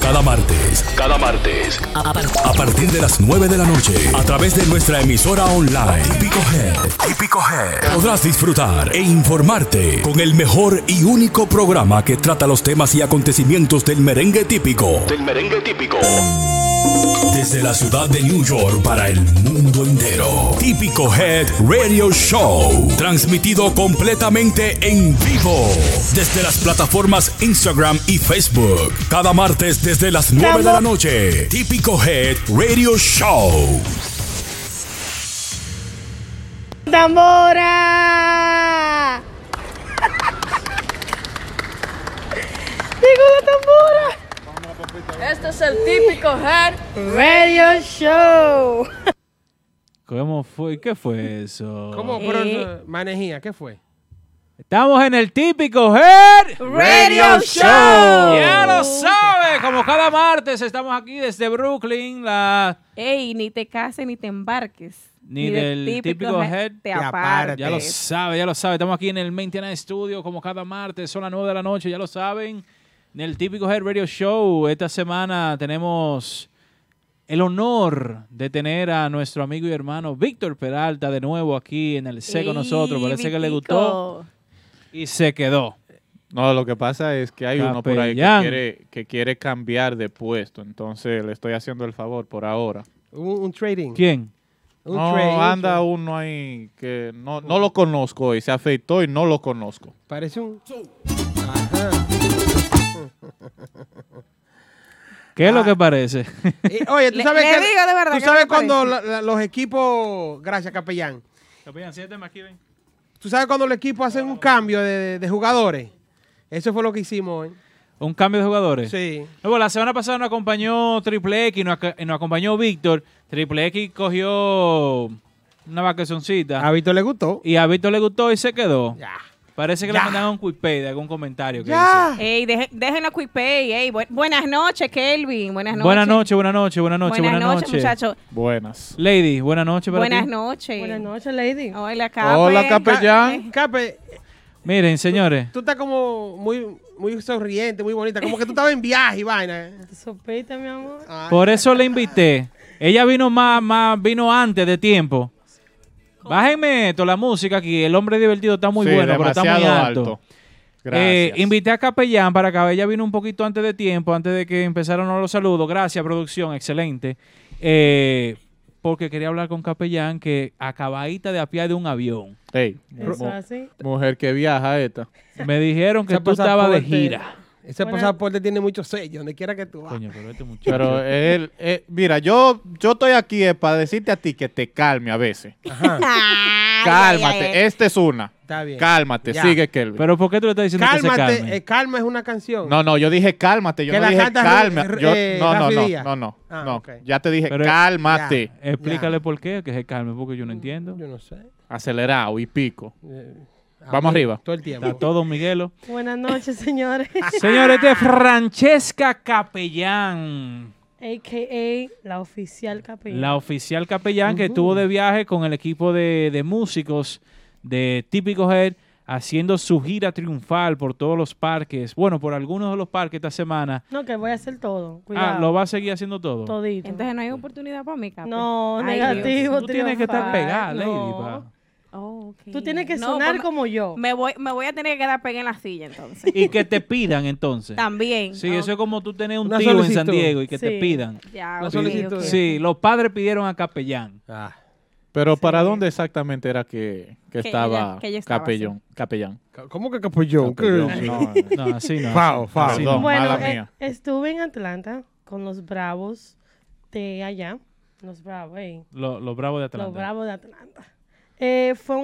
Cada martes, a partir de las 9 de la noche, a través de nuestra emisora online, Típico Head, podrás disfrutar e informarte con el mejor y único programa que trata los temas y acontecimientos del merengue típico. Desde la ciudad de New York para el mundo entero. Típico Head Radio Show. Transmitido completamente en vivo. Desde las plataformas Instagram y Facebook. Cada martes desde las 9 de la noche. Típico Head Radio Show. ¡Tambora! ¡Digo la tambora! Este es el Típico Head Radio Show. ¿Cómo fue? ¿Qué fue eso? ¿Cómo? Pero, manejía, ¿qué fue? Estamos en el Típico Head Radio Show. Ya lo sabes, como cada martes estamos aquí desde Brooklyn, Ey, ni te cases ni te embarques. Ni del Típico Head te apartes. Ya lo sabe. Estamos aquí en el Maintenance Studio como cada martes, son las 9 de la noche, ya lo saben. En el Típico Head Radio Show, esta semana tenemos el honor de tener a nuestro amigo y hermano Víctor Peralta de nuevo aquí en el set con nosotros. Parece que le gustó y se quedó. No, lo que pasa es que hay uno por ahí que quiere cambiar de puesto, entonces le estoy haciendo el favor por ahora. Un trading. ¿Quién? Anda uno ahí que no lo conozco y se afeitó y no lo conozco. Parece un... Ajá. ¿Qué es lo que parece? Oye, tú sabes le que... digo de verdad Tú que sabes me cuando los equipos... Gracias, capellán. Capellán, siénteme aquí, ven. Tú sabes cuando los equipos hacen un cambio de jugadores. Eso fue lo que hicimos hoy. ¿Un cambio de jugadores? Sí. Luego, la semana pasada nos acompañó Triple X y nos acompañó Víctor. Triple X cogió una vacacioncita. A Víctor le gustó. Y a Víctor le gustó y se quedó. Ya. Parece que le mandaron un quick pay de algún comentario que Ya. hizo. Ey, dejen la quick pay. Ey, buenas noches, Kelvin. Buenas noches. Buenas noches, muchachos. Buenas. Lady, buenas noches para Buenas ti. noches. Buenas noches, lady. Hola, Cape. Hola, capellán. Cape, Miren, señores. tú estás como muy sonriente, muy bonita. Como que tú estabas en viaje y vaina. ¿Te sopita, mi amor? Ay. Por eso le invité. Ella vino vino antes de tiempo. Bájenme esto, la música aquí. El hombre divertido está muy Sí, bueno, pero está muy demasiado alto. Gracias. Invité a Capellán para que ella vino un poquito antes de tiempo, antes de que empezaran los saludos. Gracias, producción, excelente. Porque quería hablar con Capellán que acabadita de apiar de un avión. Ey, Eso así. mujer que viaja esta. Me dijeron que Ese tú estabas de pasaporte- gira. Ese pasaporte tiene muchos sellos, donde quiera que tú vas. Coño, pero este muchacho. Pero él, mira, yo estoy aquí para decirte a ti que te calme a veces. Ajá. Cálmate, esta es una. Está bien. Cálmate, Ya. sigue, Kelvin. Pero ¿por qué tú le estás diciendo que se Cálmate, calme? Calma es una canción. No, yo dije cálmate, yo Que no la dije canta calma. Rafi Díaz. No. Ah, ok. Ya te dije Pero- cálmate. Explícale por qué, que se calme, porque yo no entiendo. Yo no sé. Acelerado y pico. Eh, Vamos arriba. Todo el tiempo. Está todo, Miguelo. Buenas noches, señores. Señores, de Francesca Capellán. A.K.A. la oficial capellán. La oficial capellán que estuvo de viaje con el equipo de músicos de Típico Head haciendo su gira triunfal por todos los parques. Bueno, por algunos de los parques esta semana. No, que voy a hacer todo. Cuidado. ¿Lo va a seguir haciendo todo? Todito. Entonces no hay oportunidad para mí, Cape. No, Ay, negativo. Tú tienes que estar triunfal. pegada, Lady. No. pa. Oh, ok. Tú tienes que No, sonar pues como yo. me voy a tener que quedar pegada en la silla, entonces. Y que te pidan entonces. También. Sí, eso es como tú tener un Una tío en solicitud. San Diego y que te Sí. pidan. Ya, Una ok, solicitud. ok. Sí, los padres pidieron a capellán. Ah. Pero ¿para dónde exactamente era que estaba que ella estaba capellán? ¿Cómo que capellón? Capellón, ¿Qué? no, No, así no. Fao, fao. Así Perdón. no. Bueno, mala mía. estuve en Atlanta con los Bravos de allá. Los Bravos, Los bravos de Atlanta. Los Bravos de Atlanta. Fue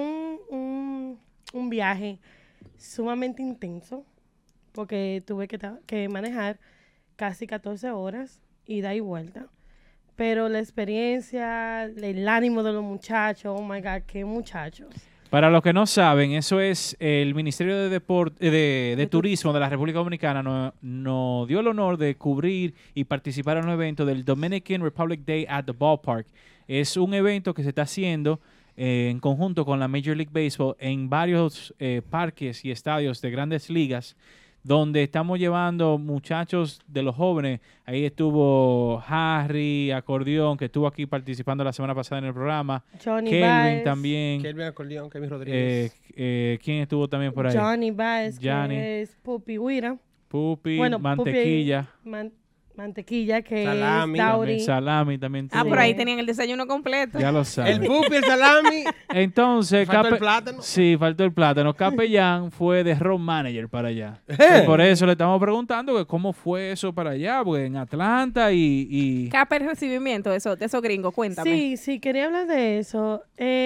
un viaje sumamente intenso porque tuve que manejar casi 14 horas, ida y vuelta. Pero la experiencia, el ánimo de los muchachos, oh my God, qué muchachos. Para los que no saben, eso es el Ministerio de Turismo de la República Dominicana nos dio el honor de cubrir y participar en un evento del Dominican Republic Day at the Ballpark. Es un evento que se está haciendo en conjunto con la Major League Baseball en varios parques y estadios de grandes ligas donde estamos llevando muchachos de los jóvenes. Ahí estuvo Harry, acordeón, que estuvo aquí participando la semana pasada en el programa. Johnny Kelvin Baez. también. Kelvin Acordeón, Kelvin Rodríguez. ¿Quién estuvo también por ahí? Johnny Baez, Johnny. que es Pupi Huira. Pupi, Bueno, Mantequilla. Mantequilla, que Salami. es Dauri. Salami también. Ah, tuvo. por ahí tenían el desayuno completo. Ya lo saben. El pupi, el salami. Entonces, Faltó el plátano. Sí, faltó el plátano. Capellán fue de road manager para allá. Eh. Por eso le estamos preguntando que cómo fue eso para allá, porque en Atlanta y Capa el recibimiento de esos gringos, cuéntame. Sí, quería hablar de eso.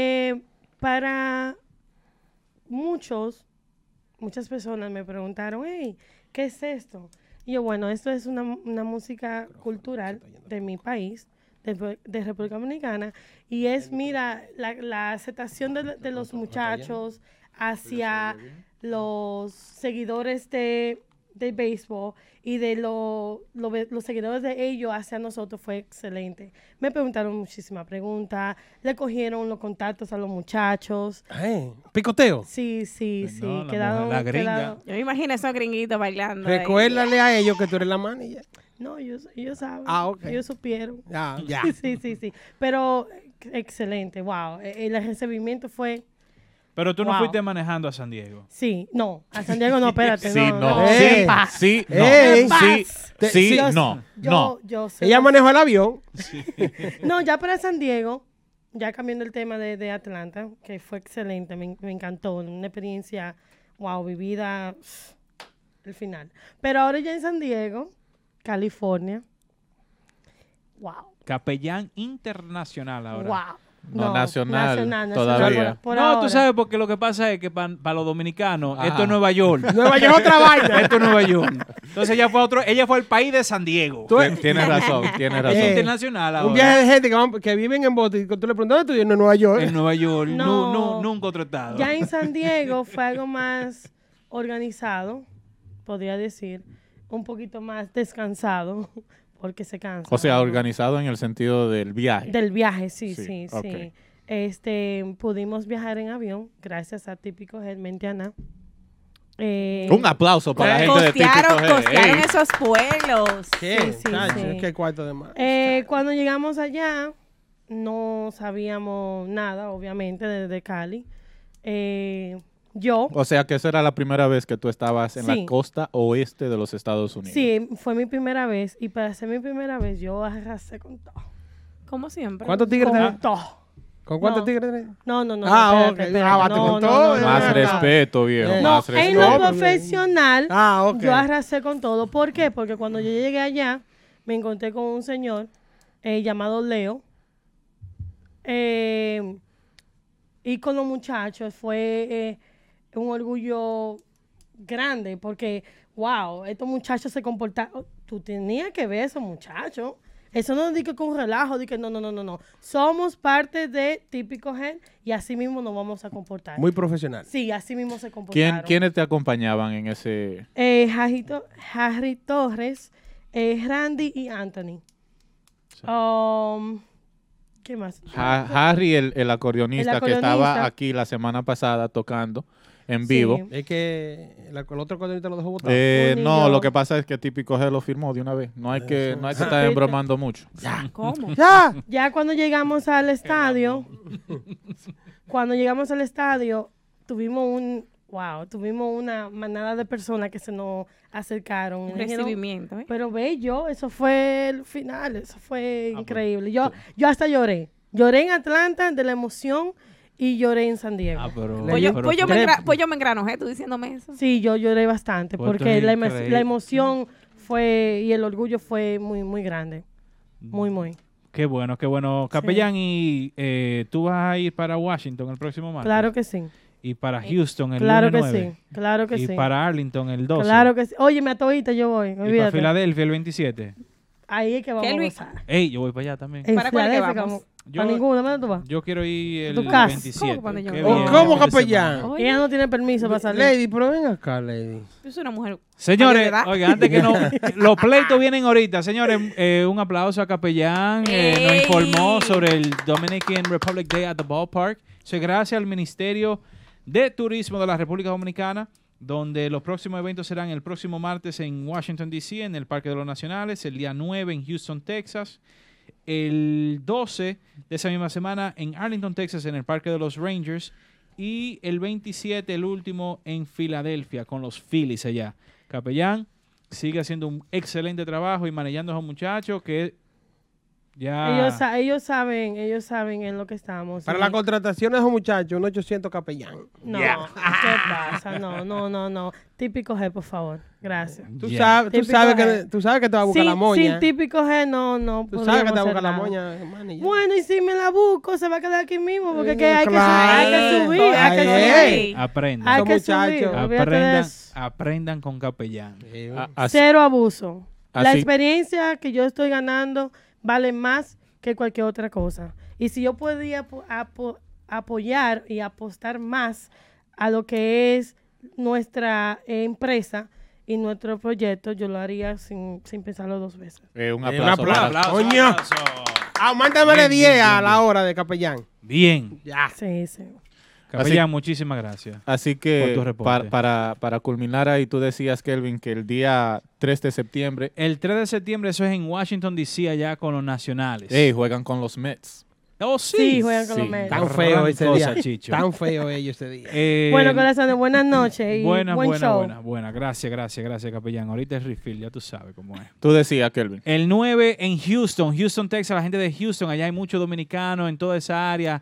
Para muchas personas me preguntaron, hey, ¿qué es esto? Y yo, bueno, esto es una música cultural de mi país, de República Dominicana, y es, mira, la aceptación de los muchachos hacia los seguidores de béisbol y de los seguidores de ellos hacia nosotros fue excelente. Me preguntaron muchísimas preguntas, le cogieron los contactos a los muchachos. Picoteo. Sí, No, la quedaron... mujer, la gringa. quedaron- Yo me imagino esos gringuitos bailando. ahí. Recuérdale a ellos que tú eres la manager. No, ellos saben. Ah, ok. Ellos supieron. Ya. Sí. Pero excelente, wow. El recibimiento fue... Pero tú no Wow. fuiste manejando a San Diego. Sí, no. A San Diego no, espérate. Sí, no. no. Eh. Paz. Sí, no. Ey. Sí, Paz. sí, Yo- no. Yo, No. yo sé. Ella manejó el avión. No, ya para San Diego, ya cambiando el tema de Atlanta, que fue excelente, me encantó. Una experiencia, wow, vivida el final. Pero ahora ya en San Diego, California, wow. Capellán internacional ahora. Wow. No, nacional, todavía. por No, ahora. tú sabes porque lo que pasa es que para los dominicanos, Ajá. esto es Nueva York. Nueva York es otra vaina. Esto es Nueva York. Entonces ella fue al país de San Diego. Tienes razón, tienes razón. Es internacional ahora. Un viaje de gente que viven en bote y tú le preguntas, ¿dónde tú vives? En Nueva York. En Nueva York, No. nunca otro estado. Ya en San Diego fue algo más organizado, podría decir, un poquito más descansado, porque se cansa. O sea, organizado en el sentido del viaje. Del viaje, sí. ok. Pudimos viajar en avión, gracias a Típico Head Mentiana. Un aplauso para la gente de Costearon Típico G. Ey. esos vuelos. ¿Qué? Sí, Chacho, sí. es que hay cuarto de más. Cuando llegamos allá, no sabíamos nada, obviamente, de Cali. Yo... O sea, que esa era la primera vez que tú estabas en Sí. la costa oeste de los Estados Unidos. Sí, fue mi primera vez. Y para ser mi primera vez, yo arrasé con todo. Como siempre. ¿Cuántos tigres Con tenés? todo. ¿Con cuántos No. tigres tenés? No. Ah, espérate. ok. Ah, bate con todo. Más Ah, respeto, viejo. Eh. No, Más en respeto. lo No, pero- profesional, Ok. yo arrasé con todo. ¿Por qué? Porque cuando yo llegué allá, me encontré con un señor llamado Leo. Y con los muchachos fue un orgullo grande porque, wow, estos muchachos se comportaron. Tú tenías que ver a esos muchachos. Eso no digo con relajo, digo no. Somos parte de Típico Head y así mismo nos vamos a comportar. Muy profesional. Sí, así mismo se comportaron. ¿Quiénes te acompañaban en ese? Harry Torres, Randy y Anthony. ¿Qué más? Harry, el acordeonista, El que estaba acordeonista. aquí la semana pasada tocando en vivo. Sí. Es que el otro cordonista lo dejó botado. No, Bonillo. lo que pasa es que Típico G lo firmó de una vez. No hay que estar Ah. embromando mucho. ¿Cómo? ¡Ya! Ya cuando llegamos al estadio, tuvimos una manada de personas que se nos acercaron. Un Y dijeron, recibimiento, ¿eh? pero bello, eso fue el final, eso fue increíble. Yo hasta lloré. Lloré en Atlanta de la emoción y lloré en San Diego. Pues yo me engranojé, tú diciéndome eso. Sí, yo lloré bastante Pues porque esto es la increíble. emoción fue y el orgullo fue muy, muy grande. Muy. Qué bueno, qué bueno. Capellán, y tú vas a ir para Washington el próximo martes. Claro que sí. Y para Houston el Claro que lunes 9. sí. Claro que Y sí. para Arlington el 12. Claro que sí. Oye, me atodita yo voy. Y para Olvídate. Filadelfia el 27. Ahí es que vamos a Kelvin. gozar. Ey, yo voy para allá también. En ¿Para cuál que Filadelfia, vamos? Yo- ¿A ninguna? ¿Dónde tú vas? Yo quiero ir el ¿Tu casa? 27. ¿Cómo cuando yo Qué voy? bien, ¿Cómo, fin de capellán? semana. Oye, Ella no tiene permiso para salir. Lady, pero ven acá, Lady. yo soy una mujer. Señores, ¿De verdad? oiga, antes que no, los pleitos vienen ahorita. Señores, un aplauso a Capellán. Nos ¡Ey! informó sobre el Dominican Republic Day at the Ballpark. Eso es gracias al Ministerio de Turismo de la República Dominicana. donde los próximos eventos serán el próximo martes en Washington, D.C., en el Parque de los Nacionales, el día 9 en Houston, Texas, el 12 de esa misma semana en Arlington, Texas, en el Parque de los Rangers, y el 27, el último, en Filadelfia, con los Phillies allá. Capellán sigue haciendo un excelente trabajo y manejando a esos muchachos que ya... Ellos saben en lo que estamos. Para la contratación de esos muchachos, un 800 capellán. No, ¿qué pasa? No. Típico G, por favor. Gracias. Tú sabes que te va a buscar la moña. Sin típico G, no. Tú sabes que te va a buscar la moña, hermano. Bueno, y si me la busco, se va a quedar aquí mismo, porque es que hay que subir. Aprendan. Hay que subir. Aprendan con Capellán. Cero abuso. La experiencia que yo estoy ganando vale más que cualquier otra cosa. Y si yo podía apoyar y apostar más a lo que es nuestra empresa y nuestro proyecto, yo lo haría sin pensarlo dos veces. Un aplauso. Coño. Aumentamele 10 a la hora de capellán. Bien. Ya. Sí. Capellán, muchísimas gracias. Así que para culminar ahí, tú decías, Kelvin, que el día 3 de septiembre... El 3 de septiembre, eso es en Washington, D.C., allá con los Nacionales. Juegan con los Mets. Oh, sí. Sí, juegan con los Mets. Tan feo ese día. Chicho. Tan feo ellos ese día. Bueno, corazones, buenas noches y buen show. Buena. Gracias, Capellán. Ahorita es refill, ya tú sabes cómo es. Tú decías, Kelvin. El 9 en Houston, Texas, la gente de Houston, allá hay muchos dominicanos en toda esa área.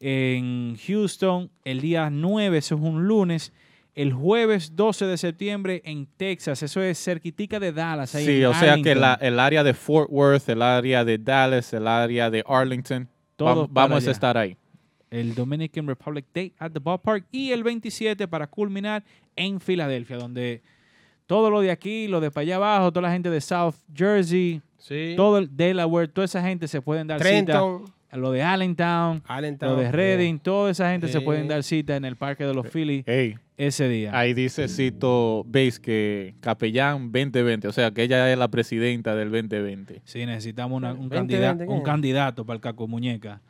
En Houston, el día 9, eso es un lunes. El jueves 12 de septiembre en Texas, eso es cerquitica de Dallas. Ahí Sí, en o sea que Arlington. el área de Fort Worth, el área de Dallas, el área de Arlington, vamos a estar ahí. El Dominican Republic Day at the Ballpark. Y el 27 para culminar en Filadelfia, donde todo lo de aquí, lo de para allá abajo, toda la gente de South Jersey, todo el Delaware, toda esa gente se pueden dar Trenton. cita. Lo de Allentown, lo de Reading, toda esa gente se pueden dar cita en el Parque de los Phillies ese día. Ahí dice Cito Base que Capellán 2020, o sea que ella es la presidenta del 2020. Sí, necesitamos un 2020, candidato para el Caco Muñeca.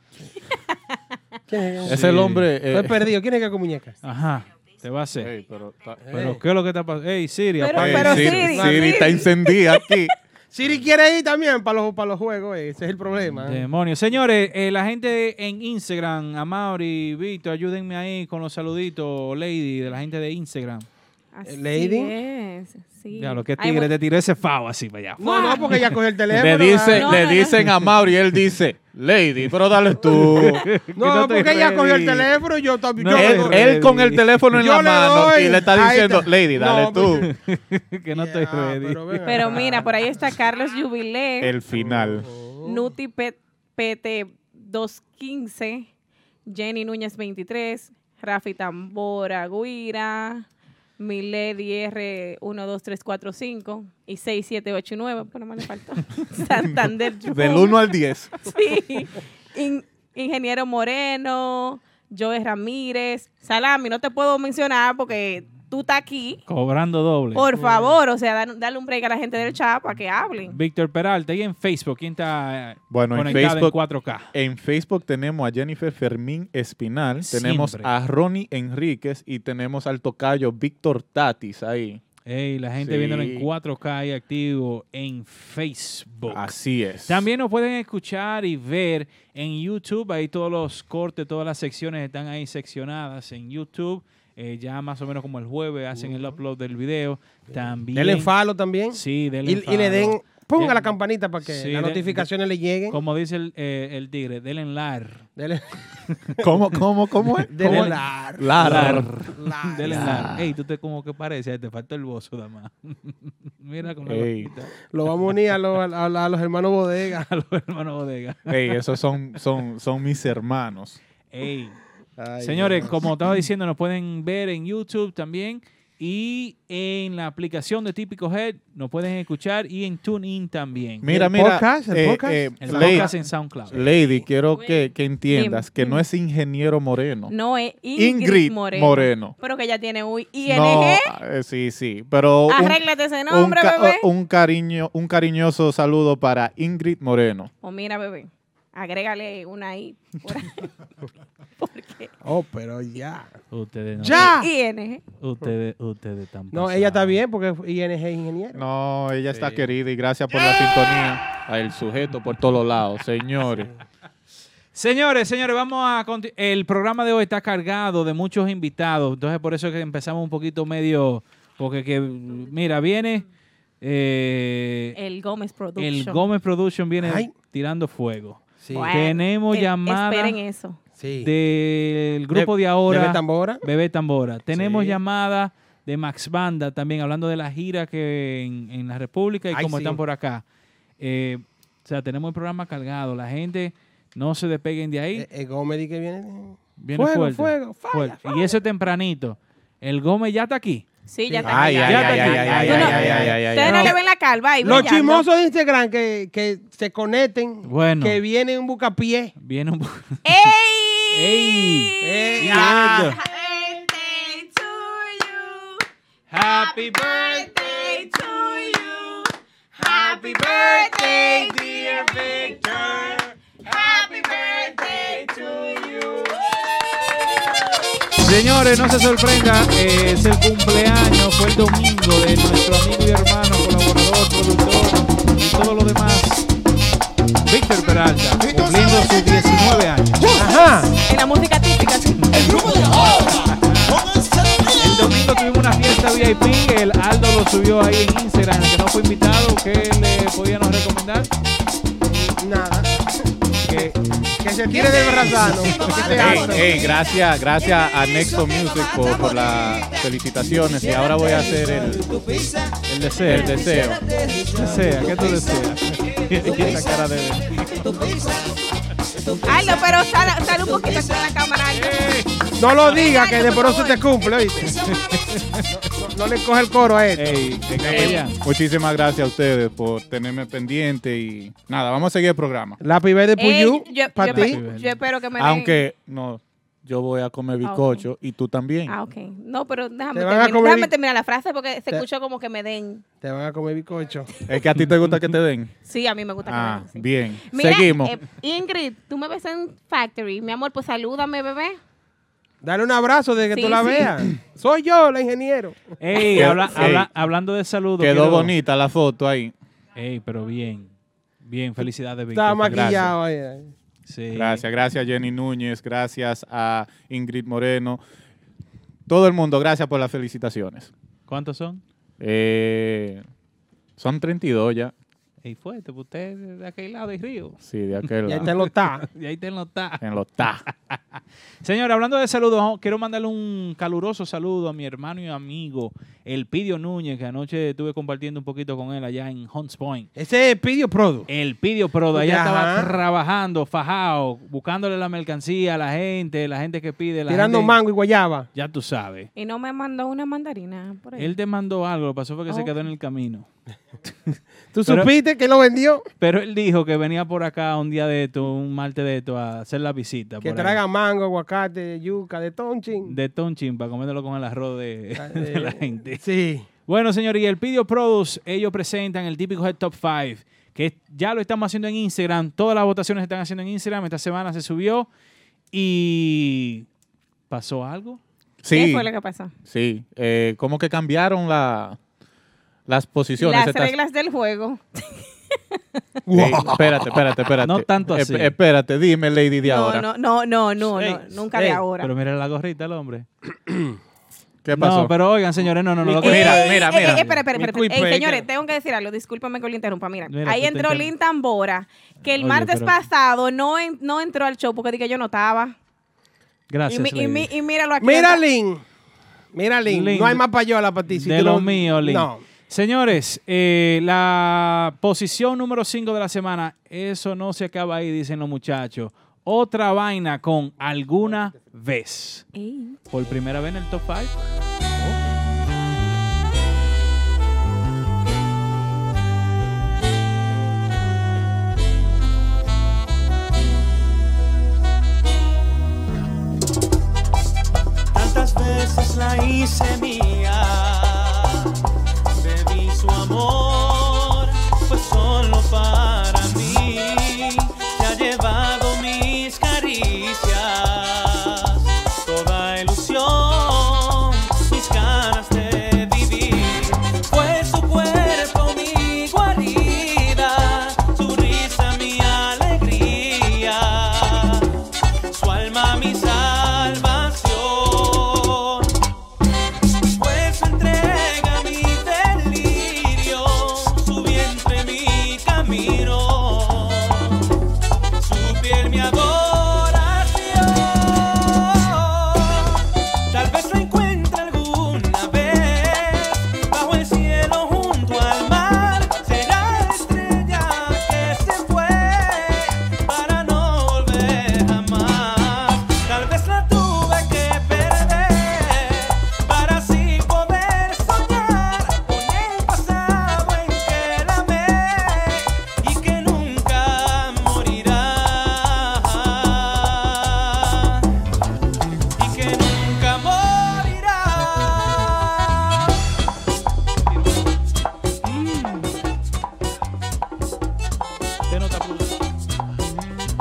¿Quién es? Es el hombre... Estoy perdido. ¿Quién es Caco Muñecas? Ajá, te va a hacer. pero ¿Qué es lo que está pasando? Ey, Siri, apaga. Pero Siri está encendida aquí. Siri quiere ir también para los juegos, ese es el problema. Demonios. Señores, la gente en Instagram, Amaury, Víctor, ayúdenme ahí con los saluditos, Lady, de la gente de Instagram. Así Lady. es, sí. Ya, lo que tigre te tiró ese fao así para allá. No, porque ella cogió el teléfono. Le dicen a Mauri y él dice, Lady, pero dale tú. No, porque ella cogió el teléfono y yo también. Él con el teléfono en la mano y le está diciendo, Lady, dale tú. Que no estoy ready. Pero mira, por ahí está Carlos Jubilé, El final. Nuti PT 215, Jenny Núñez 23, Rafi Tambora Guira, Milady R12345 y 6789, pero no me le faltó. Santander. Del 1 al 10. Sí. Ingeniero Moreno, Joe Ramírez, Salami, no te puedo mencionar porque tú estás aquí. Cobrando doble. Por favor, o sea, dale un break a la gente del chat para que hablen. Víctor Peralta, y en Facebook, ¿quién está Bueno, en conectado Facebook, en 4K? En Facebook tenemos a Jennifer Fermín Espinal, tenemos Siempre. a Ronnie Enríquez y tenemos al tocayo Víctor Tatis ahí. Ey, la gente Sí. viéndolo en 4K ahí activo en Facebook. Así es. También nos pueden escuchar y ver en YouTube. Ahí todos los cortes, todas las secciones están ahí seccionadas en YouTube. Ya más o menos como el jueves hacen el upload del video. También. Denle follow también. Sí, denle Y le den, follow. ponga la campanita para que Sí, las notificaciones le lleguen. Como dice el tigre, denle lar. Denle ¿Cómo es? denle ¿Cómo? lar. Lar. Denle lar. Ey, tú te como que parece, te falta el bozo, dama. Mira con la Ey. boquita. Lo vamos a unir a los hermanos Bodega. A los hermanos bodega. Ey, esos son mis hermanos. Ey. Ay, Señores, Dios. como estaba diciendo, nos pueden ver en YouTube también y en la aplicación de Típico Head nos pueden escuchar y en TuneIn también. Mira, ¿El mira. podcast? ¿El podcast? El Lady, podcast en SoundCloud. Lady, quiero que entiendas que Dime. no es Ingeniero Moreno. No es Ingrid Moreno. Pero que ya tiene un ING. No, sí. Pero Arréglate ese nombre, bebé. un cariñoso saludo para Ingrid Moreno. O mira, bebé, agrégale una I. Porque Oh, pero ya. Ustedes no. ¡Ya! ING. Ustedes están No, ella está bien porque ING es ingeniero. No, ella está querida y gracias por la sintonía. El sujeto por todos lados, señores. Señores, vamos a el programa de hoy está cargado de muchos invitados, entonces por eso es que empezamos un poquito medio, porque mira, viene el Gómez Production. El Gómez Production viene Ay. tirando fuego. Sí. Bueno, Tenemos llamada esperen eso. Sí. del grupo de ahora. Bebé Tambora. Bebé Tambora. Tenemos Sí. llamada de Max Banda también, hablando de la gira que en la República y Ay, cómo sí. están por acá. O sea, tenemos el programa cargado. La gente no se despeguen de ahí. El Gómez que viene. Viene fuego, fuerte. fuego, falla, fuerte. falla. Y eso es tempranito. El Gómez ya está aquí. Sí, ya está. Ay, ya ay, está ay, aquí. ay, ay, Tú no- ay, ay, ay, Ustedes no ay. le ven la calva ahí Los brillando. chismosos de Instagram que se conecten. Bueno. Que vienen un bucapié. Viene un... ¡Ey! ¡Ey! Ya. Happy birthday to you. Happy Birthday to you. Happy birthday, dear Victor. Happy birthday to you. Señores, no se sorprenda, es el cumpleaños, fue el domingo de nuestro amigo y hermano, colaborador, productor y todo lo demás, Víctor Peralta, cumpliendo sus 19 años. Ajá. En la música típica, sí. El domingo tuvimos una fiesta VIP, el Aldo lo subió ahí en Instagram, el que no fue invitado, ¿qué le podíamos recomendar? Nada. Que se tire del brazano. Hey, gracias a Nexo Music por las felicitaciones y ahora voy a hacer el deseo. desea, ¿qué tú deseas? Y esa cara de... Aldo, pero sale un poquito aquí en la cámara, Aldo. No lo diga que de pronto se te cumple, ¿oíste? No le coge el coro a él. Ey, venga para allá. Muchísimas gracias a ustedes por tenerme pendiente y nada, vamos a seguir el programa. La pibe de Puyú, para ti. Yo espero que me den. Aunque no, yo voy a comer bizcocho y tú también. Ah, ok. No, pero déjame Te van a terminar, comer déjame terminar la frase porque se escuchó como que me den. Te van a comer bizcocho. Es que a ti te gusta que te den. Sí, a mí me gusta que me den. Sí. Bien. Mira, Seguimos. Ingrid, tú me ves en Factory. Mi amor, pues salúdame, bebé. Dale un abrazo de que Sí, tú la sí. veas. Soy yo, la ingeniero. Ey, hablando de saludos. Quedó bonita la foto ahí. Ey, pero bien. Bien, felicidades, Víctor. Está maquillado ahí. Sí. Gracias Jenny Núñez, gracias a Ingrid Moreno. Todo el mundo, gracias por las felicitaciones. ¿Cuántos son? Son 32 ya. Ey, fuerte, pues usted de aquel lado del río. Sí, de aquel Y ahí lado. te lo está. Y ahí te lo está. En los ta. Señor, hablando de saludos, quiero mandarle un caluroso saludo a mi hermano y amigo, el Pidio Núñez, que anoche estuve compartiendo un poquito con él allá en Hunts Point. Ese es Pidio Prodo. El Pidio Pro, de allá Ajá. estaba trabajando, fajado, buscándole la mercancía a la gente que pide. La Tirando gente, mango y guayaba. Ya tú sabes. Y no me mandó una mandarina por ahí. Él te mandó algo, lo que pasó fue que se Oh. quedó en el camino. ¿Tú Pero- supiste que lo vendió? Pero él dijo que venía por acá un día de esto, un martes de esto, a hacer la visita. Que por ahí. traiga mango, aguacate, yuca, de tonchin. De Tonchin para coméndolo con el arroz de la gente. Sí. Bueno, señores, y el Pidio Produce, ellos presentan el típico Head Top 5, que ya lo estamos haciendo en Instagram. Todas las votaciones se están haciendo en Instagram. Esta semana se subió y ¿pasó algo? Sí, ¿Qué fue lo que pasó? sí. ¿Cómo que cambiaron las posiciones? Las reglas del juego. Espérate. No tanto así. Espérate, dime, Lady de ahora. No, Ey, nunca de ey, ahora. Pero mira la gorrita el hombre. ¿Qué pasó? No, pero oigan, señores, no. Lo que Mira, Espera. Mi quick breaker. Señores, tengo que decir algo. Discúlpame que lo interrumpa. Mira, Mira, ahí tú te entró inter- Lin Tambora, que el Oye, martes pero- pasado no entró al show porque dije que yo no estaba. Gracias, Lady. Y míralo aquí. Mira, Lin. Lin, No hay más payola para ti. Si de tú lo no- mío, Lin. No. Señores, la posición número 5 de la semana, eso no se acaba ahí, dicen los muchachos. Otra vaina con Alguna Vez. Ey. Por primera vez en el top 5. Tantas veces la hice mía, bebí su amor, pues solo para mí se ha llevado mis caricias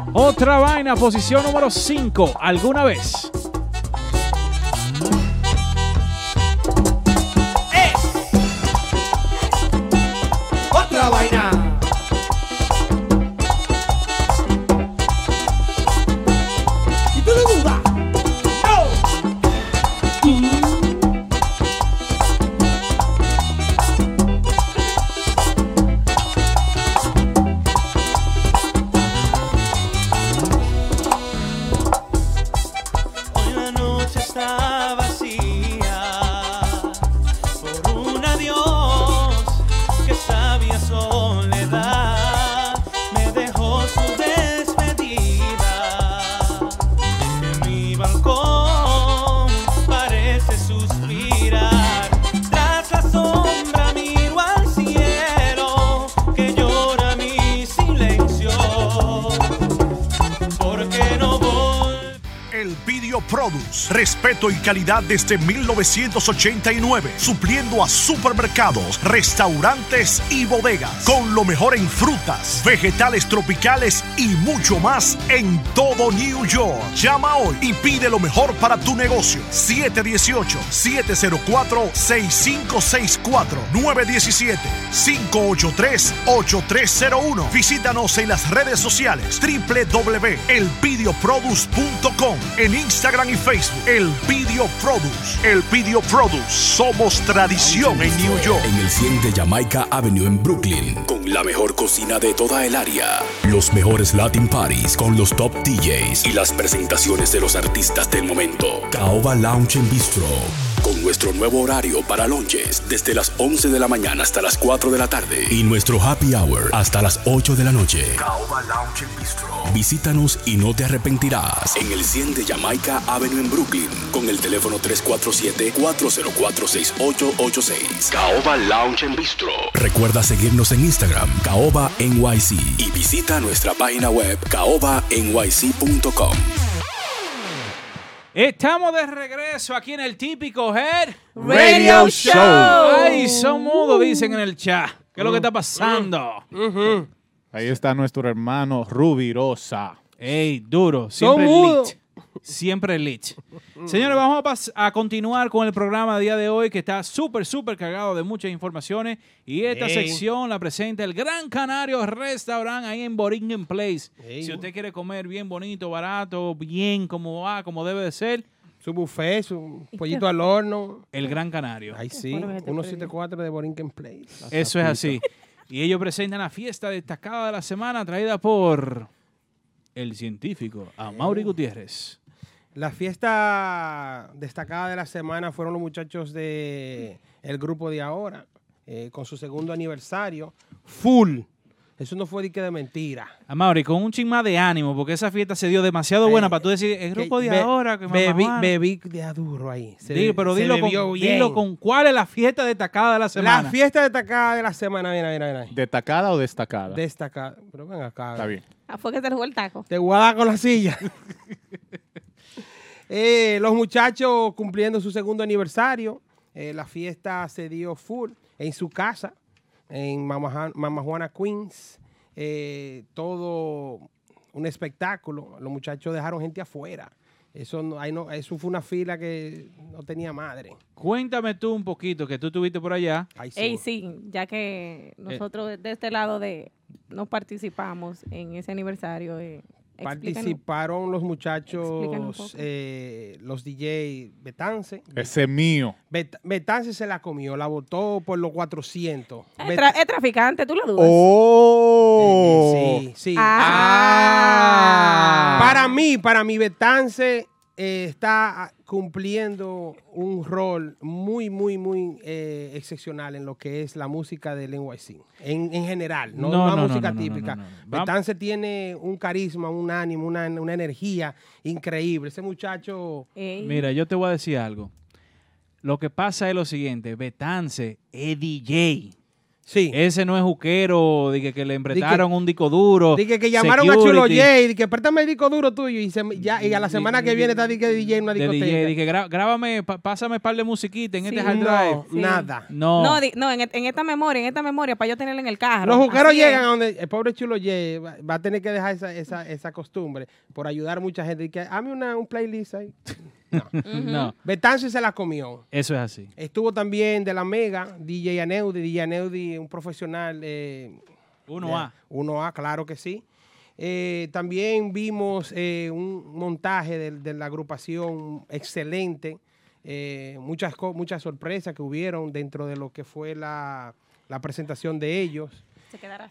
Otra vaina, posición número 5. ¿Alguna vez? Otra vaina. ¿Y tú lo dudas? Hoy la noche está vacía por un adiós que sabia soledad me dejó su despedida. En mi balcón parece suspirar, tras la sombra miro al cielo que llora mi silencio, porque no voy. El Video Produce. Respeto y calidad desde 1989. Supliendo a supermercados, restaurantes y bodegas. Con lo mejor en frutas, vegetales tropicales y mucho más en todo New York. Llama hoy y pide lo mejor para tu negocio. 718-704-6564. 917-583-8301. Visítanos en las redes sociales www.elvideoproduce.com, en Instagram y Facebook. El Video Produce. El Video Produce. Somos tradición en New York. En el 100 de Jamaica Avenue en Brooklyn, con la mejor cocina de toda el área, los mejores Latin Parties con los top DJs y las presentaciones de los artistas del momento. Caoba Lounge and Bistro, con nuestro nuevo horario para lunches desde las 11 de la mañana hasta las 4 de la tarde y nuestro happy hour hasta las 8 de la noche. Caoba Lounge and Bistro. Visítanos y no te arrepentirás. En el 100 de Jamaica Avenue en Brooklyn, con el teléfono 347-404-6886. Caoba Lounge and Bistro. Recuerda seguirnos en Instagram, Caoba NYC, y visita nuestra página web caobanyc.com. Estamos de regreso aquí en el Típico Head Radio Show. Ay, son mudos, dicen en el chat. ¿Qué es lo que está pasando? Ahí está nuestro hermano Rubirosa. Ey, duro. Siempre lit. Siempre lit. Señores, vamos a continuar con el programa de día de hoy, que está súper cargado de muchas informaciones. Y esta sección la presenta el Gran Canario Restaurant ahí en Boringen Place. Si usted quiere comer bien bonito, barato, bien como va, como debe de ser. Su buffet, su pollito al horno. El Gran Canario. Ahí sí, 174 de Boringen Place. Eso es así. Y ellos presentan la fiesta destacada de la semana traída por el científico Amaury Gutiérrez. La fiesta destacada de la semana fueron los muchachos de el grupo de ahora, con su segundo aniversario. Full. Eso no fue de mentira. Amaury, con un chin más de ánimo, porque esa fiesta se dio demasiado buena para tú decir, el grupo de ahora. Que bebí de a duro ahí. Pero dilo con cuál es la fiesta destacada de la semana. La fiesta destacada de la semana, mira. ¿Destacada o destacada? Destacada. Pero ven acá. Está bien. Fue que te jugó el taco. Te voy a dar con la silla. Los muchachos cumpliendo su segundo aniversario. La fiesta se dio full en su casa, en Mama Juana, Queens. Todo un espectáculo. Los muchachos dejaron gente afuera. Eso fue una fila que no tenía madre. Cuéntame tú un poquito, que tú estuviste por allá. Sí, ya que nosotros de este lado no participamos en ese aniversario. Participaron los muchachos, los DJ Betance. Ese es mío. Betance se la comió, la botó por los 400. Es traficante, ¿tú lo dudas? ¡Oh! Sí. Ah. Para mí Betance está cumpliendo un rol muy excepcional en lo que es la música del NYC. En general, no la música típica. Betance tiene un carisma, un ánimo, una energía increíble. Ese muchacho... Mira, yo te voy a decir algo. Lo que pasa es lo siguiente. Betance es DJ. Sí. Ese no es juquero, de que le emprestaron un disco duro. Dije que llamaron a Chulo J, y que préstame el disco duro tuyo y a la semana que viene está DJ en una discoteca. Dije, grábame, pásame un par de musiquita en este hard drive. Nada. No, en esta memoria, para yo tenerla en el carro. Los juqueros llegan a donde el pobre Chulo J va a tener que dejar esa costumbre por ayudar a mucha gente. Y que hazme un playlist ahí. No. Betanzo se la comió. Eso es así. Estuvo también de la Mega, DJ Aneudi, un profesional. 1A. 1A, claro que sí. También vimos un montaje de la agrupación excelente. Muchas sorpresas que hubieron dentro de lo que fue la presentación de ellos. Se quedarás.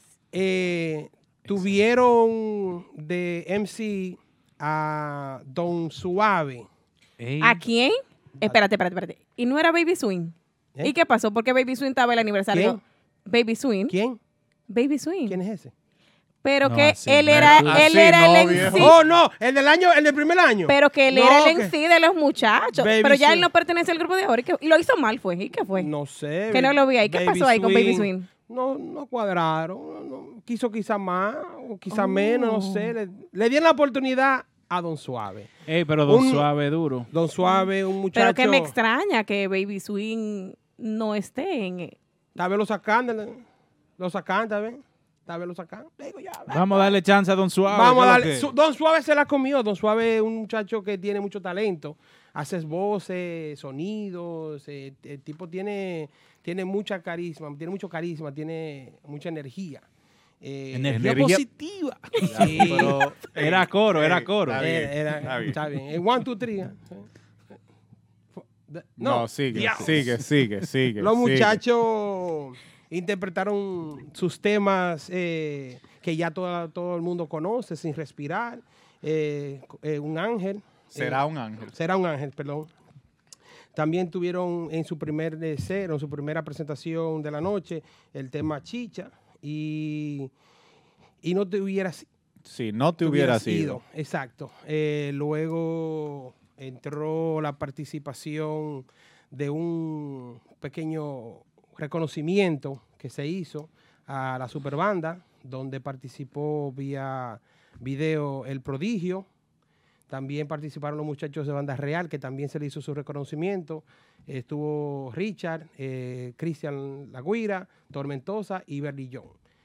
Tuvieron de MC a Don Suave. Ey. ¿A quién? Espérate. ¿Y no era Baby Swing? ¿Y qué pasó? ¿Por qué Baby Swing estaba el aniversario? ¿Quién? Baby Swing. ¿Quién? Baby Swing. ¿Quién es ese? Pero No, que así él no era, es. él era el viejo. MC. Oh, no, el del primer año. Pero que él No, era el que- MC de los muchachos. Baby Pero ya Swing. él no pertenece al grupo de ahora. Y lo hizo mal, fue. ¿Y qué fue? No sé. Que no lo vi ahí. ¿Qué pasó ahí con Baby Swing? No cuadraron. Quiso quizá más o quizá menos, no sé. Le dieron la oportunidad a Don Suave. Ey, pero Don Un- Suave duro. Don Suave, un muchacho. Pero que me extraña que Baby Swing no esté en... Tal vez lo sacan, tal vez. Digo, ya, Vamos a darle chance a Don Suave. Vamos a ¿qué darle. es lo que? Don Suave se la comió. Don Suave es un muchacho que tiene mucho talento. Hace voces, sonidos. El tipo tiene mucha carisma, tiene mucho carisma, tiene mucha energía. Energía positiva. Sí, pero era coro. Está bien, Está bien. Está bien. 1, 2, 3. No, sigue. Los muchachos interpretaron sus temas que ya todo el mundo conoce, Sin Respirar, Un Ángel. Será un ángel. Será un ángel, perdón. También tuvieron en su primera presentación de la noche, el tema Chicha y No te hubieras Si no te hubieras ido. Exacto. Luego entró la participación de un pequeño reconocimiento que se hizo a la Superbanda, donde participó vía video El Prodigio. También participaron los muchachos de Banda Real, que también se le hizo su reconocimiento. Estuvo Richard, Cristian Laguira, Tormentosa y Berlillón.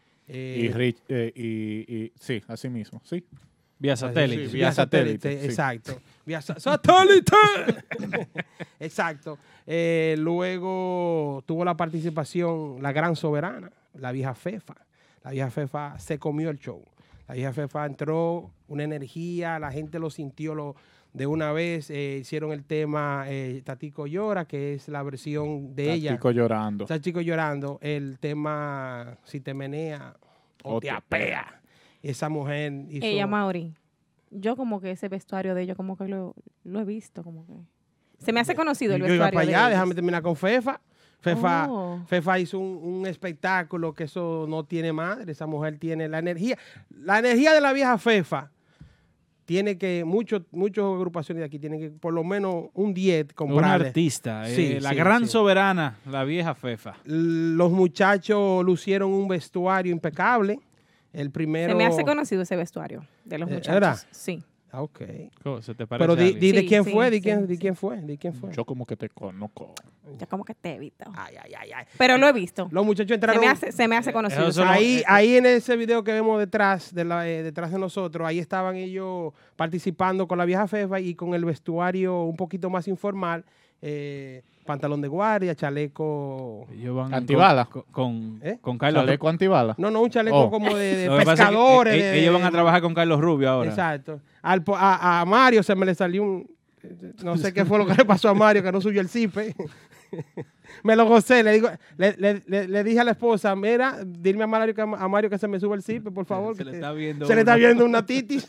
Sí, así mismo, sí. Vía satélite. Sí, vía satélite, sí. Exacto. Vía satélite. Exacto. Luego tuvo la participación la Gran Soberana, la vieja Fefa. La vieja Fefa se comió el show. La vieja Fefa entró, una energía, la gente lo sintió de una vez. Hicieron el tema Tatico Llora, que es la versión de ella. Tatico llorando. Tatico llorando. El tema Si te menea o te apea. Esa mujer hizo... Ella, Mauri. Yo como que ese vestuario de ellos, como que lo he visto, como que... Se me hace conocido el Yo iba vestuario para de allá, ellos. déjame terminar con Fefa. Oh. Fefa hizo un espectáculo que eso no tiene madre. Esa mujer tiene la energía. La energía de la vieja Fefa tiene que, muchas agrupaciones de aquí tienen que por lo menos un 10 comprarle. Un artista. Sí, la sí, gran sí. soberana, la vieja Fefa. Los muchachos lucieron un vestuario impecable. El primero... Se me hace conocido ese vestuario de los muchachos. ¿verdad? Sí. Ok. ¿Se te parece Pero a di alguien? de Sí, quién sí, fue, sí, ¿de quién sí. fue? Yo como que te conozco. Yo como que te he visto. Ay. Pero lo he visto. Los muchachos Se entraron... me hace conocido. Eso Ahí en ese video que vemos detrás de nosotros, ahí estaban ellos participando con la vieja Fefa y con el vestuario un poquito más informal, pantalón de guardia, chaleco... Ellos van Antibala. Con ¿Eh? Carlos. Chaleco antibala. No, un chaleco Oh. como de Lo que pasa es que, pescadores. ellos van a trabajar con Carlos Rubio ahora. Exacto. A Mario se me le salió un... No sé qué fue lo que le pasó a Mario, que no subió el zipe. Me lo gocé, le dije a la esposa, mira, dile a Mario que se me suba el zipe, por favor. Se que le está viendo se le está una- viendo una titis.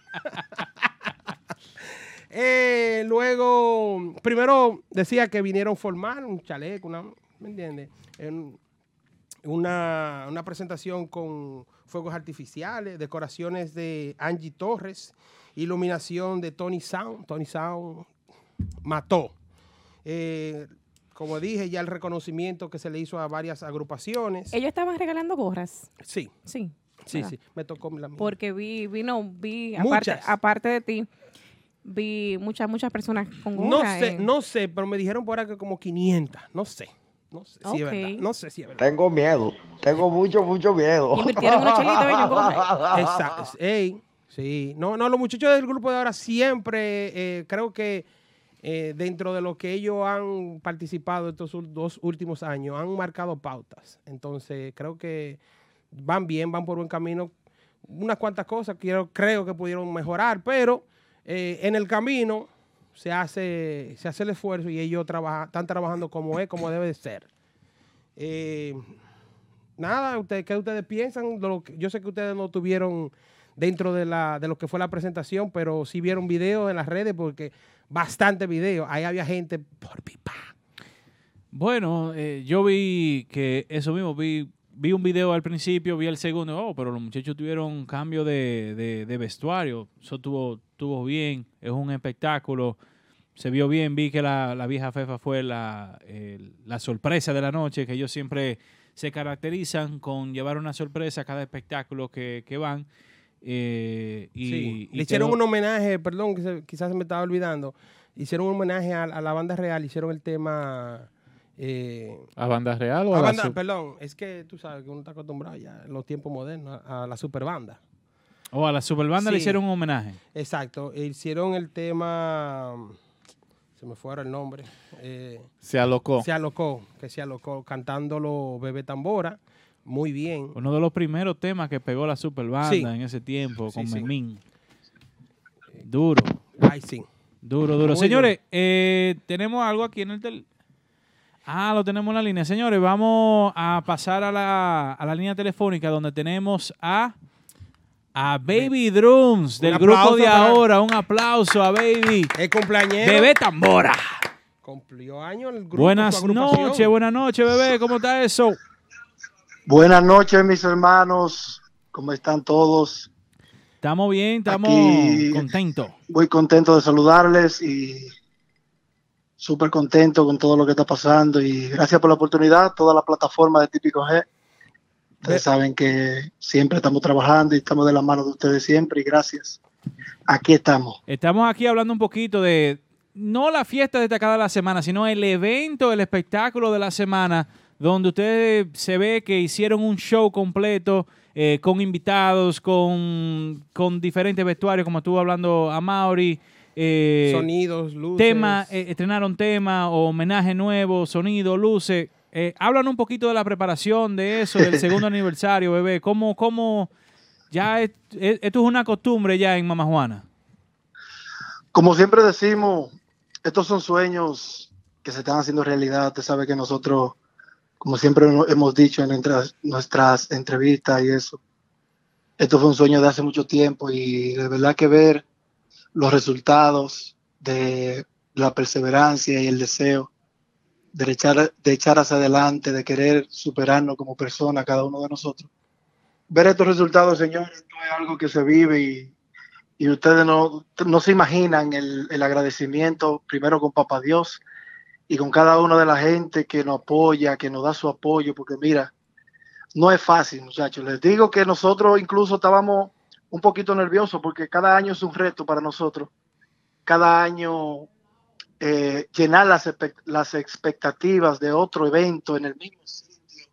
Luego, primero decía que vinieron formal, un chaleco, ¿me entiendes? Una presentación con fuegos artificiales, decoraciones de Angie Torres, iluminación de Tony Sound. Tony Sound mató. como dije, ya el reconocimiento que se le hizo a varias agrupaciones. Ellos estaban regalando gorras. Sí. Sí. Sí, sí, me tocó la mía. Porque vi Muchas. aparte de ti, vi muchas personas con gorras. No sé, pero me dijeron por ahí que como 500, no sé si es verdad, no sé si es verdad. Tengo miedo, tengo mucho miedo. Invirtieron unos chelitos en gorras. Exacto, sí, no, los muchachos del grupo de ahora siempre, creo que dentro de lo que ellos han participado estos 2 últimos años, han marcado pautas, entonces creo que van bien, van por buen camino. Unas cuantas cosas creo que pudieron mejorar, pero en el camino se hace el esfuerzo y ellos están trabajando como debe de ser. Nada, ¿qué ustedes piensan? Yo sé que ustedes no tuvieron dentro de lo que fue la presentación, pero sí vieron videos en las redes, porque bastante videos. Ahí había gente por pipa. Bueno, yo vi que eso mismo, vi un video al principio, vi el segundo, pero los muchachos tuvieron cambio de vestuario, eso estuvo bien, es un espectáculo, se vio bien, vi que la vieja Fefa fue la sorpresa de la noche, que ellos siempre se caracterizan con llevar una sorpresa a cada espectáculo que van. Le hicieron un homenaje, perdón, quizás se me estaba olvidando, hicieron un homenaje a la banda real, hicieron el tema... ¿A banda real o perdón, es que tú sabes que uno está acostumbrado ya en los tiempos modernos a la superbanda. A la superbanda le hicieron un homenaje. Exacto, hicieron el tema, se me fue ahora el nombre. Se alocó, cantándolo Bebé Tambora, muy bien. Uno de los primeros temas que pegó la superbanda en ese tiempo, con Memín. Duro. Ay, sí. Duro. Muy Señores, tenemos algo aquí en el lo tenemos en la línea. Señores, vamos a pasar a la línea telefónica donde tenemos a Baby Drums del grupo de ahora. Un aplauso a Baby. El cumpleañero. Bebé Tambora. Cumplió años el grupo. Buenas noches, Bebé. ¿Cómo está eso? Buenas noches, mis hermanos. ¿Cómo están todos? Estamos bien, estamos contentos. Muy contento de saludarles y súper contento con todo lo que está pasando, y gracias por la oportunidad, toda la plataforma de Típico G. Ustedes saben que siempre estamos trabajando y estamos de la mano de ustedes siempre, y gracias. Aquí estamos. Estamos aquí hablando un poquito de, no la fiesta destacada de la semana, sino el evento, el espectáculo de la semana, donde ustedes se ve que hicieron un show completo, con invitados, con diferentes vestuarios, como estuvo hablando Amaury. Sonidos, luces. Estrenaron tema, homenaje nuevo, sonido, luces. Hablan un poquito de la preparación de eso, del segundo aniversario, Bebé. ¿Cómo ya esto es una costumbre ya en Mama Juana? Como siempre decimos, estos son sueños que se están haciendo realidad. Usted sabe que nosotros, como siempre hemos dicho en nuestras entrevistas y eso, esto fue un sueño de hace mucho tiempo, y de verdad que ver los resultados de la perseverancia y el deseo de echar hacia adelante, de querer superarnos como persona, cada uno de nosotros. Ver estos resultados, señores, esto es algo que se vive, y ustedes no se imaginan el agradecimiento, primero con Papá Dios y con cada una de la gente que nos apoya, que nos da su apoyo, porque mira, no es fácil, muchachos. Les digo que nosotros incluso estábamos un poquito nervioso, porque cada año es un reto para nosotros. Cada año llenar las expectativas de otro evento en el mismo sitio,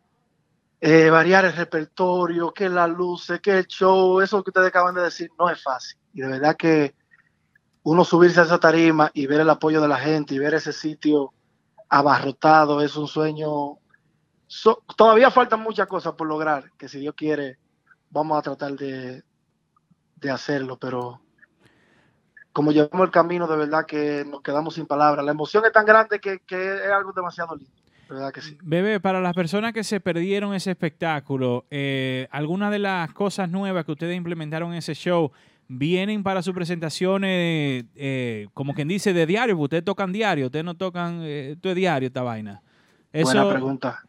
variar el repertorio, que las luces, que el show, eso que ustedes acaban de decir, no es fácil. Y de verdad que uno subirse a esa tarima y ver el apoyo de la gente y ver ese sitio abarrotado es un sueño. Todavía faltan muchas cosas por lograr, que si Dios quiere vamos a tratar de hacerlo, pero como llevamos el camino, de verdad que nos quedamos sin palabras. La emoción es tan grande que es algo demasiado lindo, de verdad que sí. Bebé, para las personas que se perdieron ese espectáculo, algunas de las cosas nuevas que ustedes implementaron en ese show vienen para sus presentaciones, como quien dice, de diario, porque ustedes tocan diario, ustedes no tocan, esto es diario, esta vaina. Buena pregunta.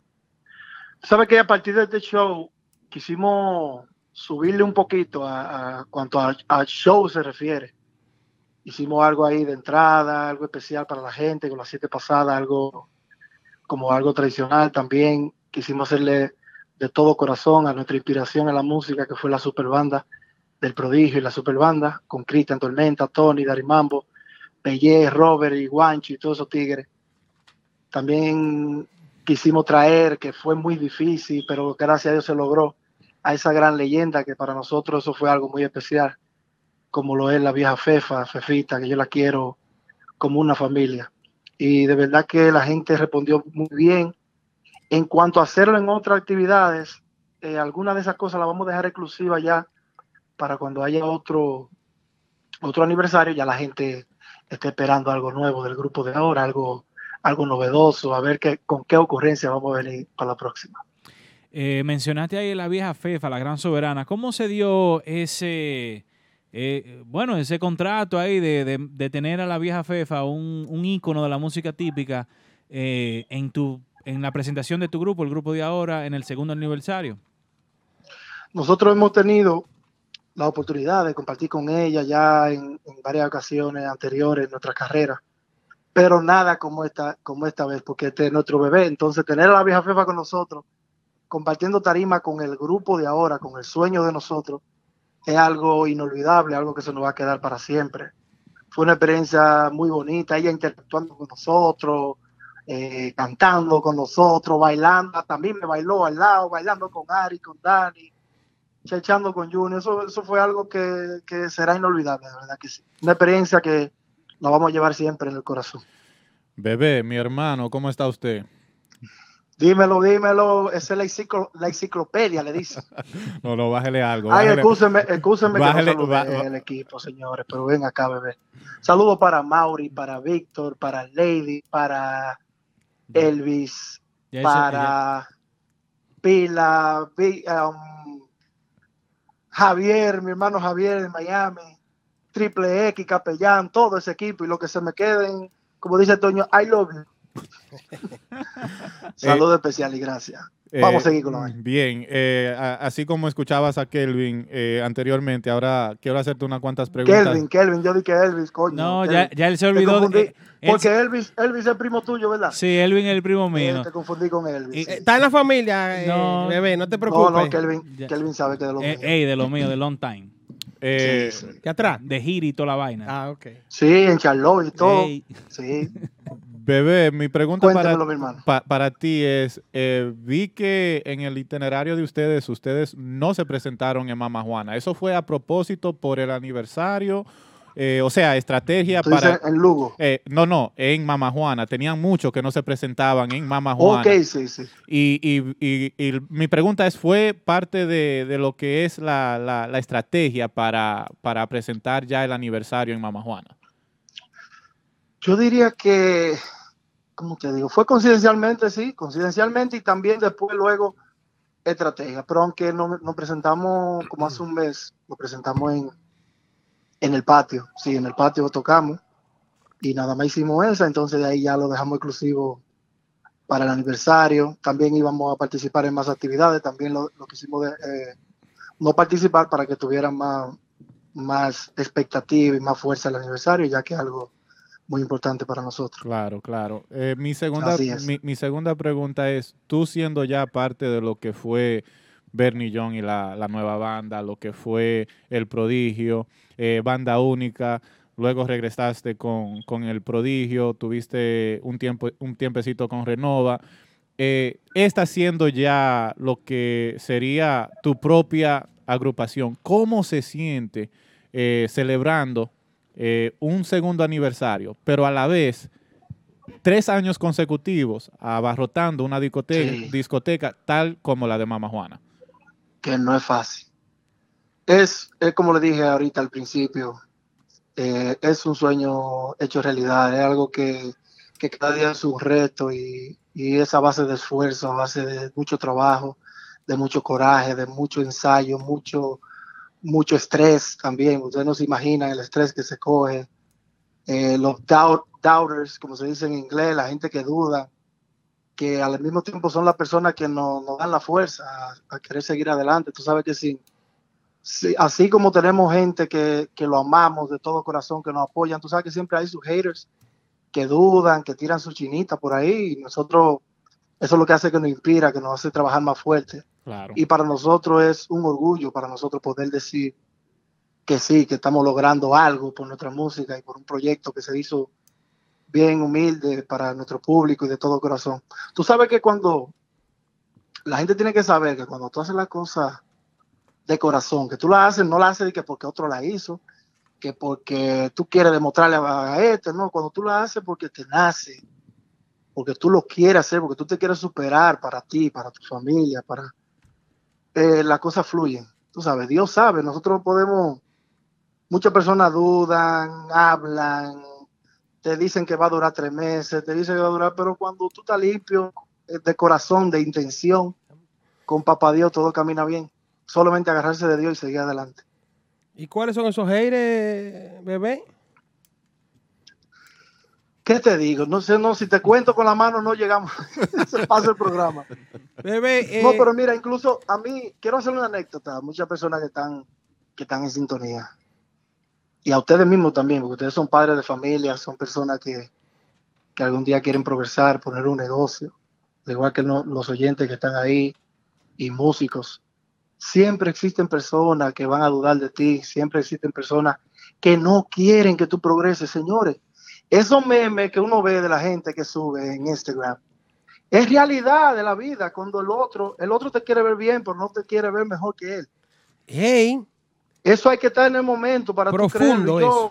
¿Sabe que a partir de este show quisimos subirle un poquito a cuanto al show se refiere? hicimos algo ahí de entrada, algo especial para la gente, con las 7 pasadas, algo como algo tradicional. También quisimos hacerle de todo corazón a nuestra inspiración en la música, que fue la superbanda del Prodigio y la superbanda, con Cristian Tormenta, Tony, Darimambo, Pellé, Robert y Guancho y todos esos tigres. También quisimos traer, que fue muy difícil, pero gracias a Dios se logró, a esa gran leyenda, que para nosotros eso fue algo muy especial, como lo es la vieja Fefita, que yo la quiero como una familia. Y de verdad que la gente respondió muy bien. En cuanto a hacerlo en otras actividades, algunas de esas cosas las vamos a dejar exclusivas ya para cuando haya otro aniversario, ya la gente está esperando algo nuevo del grupo de ahora, algo novedoso, a ver con qué ocurrencia vamos a venir para la próxima. Mencionaste ahí la vieja Fefa, la gran soberana. ¿Cómo se dio ese contrato ahí de tener a la vieja Fefa, un ícono de la música típica, en la presentación de tu grupo, el grupo de ahora, en el segundo aniversario? Nosotros hemos tenido la oportunidad de compartir con ella ya en varias ocasiones anteriores en nuestra carrera, pero nada como esta vez, porque este es nuestro bebé. Entonces tener a la vieja Fefa con nosotros, compartiendo tarima con el grupo de ahora, con el sueño de nosotros, es algo inolvidable, algo que se nos va a quedar para siempre. Fue una experiencia muy bonita, ella interactuando con nosotros, cantando con nosotros, bailando, también me bailó al lado, bailando con Ari, con Dani, echando con Junior. Eso fue algo que será inolvidable, de verdad que sí. Una experiencia que la vamos a llevar siempre en el corazón. Bebé, mi hermano, ¿cómo está usted? Dímelo, esa es la enciclopedia, le dice. No, bájele algo. Ay, bájele, excúsenme bájele, que no saludé en el equipo, señores, pero ven acá, bebé. Saludos para Mauri, para Víctor, para Lady, para Elvis, para Pila, Javier, mi hermano Javier en Miami, Triple X, Capellán, todo ese equipo, y lo que se me queden, como dice Toño, I love you. Saludos especial y gracias. Vamos a seguir con la vaina. Bien, así como escuchabas a Kelvin anteriormente, ahora quiero hacerte unas cuantas preguntas. Kelvin, yo dije Elvis, coño. No, Kelvin. ya él se olvidó. Porque Elvis es el primo tuyo, ¿verdad? Sí, Elvin es el primo mío. Te confundí con Elvis. Está en la familia, bebé, no te preocupes. No, Kelvin sabe que de lo mío. De lo mío, de long time. ¿Qué atrás? De Hit y toda la vaina. Ah, ok. Sí, en Charlotte y todo. Sí. Bebé, mi pregunta Cuéntamelo, para ti es, vi que en el itinerario de ustedes no se presentaron en Mama Juana. ¿Eso fue a propósito por el aniversario? O sea, estrategia para... ¿En Lugo? No, en Mama Juana. Tenían muchos que no se presentaban en Mama Juana. Ok, sí. Y mi pregunta es, ¿fue parte de lo que es la estrategia para presentar ya el aniversario en Mama Juana? Yo diría que, ¿cómo te digo? Fue coincidencialmente, sí, y también después luego estrategia. Pero aunque nos presentamos como hace un mes, nos presentamos en el patio. Sí, en el patio tocamos y nada más hicimos esa, entonces de ahí ya lo dejamos exclusivo para el aniversario. También íbamos a participar en más actividades, también lo quisimos no participar para que tuvieran más expectativa y más fuerza el aniversario, ya que es algo muy importante para nosotros. Claro. Mi segunda pregunta es, tú siendo ya parte de lo que fue Bernie John y la nueva banda, lo que fue El Prodigio, banda única, luego regresaste con El Prodigio, tuviste un tiempecito con Renova, estás siendo ya lo que sería tu propia agrupación. ¿Cómo se siente celebrando un segundo aniversario, pero a la vez 3 años consecutivos abarrotando una discoteca tal como la de Mama Juana? Que no es fácil. Es como le dije ahorita al principio, es un sueño hecho realidad, es algo que cada día es un reto y es a base de esfuerzo, a base de mucho trabajo, de mucho coraje, de mucho ensayo, mucho estrés también. Ustedes no se imaginan el estrés que se coge, los doubters, como se dice en inglés, la gente que duda, que al mismo tiempo son las personas que nos dan la fuerza a querer seguir adelante. Tú sabes que sin sí, así como tenemos gente que lo amamos de todo corazón, que nos apoyan, tú sabes que siempre hay sus haters que dudan, que tiran su chinita por ahí, y nosotros, eso es lo que hace que nos inspira, que nos hace trabajar más fuerte. Claro. Y para nosotros es un orgullo, para nosotros poder decir que sí, que estamos logrando algo por nuestra música y por un proyecto que se hizo bien humilde para nuestro público y de todo corazón. Tú sabes que cuando la gente tiene que saber que cuando tú haces las cosas de corazón, que tú la haces, no la haces de que porque otro la hizo, que porque tú quieres demostrarle a este, no, cuando tú la haces porque te nace, porque tú lo quieres hacer, porque tú te quieres superar para ti, para tu familia, para las cosas fluyen. Tú sabes, Dios sabe, nosotros podemos, muchas personas dudan, hablan, te dicen que va a durar 3 meses, te dicen que va a durar, pero cuando tú estás limpio, de corazón, de intención, con papá Dios todo camina bien. Solamente agarrarse de Dios y seguir adelante. ¿Y cuáles son esos haters, bebé? ¿Qué te digo? No sé, no, si te cuento con la mano no llegamos, se pasa el programa. Bebé, no, pero mira, incluso a mí, quiero hacer una anécdota a muchas personas que están en sintonía. Y a ustedes mismos también, porque ustedes son padres de familia, son personas que algún día quieren progresar, poner un negocio, al igual que los oyentes que están ahí y músicos. Siempre existen personas que van a dudar de ti, siempre existen personas que no quieren que tú progreses, señores. Esos memes que uno ve de la gente que sube en Instagram, es realidad de la vida, cuando el otro te quiere ver bien, pero no te quiere ver mejor que él. Hey. Eso hay que estar en el momento para profundo tú creerlo.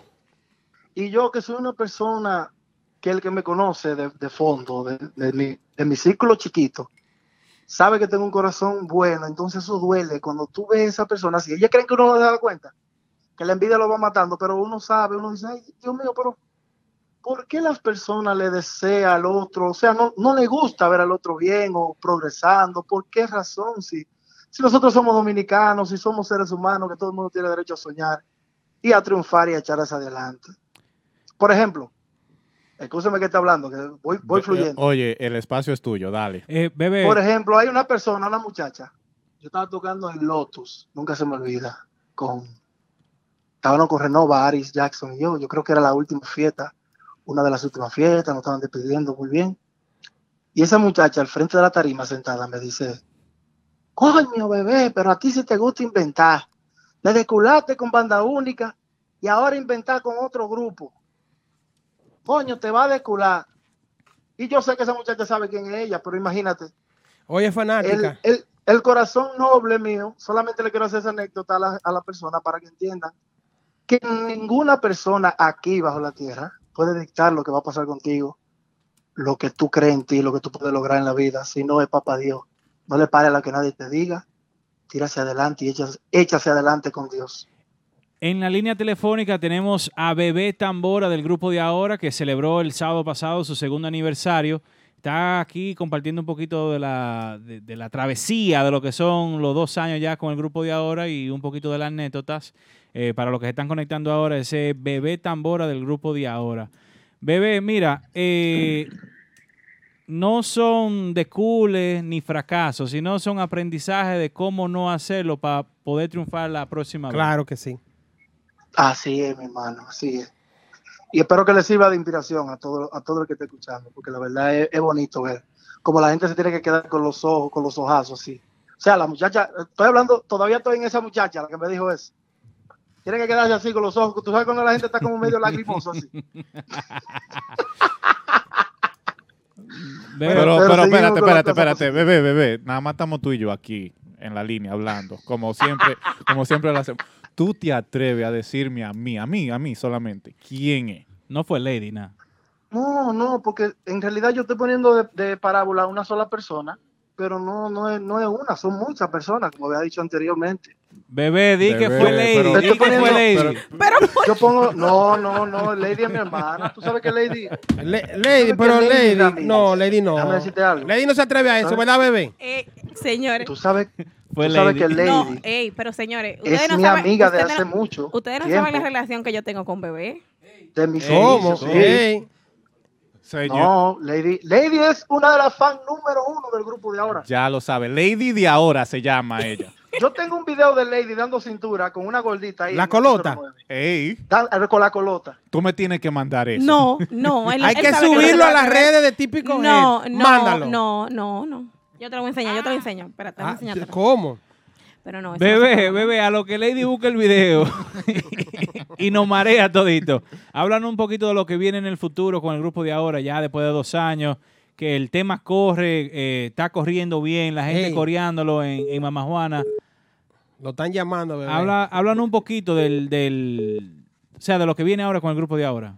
Y yo que soy una persona que el que me conoce de fondo, de mi círculo chiquito, sabe que tengo un corazón bueno, entonces eso duele cuando tú ves a esa persona así. Ellas creen que uno no se da cuenta, que la envidia lo va matando, pero uno sabe, uno dice, ay, Dios mío, pero ¿por qué las personas le desean al otro? O sea, no le gusta ver al otro bien o progresando. ¿Por qué razón? Si nosotros somos dominicanos, si somos seres humanos, que todo el mundo tiene derecho a soñar y a triunfar y a echar hacia adelante. Por ejemplo, escúchame que está hablando, que voy fluyendo. Oye, el espacio es tuyo, dale. Bebé. Por ejemplo, hay una persona, una muchacha, yo estaba tocando en Lotus, nunca se me olvida, estábamos con Renova, Aris, Jackson y yo creo que era la última fiesta, una de las últimas fiestas, nos estaban despidiendo muy bien. Y esa muchacha al frente de la tarima sentada me dice, coño bebé, pero a ti sí te gusta inventar. Me desculaste con Banda Única y ahora inventar con otro grupo. Coño, te va a descular. Y yo sé que esa muchacha sabe quién es ella, pero imagínate. Oye, fanática. El corazón noble mío, solamente le quiero hacer esa anécdota a la persona para que entiendan que ninguna persona aquí bajo la tierra puede dictar lo que va a pasar contigo, lo que tú crees en ti, lo que tú puedes lograr en la vida, si no es papá Dios. No le pares a lo que nadie te diga, tírase adelante y échase adelante con Dios. En la línea telefónica tenemos a Bebé Tambora del Grupo de Ahora, que celebró el sábado pasado su segundo aniversario. Está aquí compartiendo un poquito de la travesía de lo que son los 2 años ya con el Grupo de Ahora y un poquito de las anécdotas. Para los que se están conectando ahora, ese Bebé Tambora del Grupo de Ahora. Bebé, mira, no son descules ni fracasos, sino son aprendizajes de cómo no hacerlo para poder triunfar la próxima vez. Claro que sí. Así es, mi hermano, así es. Y espero que les sirva de inspiración a todo el que esté escuchando, porque la verdad es bonito ver cómo la gente se tiene que quedar con los ojos, con los ojazos así. O sea, la muchacha, todavía estoy en esa muchacha, la que me dijo eso. Tiene que quedarse así con los ojos. Tú sabes cuando la gente está como medio lagrimoso así. Pero espérate, bebé. Nada más estamos tú y yo aquí en la línea hablando, como siempre lo hacemos. ¿Tú te atreves a decirme a mí solamente, quién es? No fue Lady, nada. No, porque en realidad yo estoy poniendo de parábola a una sola persona, pero no es una, son muchas personas, como había dicho anteriormente. Bebé, di que fue Lady. Pero yo pongo, no, Lady es mi hermana. Tú sabes que Lady. Lady no. Déjame decirte algo. Lady no se atreve a eso, ¿verdad, bebé? Tú Señores. sabes que Lady. No, pero señores, es mi amiga de hace mucho. Ustedes no saben la relación que yo tengo con Bebé. De mis ¿Cómo? Sí. No, Lady es una de las fans número 1 del Grupo de Ahora. Ya lo sabe. Lady de Ahora se llama ella. Yo tengo un video de Lady dando cintura con una gordita ahí. La colota. Ey, Con la colota. tú me tienes que mandar eso. No. Hay que subirlo a las redes de Típico Head. Mándalo. No. Yo te lo voy a enseñar. Espérate, te voy a enseñar. ¿Cómo? Pero no. Bebé, a lo que Lady busca el video y nos marea todito. Háblanos un poquito de lo que viene en el futuro con el grupo de ahora, ya después de 2 años, que el tema corre, está corriendo bien, la gente coreándolo en Mama Juana. Lo están llamando, bebé. Háblanos un poquito de lo que viene ahora con el grupo de ahora.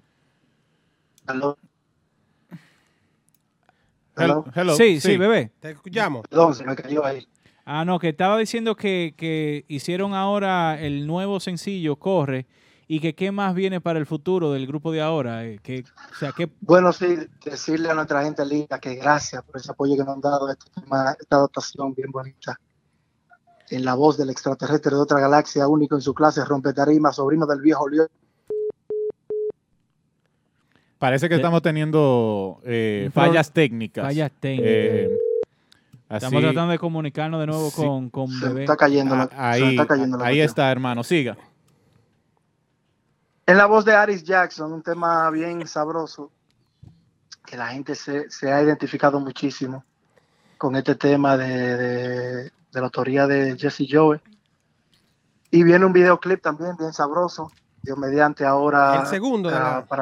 Hello. Sí, bebé. Te escuchamos. Perdón, se me cayó ahí. No, que estaba diciendo que hicieron ahora el nuevo sencillo, Corre, y que qué más viene para el futuro del grupo de ahora. Bueno, sí, decirle a nuestra gente linda que gracias por ese apoyo que nos han dado esta adaptación bien bonita. En la voz del extraterrestre de otra galaxia, único en su clase, rompetarima, sobrino del viejo León. Parece que estamos teniendo fallas técnicas. Estamos tratando de comunicarnos de nuevo con Bebé. Está cayendo ahí está, hermano. Siga. En la voz de Aris Jackson, un tema bien sabroso, que la gente se ha identificado muchísimo con este tema de la autoría de Jesse Joe. Y viene un videoclip también bien sabroso, Dios mediante ahora. El segundo.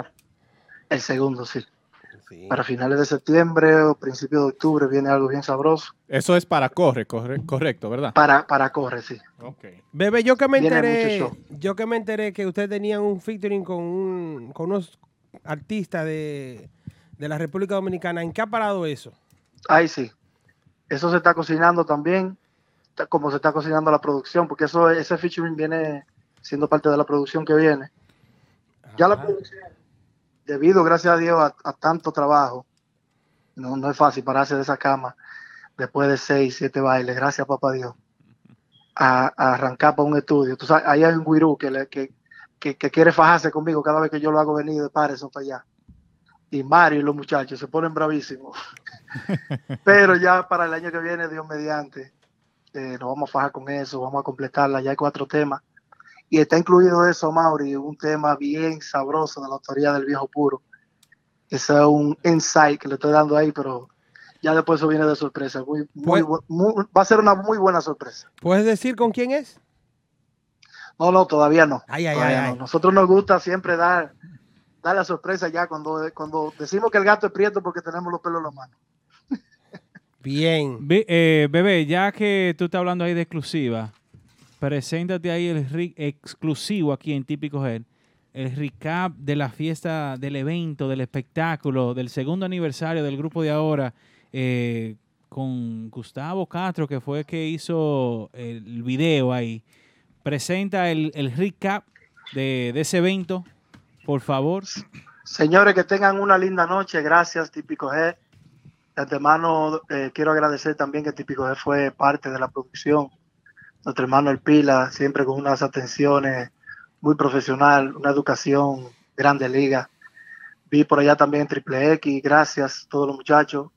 El segundo, sí. Para finales de septiembre o principios de octubre viene algo bien sabroso. Eso es para correcto, ¿verdad? Para Corre, sí. Okay. Bebé, yo que me enteré que usted tenía un featuring con unos artistas de la República Dominicana. ¿En qué ha parado eso? Ahí sí. Eso se está cocinando también, como se está cocinando la producción, porque ese featuring viene siendo parte de la producción que viene. Ya la producción, debido, gracias a Dios, a tanto trabajo, no es fácil pararse de esa cama después de 6, 7 bailes, gracias papá Dios, a arrancar para un estudio. Tú sabes, ahí hay un guirú que quiere fajarse conmigo cada vez que yo lo hago venir de Patterson para allá. Y Mario y los muchachos se ponen bravísimos. Pero ya para el año que viene, Dios mediante, nos vamos a fajar con eso, vamos a completarla. Ya hay 4 temas. Y está incluido eso, Mauri, un tema bien sabroso de la autoría del Viejo Puro. Ese es un insight que le estoy dando ahí, pero ya después eso viene de sorpresa. Va a ser una muy buena sorpresa. ¿Puedes decir con quién es? No, todavía no. Ay. Nosotros nos gusta siempre dar la sorpresa ya cuando decimos que el gato es prieto porque tenemos los pelos en las manos. Bien. Bebé, ya que tú estás hablando ahí de exclusiva, preséntate ahí el exclusivo aquí en Típico Head, el recap de la fiesta, del evento, del espectáculo, del segundo aniversario del grupo de ahora, con Gustavo Castro, que fue el que hizo el video ahí. Presenta el recap de ese evento, por favor. Señores, que tengan una linda noche. Gracias, Típico Head. De antemano, quiero agradecer también que Típico Head fue parte de la producción. Nuestro hermano El Pila, siempre con unas atenciones muy profesional, una educación grande liga. Vi por allá también Triple X, gracias a todos los muchachos.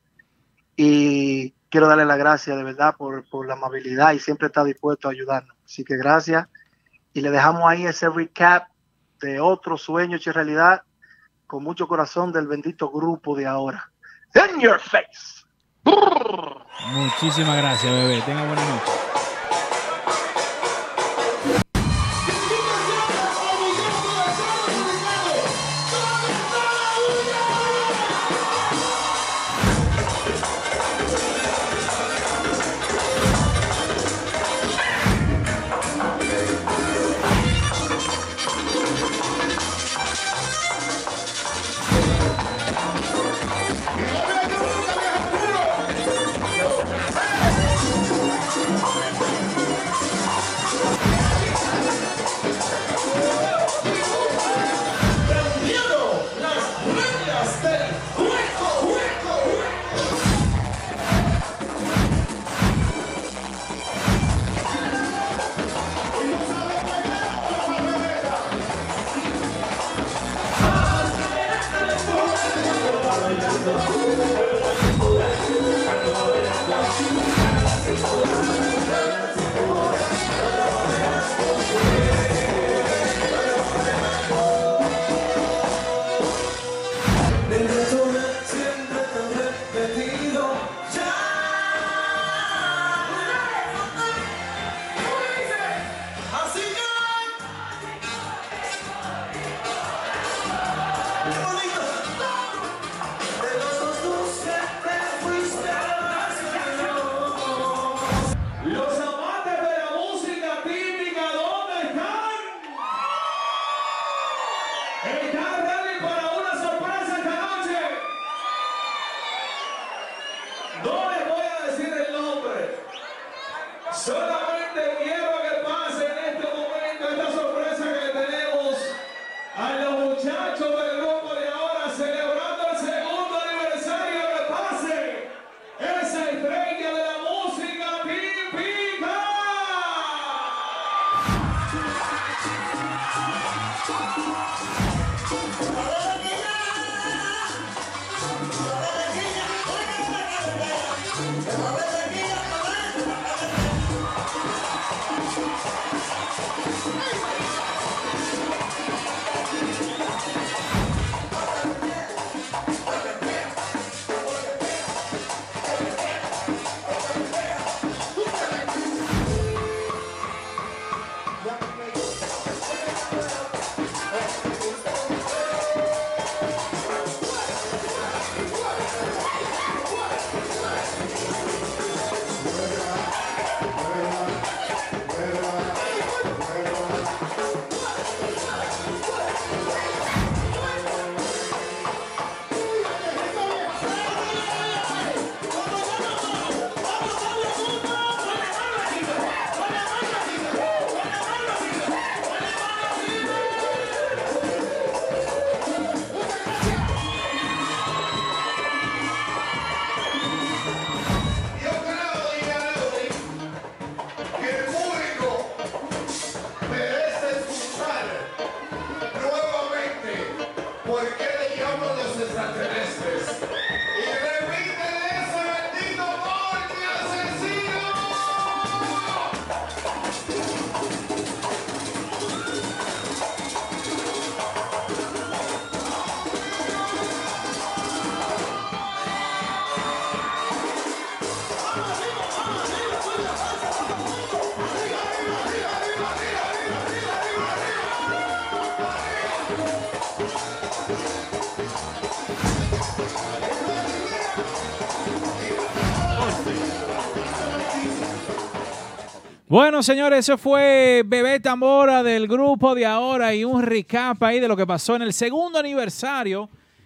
Y quiero darle las gracias de verdad por la amabilidad y siempre está dispuesto a ayudarnos. Así que gracias. Y le dejamos ahí ese recap de otro sueño hecho realidad con mucho corazón del bendito grupo de ahora. In your face. Muchísimas gracias, bebé. Tenga buena noche. Bueno, señores, eso fue Bebé Tambora del grupo de ahora y un recap ahí de lo que pasó en el segundo aniversario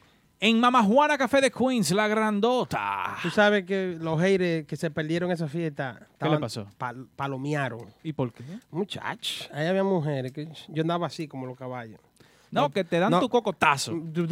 en Mama Juana Café de Queens, la grandota. Tú sabes que los haters que se perdieron esa fiesta... ¿Qué le pasó? Palomearon. ¿Y por qué? Muchachos, ahí había mujeres que yo andaba así como los caballos. No, que te dan tu cocotazo. Tú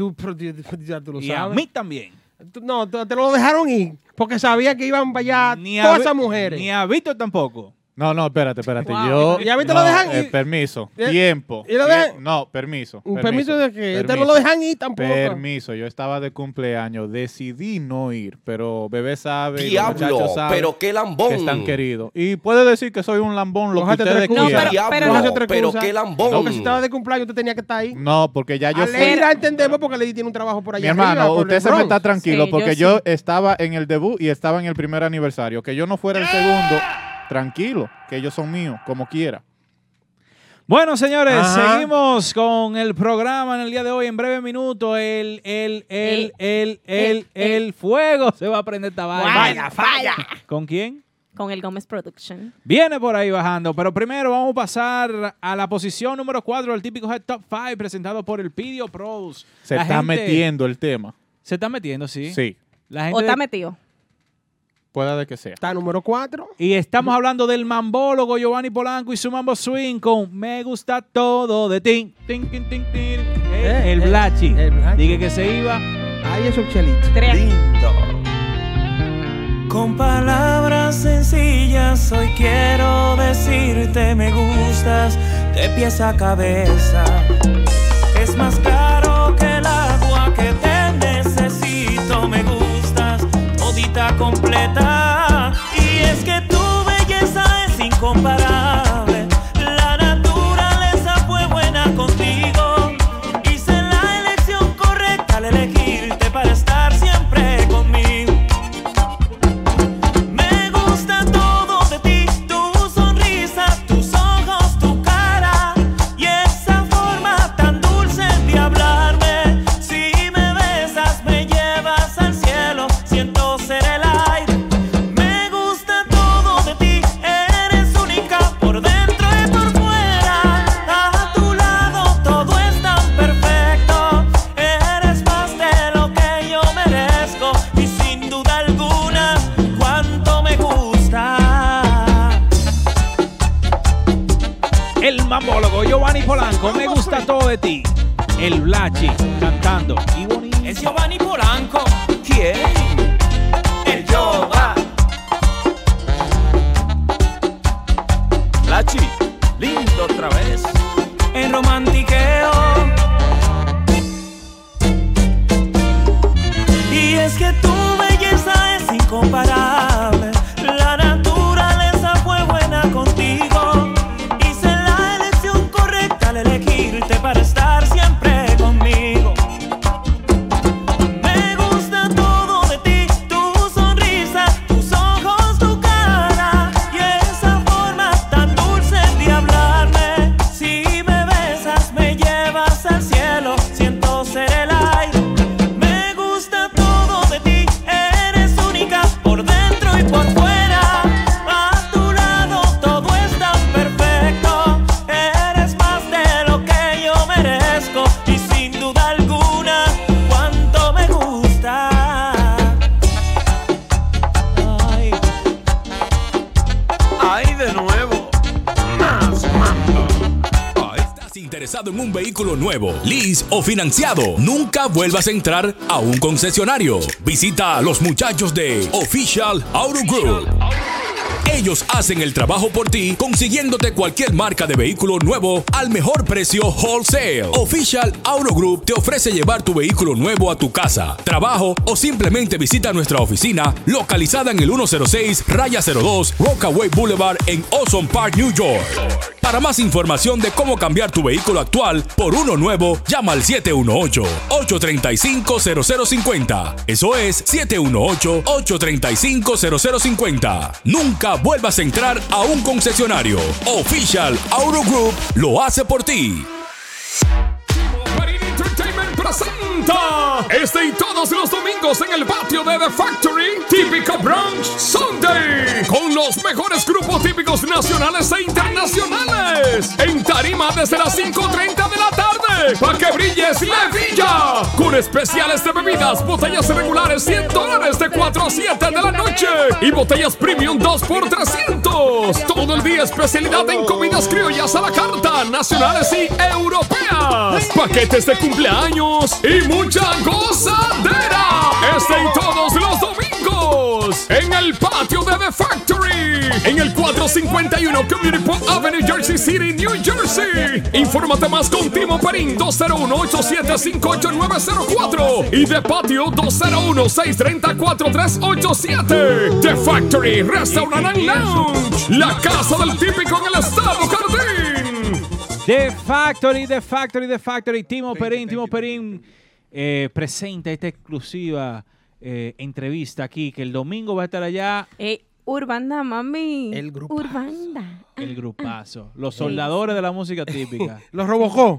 lo y sabes. a mí también. No, te lo dejaron ir porque sabían que iban para allá todas esas mujeres. Ni a Víctor tampoco. No, espérate. Wow. ¿Y a mí te lo dejan ir? Permiso, tiempo. ¿Y lo dejan? No, permiso. ¿Permiso de qué? Te no lo dejan ir tampoco. Permiso, yo estaba de cumpleaños, decidí no ir, pero Bebé sabe, Diablo, los muchachos saben pero qué lambón. que están queridos. Y puede decir que soy un lambón, lo que ustedes quieran. Pero qué lambón. No, que si estaba de cumpleaños usted tenía que estar ahí. No, porque ya yo fui. Leila entendemos porque Leila tiene un trabajo por allá. Mi hermano, arriba, usted se me está tranquilo Sí, porque yo yo estaba en el debut y estaba en el primer aniversario. Que yo no fuera el segundo, tranquilo, que ellos son míos, como quiera. Bueno, señores, Ajá. seguimos con el programa en el día de hoy. En breve minuto, el fuego se va a prender esta vaina. Falla. ¿Con quién? Con el Gómez Production. Viene por ahí bajando, pero primero vamos a pasar a la posición número 4 del típico Head Top 5 presentado por el Pidio Pros. Se está metiendo el tema. Se está metiendo, sí. Sí. La gente ¿O está metido? Puede de que sea. Está número 4. Y estamos hablando del mambólogo Giovanni Polanco y su mambo swing con Me gusta todo de ti. Tin, tin, tin, tin. El Blachi. Dije que se iba. Ahí es un chelito. Lindo. Con palabras sencillas hoy quiero decirte me gustas de pies a cabeza. Es más claro que el agua que te necesito. Me gustas todita completa. Y es que tu belleza es incomparable. La naturaleza fue buena contigo. Hice la elección correcta al elegirte para estar siempre conmigo. Mambólogo Giovanni Polanco, me gusta todo de ti. El Blachi cantando. Y bonito. Es Giovanni Polanco. ¿Quién? El Giova. Blachi, lindo otra vez. En romantiqueo interesado en un vehículo nuevo, lease o financiado, nunca vuelvas a entrar a un concesionario. Visita a los muchachos de Official Auto Group. Ellos hacen el trabajo por ti, consiguiéndote cualquier marca de vehículo nuevo al mejor precio wholesale. Official Auto Group te ofrece llevar tu vehículo nuevo a tu casa, trabajo o simplemente visita nuestra oficina localizada en el 106-02 Rockaway Boulevard en Ozone Park, New York. Para más información de cómo cambiar tu vehículo actual por uno nuevo, llama al 718-835-0050. Eso es 718-835-0050. Nunca vuelvas a entrar a un concesionario. Official Auto Group lo hace por ti. Entertainment presenta este y todos los domingos en el patio de The Factory, Típico Brunch Sunday, con los mejores grupos típicos nacionales e internacionales, en tarima desde las 5:30 de la tarde, para que brilles la villa, con especiales de bebidas, botellas regulares $100 de 4 a 7 de la noche, y botellas premium 2 por $300, todo el día especialidad en comidas criollas a la carta, nacionales y europeas, paquetes de cumpleaños y mucha gozadera. Este y todos los domingos en el patio de The Factory, en el 451 Community Park Avenue, Jersey City, New Jersey. Infórmate más con Timo Perín, 201-875-8904 y The Patio 201-630-4387. The Factory Restaurant and Lounge, la casa del típico en el estado Jardín. The Factory. Timo Perín presenta esta exclusiva entrevista aquí, que el domingo va a estar allá. Urbanda, mami. El grupazo. Urbanda. El grupazo. Los soldadores de la música típica. Los Robocó.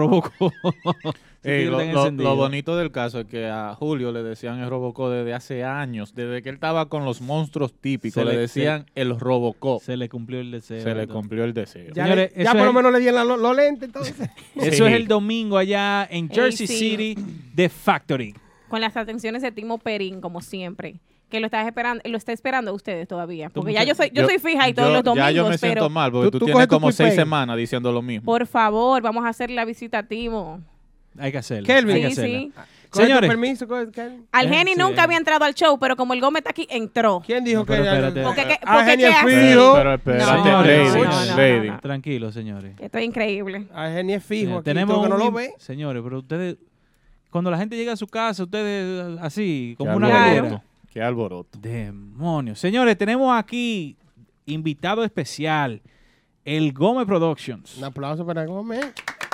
Lo bonito del caso es que a Julio le decían el Robocó desde hace años. Desde que él estaba con los monstruos típicos, le decían el Robocó. Se le cumplió el deseo. Ya, Señores, ya por lo menos le dieron los lentes, entonces. Eso es el domingo allá en Jersey City, The Factory. Con las atenciones de Timo Perín, como siempre. Que lo está esperando a ustedes todavía. Porque ya yo soy fija y todos los domingos. Ya yo me siento mal, porque tú tienes como 6 semanas diciendo lo mismo. Por favor, vamos a hacer la visita a Timo. Hay que hacerlo. Kelvin. Sí. Señores. Permiso, Algeni nunca había entrado al show, pero como el Gómez está aquí, entró. ¿Quién dijo que Algeni es fijo? Pero espérate, Lady. Tranquilo, señores. Esto es increíble. Algeni es fijo. Aquí, tenemos que no lo ve. Señores, pero ustedes, cuando la gente llega a su casa, ustedes así, como Qué una gallera. Qué alboroto. Demonios. Señores, tenemos aquí invitado especial, el Gómez Productions. Un aplauso para Gómez.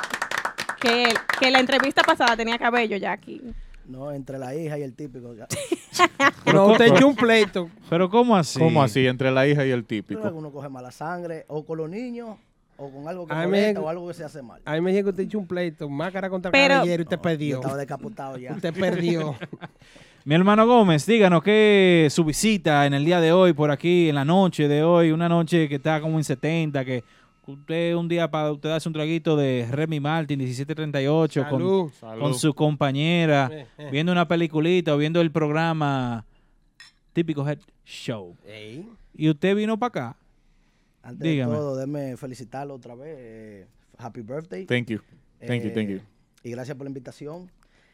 Que la entrevista pasada tenía cabello ya aquí. No, entre la hija y el típico. Pero usted echó un pleito. ¿Pero cómo así? ¿Cómo así? Entre la hija y el típico. Uno coge mala sangre o con los niños o con algo que molesta o algo que se hace mal. A mí me dijo que usted echó un pleito. Máscara contra caballero y usted perdió. Yo estaba decapotado ya. Usted perdió. Mi hermano Gómez, díganos qué su visita en el día de hoy, por aquí, en la noche de hoy, una noche que está como en 70, que usted un día para usted darse un traguito de Remy Martin, 1738, Salud. Con su compañera, viendo una peliculita o viendo el programa Típico Head Show. Y usted vino para acá. Antes Dígame. de todo, déjeme felicitarlo otra vez. Happy birthday. Thank you. Thank you. Y gracias por la invitación.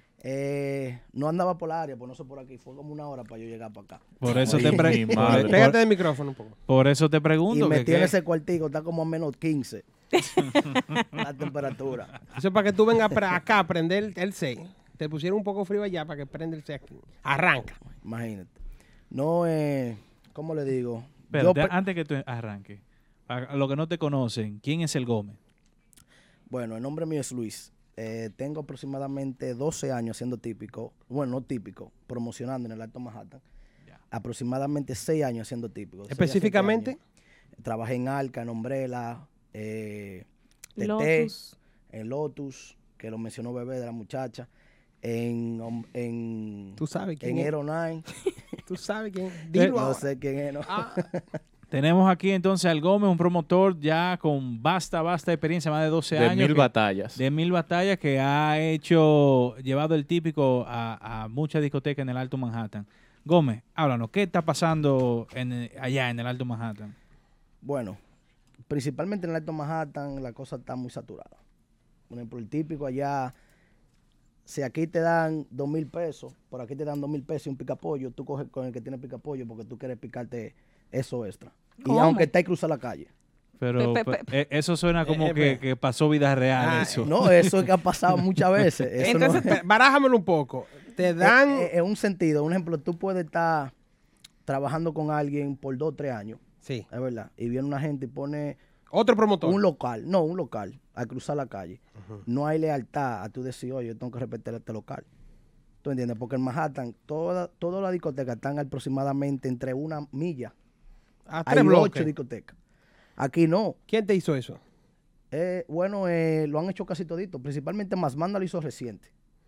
No andaba por la área, pues no sé por aquí. Fue como una hora para yo llegar para acá. Por eso te pregunto. Pégate del micrófono un poco. Por eso te pregunto. Y me tiene ese cuartico, está como a menos 15 la temperatura. Eso es para que tú vengas acá a prender el 6. Te pusieron un poco frío allá para que prenda el 6 aquí. Arranca. Imagínate. No, ¿cómo le digo? Pero antes que tú arranques, a los que no te conocen, ¿quién es el Gómez? Bueno, el nombre mío es Luis. Tengo aproximadamente 12 años siendo típico, bueno, no típico, promocionando en el Alto Manhattan. Aproximadamente 6 años siendo típico. ¿Específicamente? Trabajé en Arca, en Umbrella, Lotus. en Lotus, que lo mencionó Bebé de la muchacha, en ¿Tú sabes quién en es? Aero 9. ¿Tú sabes quién es? Dilo No ahora. sé quién es, ¿no? Tenemos aquí entonces al Gómez, un promotor ya con vasta experiencia, más de 12 años. De 1000 batallas. De 1000 batallas que ha llevado el típico a muchas discotecas en el Alto Manhattan. Gómez, háblanos, ¿qué está pasando allá en el Alto Manhattan? Bueno, principalmente en el Alto Manhattan la cosa está muy saturada. Por ejemplo, el típico allá, si aquí te dan 2,000 pesos, por aquí te dan 2,000 pesos y un picapollo, tú coges con el que tiene picapollo porque tú quieres picarte eso extra. ¿Cómo? Y aunque esté cruzar la calle. Pero eso suena como que pasó vida real. Eso. No, eso es que ha pasado muchas veces. Eso entonces, barájamelo un poco. Te dan... En un sentido, un ejemplo, tú puedes estar trabajando con alguien por 2 o 3 años. Sí. Es verdad. Y viene una gente y pone... Otro promotor. Un local, a cruzar la calle. No hay lealtad a tú decir, oye, yo tengo que respetar este local. ¿Tú entiendes? Porque en Manhattan, todas las discotecas están aproximadamente entre 1 milla. Hay 8 discotecas. Aquí no. ¿Quién te hizo eso? Lo han hecho casi todito. Principalmente Más Banda lo hizo reciente.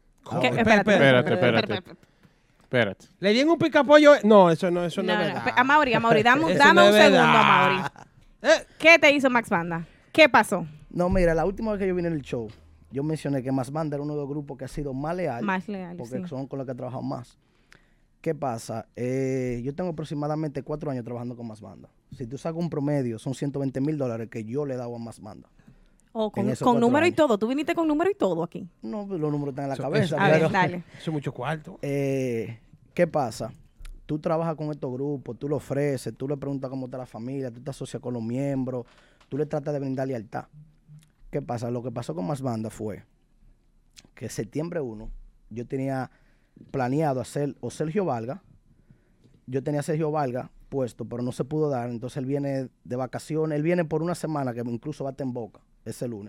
Espérate. ¿Le dieron un picapollo? No, eso no es verdad. A Mauri, dame un segundo, Mauri. ¿Qué te hizo Max Banda? ¿Qué pasó? No, mira, la última vez que yo vine en el show, yo mencioné que Más Banda era uno de los grupos que ha sido más leal. Más leal, porque sí. son con los que he trabajado más. ¿Qué pasa? Yo tengo aproximadamente 4 años trabajando con Más Banda. Si tú sacas un promedio, son $120,000 que yo le he dado a Más Banda. Con número y todo. ¿Tú viniste con número y todo aquí? No, los números están en la cabeza. A ver, dale. Eso es mucho cuarto. ¿Qué pasa? Tú trabajas con estos grupos, tú lo ofreces, tú le preguntas cómo está la familia, tú te asocias con los miembros, tú le tratas de brindar lealtad. ¿Qué pasa? Lo que pasó con Más Banda fue que septiembre 1 yo tenía planeado hacer o Sergio Valga. Yo tenía a Sergio Valga puesto, pero no se pudo dar. Entonces él viene de vacaciones. Él viene por una semana que incluso va a estar en Boca ese lunes.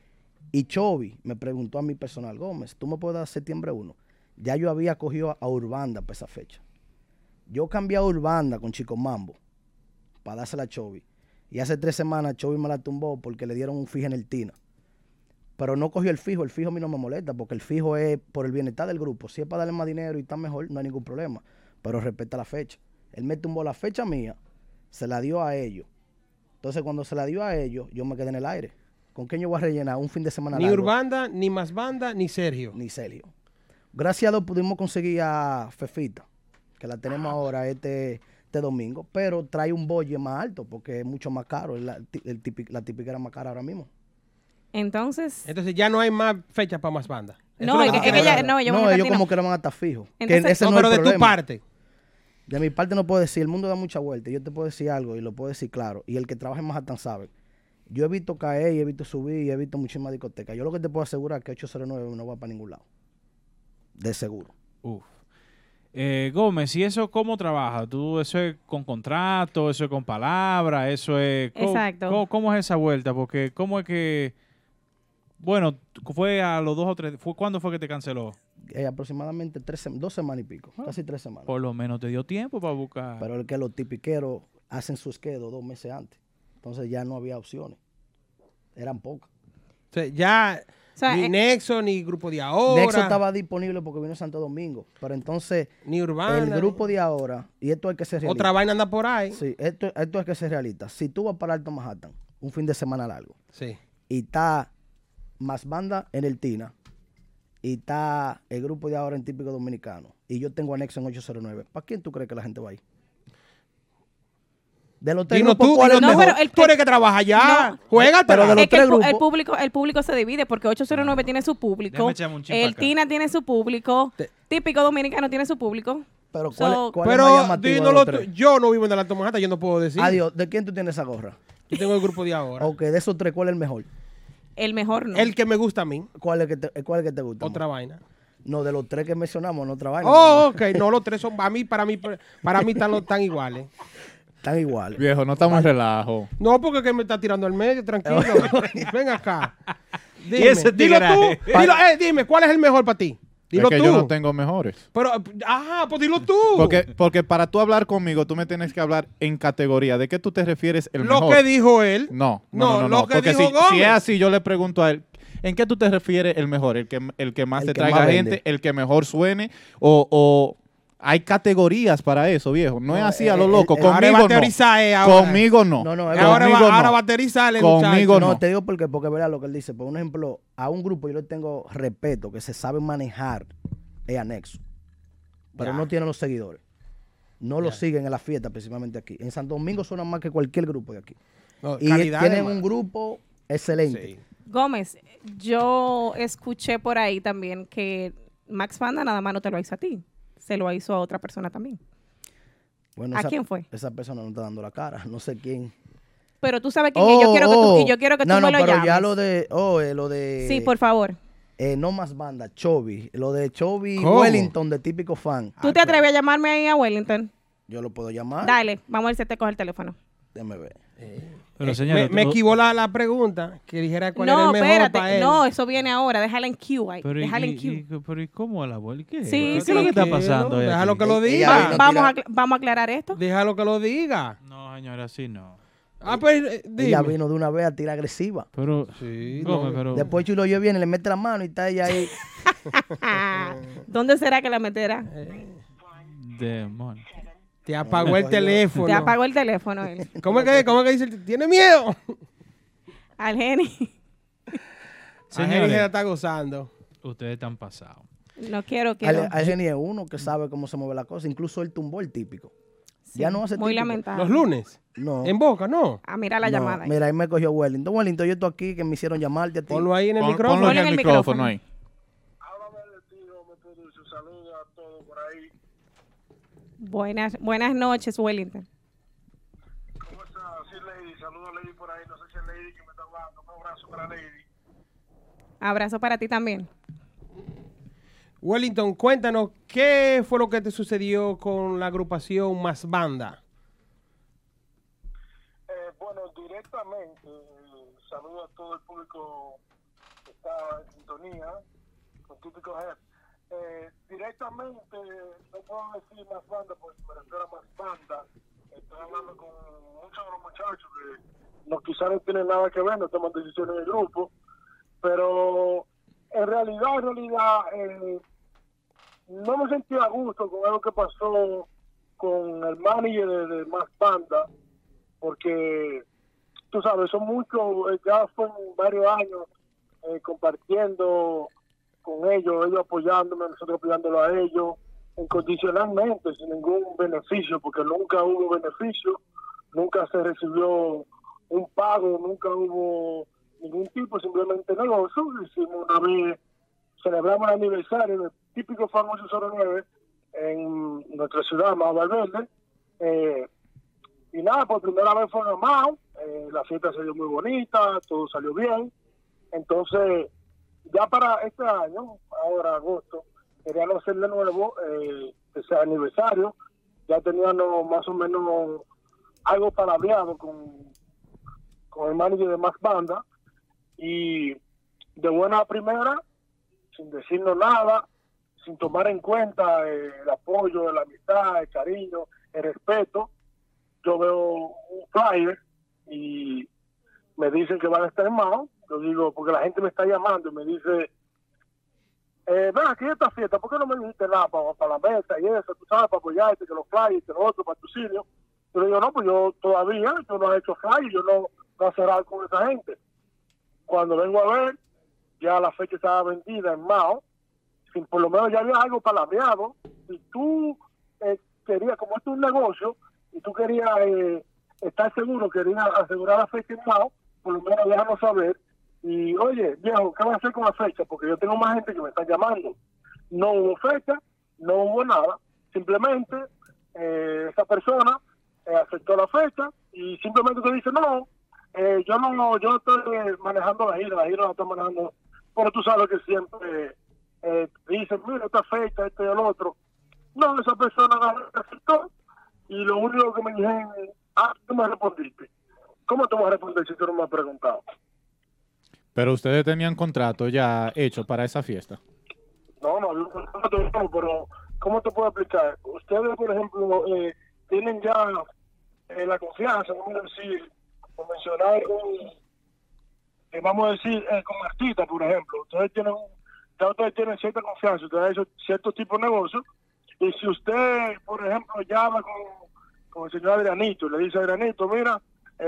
Y Chovy me preguntó a mi personal, Gómez, ¿tú me puedes dar septiembre 1? Ya yo había cogido a Urbanda para esa fecha. Yo cambié a Urbanda con Chico Mambo para dársela a Chovy. Y hace 3 semanas Chovy me la tumbó porque le dieron un fijo en el Tina. Pero no cogió el fijo a mí no me molesta porque el fijo es por el bienestar del grupo. Si es para darle más dinero y está mejor, no hay ningún problema. Pero respeta la fecha. Él me tumbó la fecha mía, se la dio a ellos. Entonces cuando se la dio a ellos, yo me quedé en el aire. ¿Con quién yo voy a rellenar un fin de semana Ni largo? Urbanda, ni Más Banda, ni Sergio. Ni Sergio. Gracias a Dios pudimos conseguir a Fefita, que la tenemos ahora este domingo, pero trae un bolle más alto porque es mucho más caro. La típica era más cara ahora mismo. Entonces ya no hay más fechas para Más Banda. No, ellos como que no van a estar fijos. Entonces, pero de tu parte. De mi parte no puedo decir, el mundo da mucha vuelta. Yo te puedo decir algo y lo puedo decir claro. Y el que trabaja en Manhattan sabe. Yo he visto caer y he visto subir y he visto muchísimas discotecas. Yo lo que te puedo asegurar es que 809 no va para ningún lado. De seguro. Gómez, ¿y eso cómo trabaja? ¿Eso es con contrato? ¿Eso es con palabra? ¿Eso es...? Exacto. ¿Cómo es esa vuelta? Porque ¿cómo es que...? Bueno, fue a los 2 o 3... ¿Cuándo fue que te canceló? Aproximadamente 2 semanas y pico. Casi 3 semanas. Por lo menos te dio tiempo para buscar. Pero es que los tipiqueros hacen sus quedos 2 meses antes. Entonces ya no había opciones. Eran pocas. O sea, ya... ni Nexo, ni Grupo de Ahora. Nexo estaba disponible porque vino Santo Domingo. Pero entonces, ni Urbana, el Grupo de Ahora, y esto hay que ser realista. Otra vaina anda por ahí. Sí, esto hay que ser realista. Si tú vas para Alto Manhattan, un fin de semana largo, sí, y está Más Banda en el Tina, y está el Grupo de Ahora en Típico Dominicano, y yo tengo anexo en 809, ¿para quién tú crees que la gente va a ir? De los 3 grupos, ¿cuál es el mejor? Tú eres que trabaja allá. Juega, pero de los 3 grupos. El público se divide porque 809 tiene su público. El Tina tiene su público. Típico Dominicano tiene su público. Pero ¿cuál es más llamativo de los 3? Yo no vivo en el Alto Manhattan, yo no puedo decir. Adiós, ¿de quién tú tienes esa gorra? Yo tengo el Grupo de Ahora. Ok, de esos 3, ¿cuál es el mejor? El mejor no. El que me gusta a mí. ¿Cuál es el que te gusta? Otra vaina. No, de los 3 que mencionamos, no otra vaina. Oh, ok, no, los 3 son, para mí están iguales. Están iguales. Viejo, no estamos en relajo. No, porque es que me está tirando al medio, tranquilo. Ven acá. Dilo tú. Dime, ¿cuál es el mejor para ti? Dilo tú. Yo no tengo mejores. Pero, pues dilo tú. Porque para tú hablar conmigo, tú me tienes que hablar en categoría. ¿De qué tú te refieres el mejor? Lo que dijo él. No. Lo que porque dijo Gómez. Si es así, yo le pregunto a él, ¿en qué tú te refieres el mejor? ¿El que más te traiga gente? ¿El que mejor suene? ¿O hay categorías para eso, viejo? No es así a lo loco. Conmigo no. Conmigo no. Ahora va a aterrizar el muchacho. Conmigo no. Te digo porque verá lo que él dice. Por un ejemplo, a un grupo yo le tengo respeto, que se sabe manejar el anexo. Pero no tiene los seguidores. No lo siguen en la fiesta, principalmente aquí. En Santo Domingo suenan más que cualquier grupo de aquí. Y tienen un grupo excelente. Gómez, yo escuché por ahí también que Max Banda nada más no te lo hizo a ti, se lo hizo a otra persona también. Bueno, ¿A quién fue? Esa persona no está dando la cara, no sé quién. Pero tú sabes quién es. Yo quiero que tú me lo llames. No, pero ya lo de... Sí, por favor. No Más Banda, Chovy. Lo de Chovy Wellington, de Típico Fan. ¿Tú te atreves a llamarme ahí a Wellington? Yo lo puedo llamar. Dale, vamos a ver si te coge el teléfono. Déjame ver. Pero señora, me equivocó la pregunta, que dijera cuál era el mejor para él. No, eso viene ahora, déjala en Q ahí. Déjala en Q. Pero ¿y cómo la abuela? ¿Qué? Sí, ¿Qué es lo que está pasando? Déjalo que lo diga. Vamos a aclarar esto. Déjalo que lo diga. No, señora, así no. Pues dime. Ella vino de una vez a tirar agresiva. Pero, sí, pero... Después Chulo yo viene, le mete la mano y está ella ahí. ¿Dónde será que la meterá? Demonio. Te apagó el teléfono. Te apagó el teléfono él. ¿Cómo es que dice? ¿Tiene miedo? Al Geni. Señores, Geni se está gozando. Ustedes están pasados. No quiero que... Al Geni es uno que sabe cómo se mueve la cosa. Incluso él tumbó el típico. Sí, ya no hace muy típico. lamentable. ¿Los lunes? No. ¿En Boca? No. Ah, mira la llamada. Mira, ahí me cogió Wellington. Wellington, yo estoy aquí que me hicieron llamarte a ti. Ponlo ahí en el micrófono. Ponlo en el micrófono ahí. Buenas noches, Wellington. ¿Cómo está? Sí, Lady. Saludos a Lady por ahí. No sé si es Lady que me está hablando. Un abrazo para Lady. Abrazo para ti también. Wellington, cuéntanos, ¿qué fue lo que te sucedió con la agrupación Más Banda? Bueno, directamente, saludo a todo el público que está en sintonía con Típico Head. Directamente, no puedo decir Más Banda porque me refiero a Más Banda. Estoy hablando con muchos de los muchachos que no, quizás no tienen nada que ver, no toman decisiones en el grupo, pero en realidad, no me sentí a gusto con algo que pasó con el manager de Más Banda, porque tú sabes, son muchos, ya fueron varios años compartiendo con ellos apoyándome, nosotros apoyándolo a ellos, incondicionalmente, sin ningún beneficio, porque nunca hubo beneficio, nunca se recibió un pago, nunca hubo ningún tipo, simplemente negocio. Hicimos una vez, celebramos el aniversario del Típico Fan 809 en nuestra ciudad, Mao Valverde, y nada, por primera vez fue normal, la fiesta se dio muy bonita, todo salió bien. Entonces, ya para este año, ahora agosto, queríamos hacer de nuevo ese aniversario. Ya teníamos más o menos algo palabreado con el manager de Más Banda, y de buena a primera, sin decirnos nada, sin tomar en cuenta el apoyo, la amistad, el cariño, el respeto, yo veo un flyer y me dicen que van a estar en Mao. Yo digo, porque la gente me está llamando y me dice, ven aquí a esta fiesta, ¿por qué no me dijiste nada para la mesa y eso? Tú sabes, para apoyarte, que los flyers, que los otros, patrocinios. Yo digo, no, pues yo todavía, yo no he hecho flyers, yo no voy a cerrar con esa gente. Cuando vengo a ver, ya la fecha estaba vendida en Mao, sin por lo menos ya había algo palabreado. Si tú querías, como esto es un negocio, y tú querías estar seguro, querías asegurar la fecha en Mao, por lo menos déjanos saber. Y oye, viejo, ¿qué vas a hacer con la fecha? Porque yo tengo más gente que me está llamando. No hubo fecha, no hubo nada. Simplemente esa persona aceptó la fecha y simplemente te dice, no, yo estoy manejando la gira la estoy manejando. Pero tú sabes que siempre dicen, mira, esta fecha, esto y el otro. No, esa persona aceptó y lo único que me dijeron, tú me respondiste. ¿Cómo te voy a responder si tú no me has preguntado? Pero ustedes tenían contrato ya hecho para esa fiesta. No, había un contrato, no, pero ¿cómo te puedo explicar? Ustedes, por ejemplo, tienen ya la confianza, vamos a decir, por mencionar vamos a decir, como artista, por ejemplo. Ustedes tienen cierta confianza, ustedes han hecho cierto tipo de negocio, y si usted, por ejemplo, llama con el señor Adrianito, y le dice a Adrianito, mira,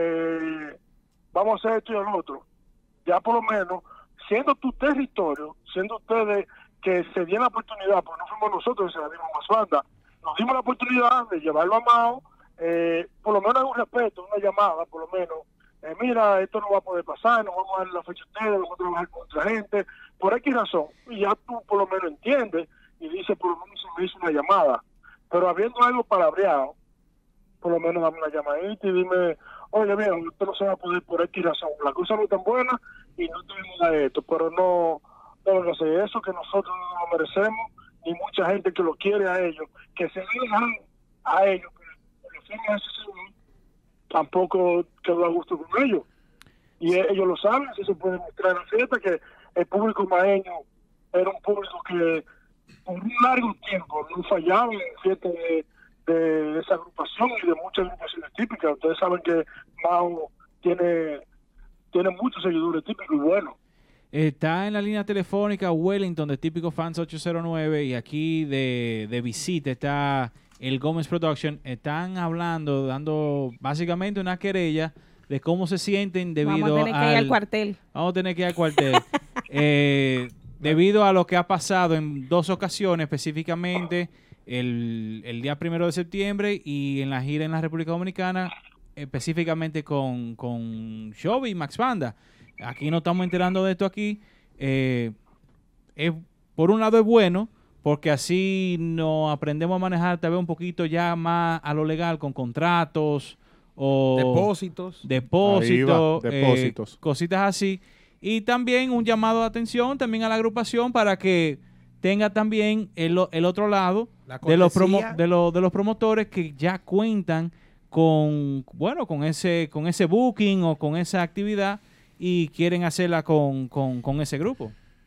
vamos a hacer esto y lo otro, ya por lo menos, siendo tu territorio, siendo ustedes que se dieron la oportunidad, porque no fuimos nosotros que se la dimos a Más Banda, nos dimos la oportunidad de llevarlo a Mao, por lo menos hay un respeto, una llamada, por lo menos, mira, esto no va a poder pasar, no vamos a dar la fecha a ustedes, vamos a trabajar con otra gente, por X razón, y ya tú por lo menos entiendes, y dices, por lo menos se me hizo una llamada, pero habiendo algo palabreado, por lo menos dame una llamadita y dime, oye, mira, esto no se va a poder por X razón, la cosa no es tan buena y no tenemos nada de esto, pero no sé, eso que nosotros no lo merecemos, ni mucha gente que lo quiere a ellos, que se dejan a ellos, que tampoco quedó a gusto con ellos. Y ellos lo saben, así se puede mostrar en la fiesta, que el público maeño era un público que por un largo tiempo no fallaba en fiestas de esa agrupación y de muchas agrupaciones típicas. Ustedes saben que Mao tiene muchos seguidores típicos y buenos. Está en la línea telefónica Wellington de Típico Fans 809 y aquí de visita está el Gómez Production. Están hablando, dando básicamente una querella de cómo se sienten debido Vamos a tener que ir al cuartel. Vamos a tener que ir al cuartel. Debido a lo que ha pasado en 2 ocasiones, específicamente el día 1 de septiembre y en la gira en la República Dominicana, específicamente con Chovy y Max Banda. Aquí no estamos enterando de esto aquí. Por un lado es bueno, porque así nos aprendemos a manejar tal vez un poquito ya más a lo legal, con contratos o depósitos, cositas así. Y también un llamado de atención también a la agrupación para que tenga también el otro lado de los promotores que ya cuentan con ese booking o con esa actividad y quieren hacerla con ese grupo.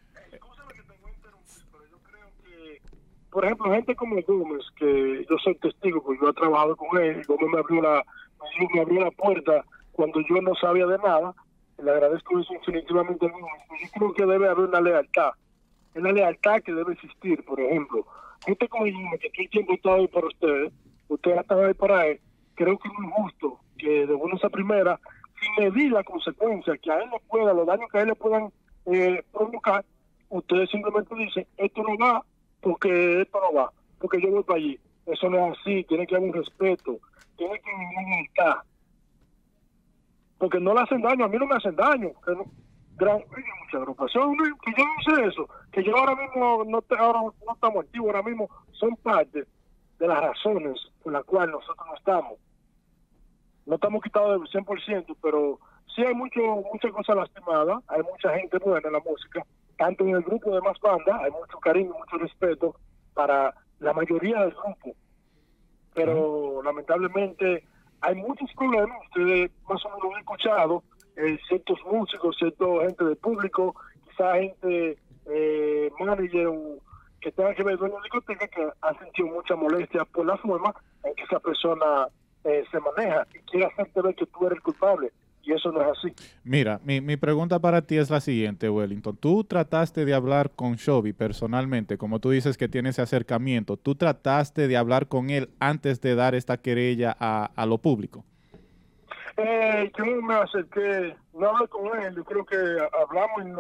Por ejemplo, gente como Gómez, que yo soy testigo, porque yo he trabajado con él, Gómez me abrió la puerta cuando yo no sabía de nada, le agradezco eso infinitivamente a Gómez. Yo creo que debe haber una lealtad que debe existir. Por ejemplo, gente como Gómez, que todo el tiempo estaba ahí para ustedes ha estado ahí para él, creo que no es justo que de buenas a primeras, sin medir la consecuencia que a él le pueda, los daños que a él le puedan provocar, ustedes simplemente dicen, esto no va, porque yo voy para allí. Eso no es así, tiene que haber un respeto, tiene que haber una humildad, porque no le hacen daño, a mí no me hacen daño, hay mucha agrupación, que yo no sé eso, que yo ahora mismo no estamos activos, ahora mismo son parte de las razones por las cuales nosotros no estamos quitados del 100%, pero sí hay muchas cosas lastimadas, hay mucha gente buena en la música, tanto en el grupo de Más Banda, hay mucho cariño, mucho respeto para la mayoría del grupo, pero lamentablemente hay muchos problemas, ustedes más o menos lo han escuchado, ciertos músicos, cierta gente del público, quizá gente, manager que tenga que ver con la discoteca, que han sentido mucha molestia por la forma en que esa persona se maneja y quiere hacerte ver que tú eres culpable. Y eso no es así. Mira, mi pregunta para ti es la siguiente, Wellington. Tú trataste de hablar con Chovy personalmente, como tú dices que tiene ese acercamiento. ¿Tú trataste de hablar con él antes de dar esta querella a lo público? Yo me acerqué, no hablé con él, yo creo que hablamos y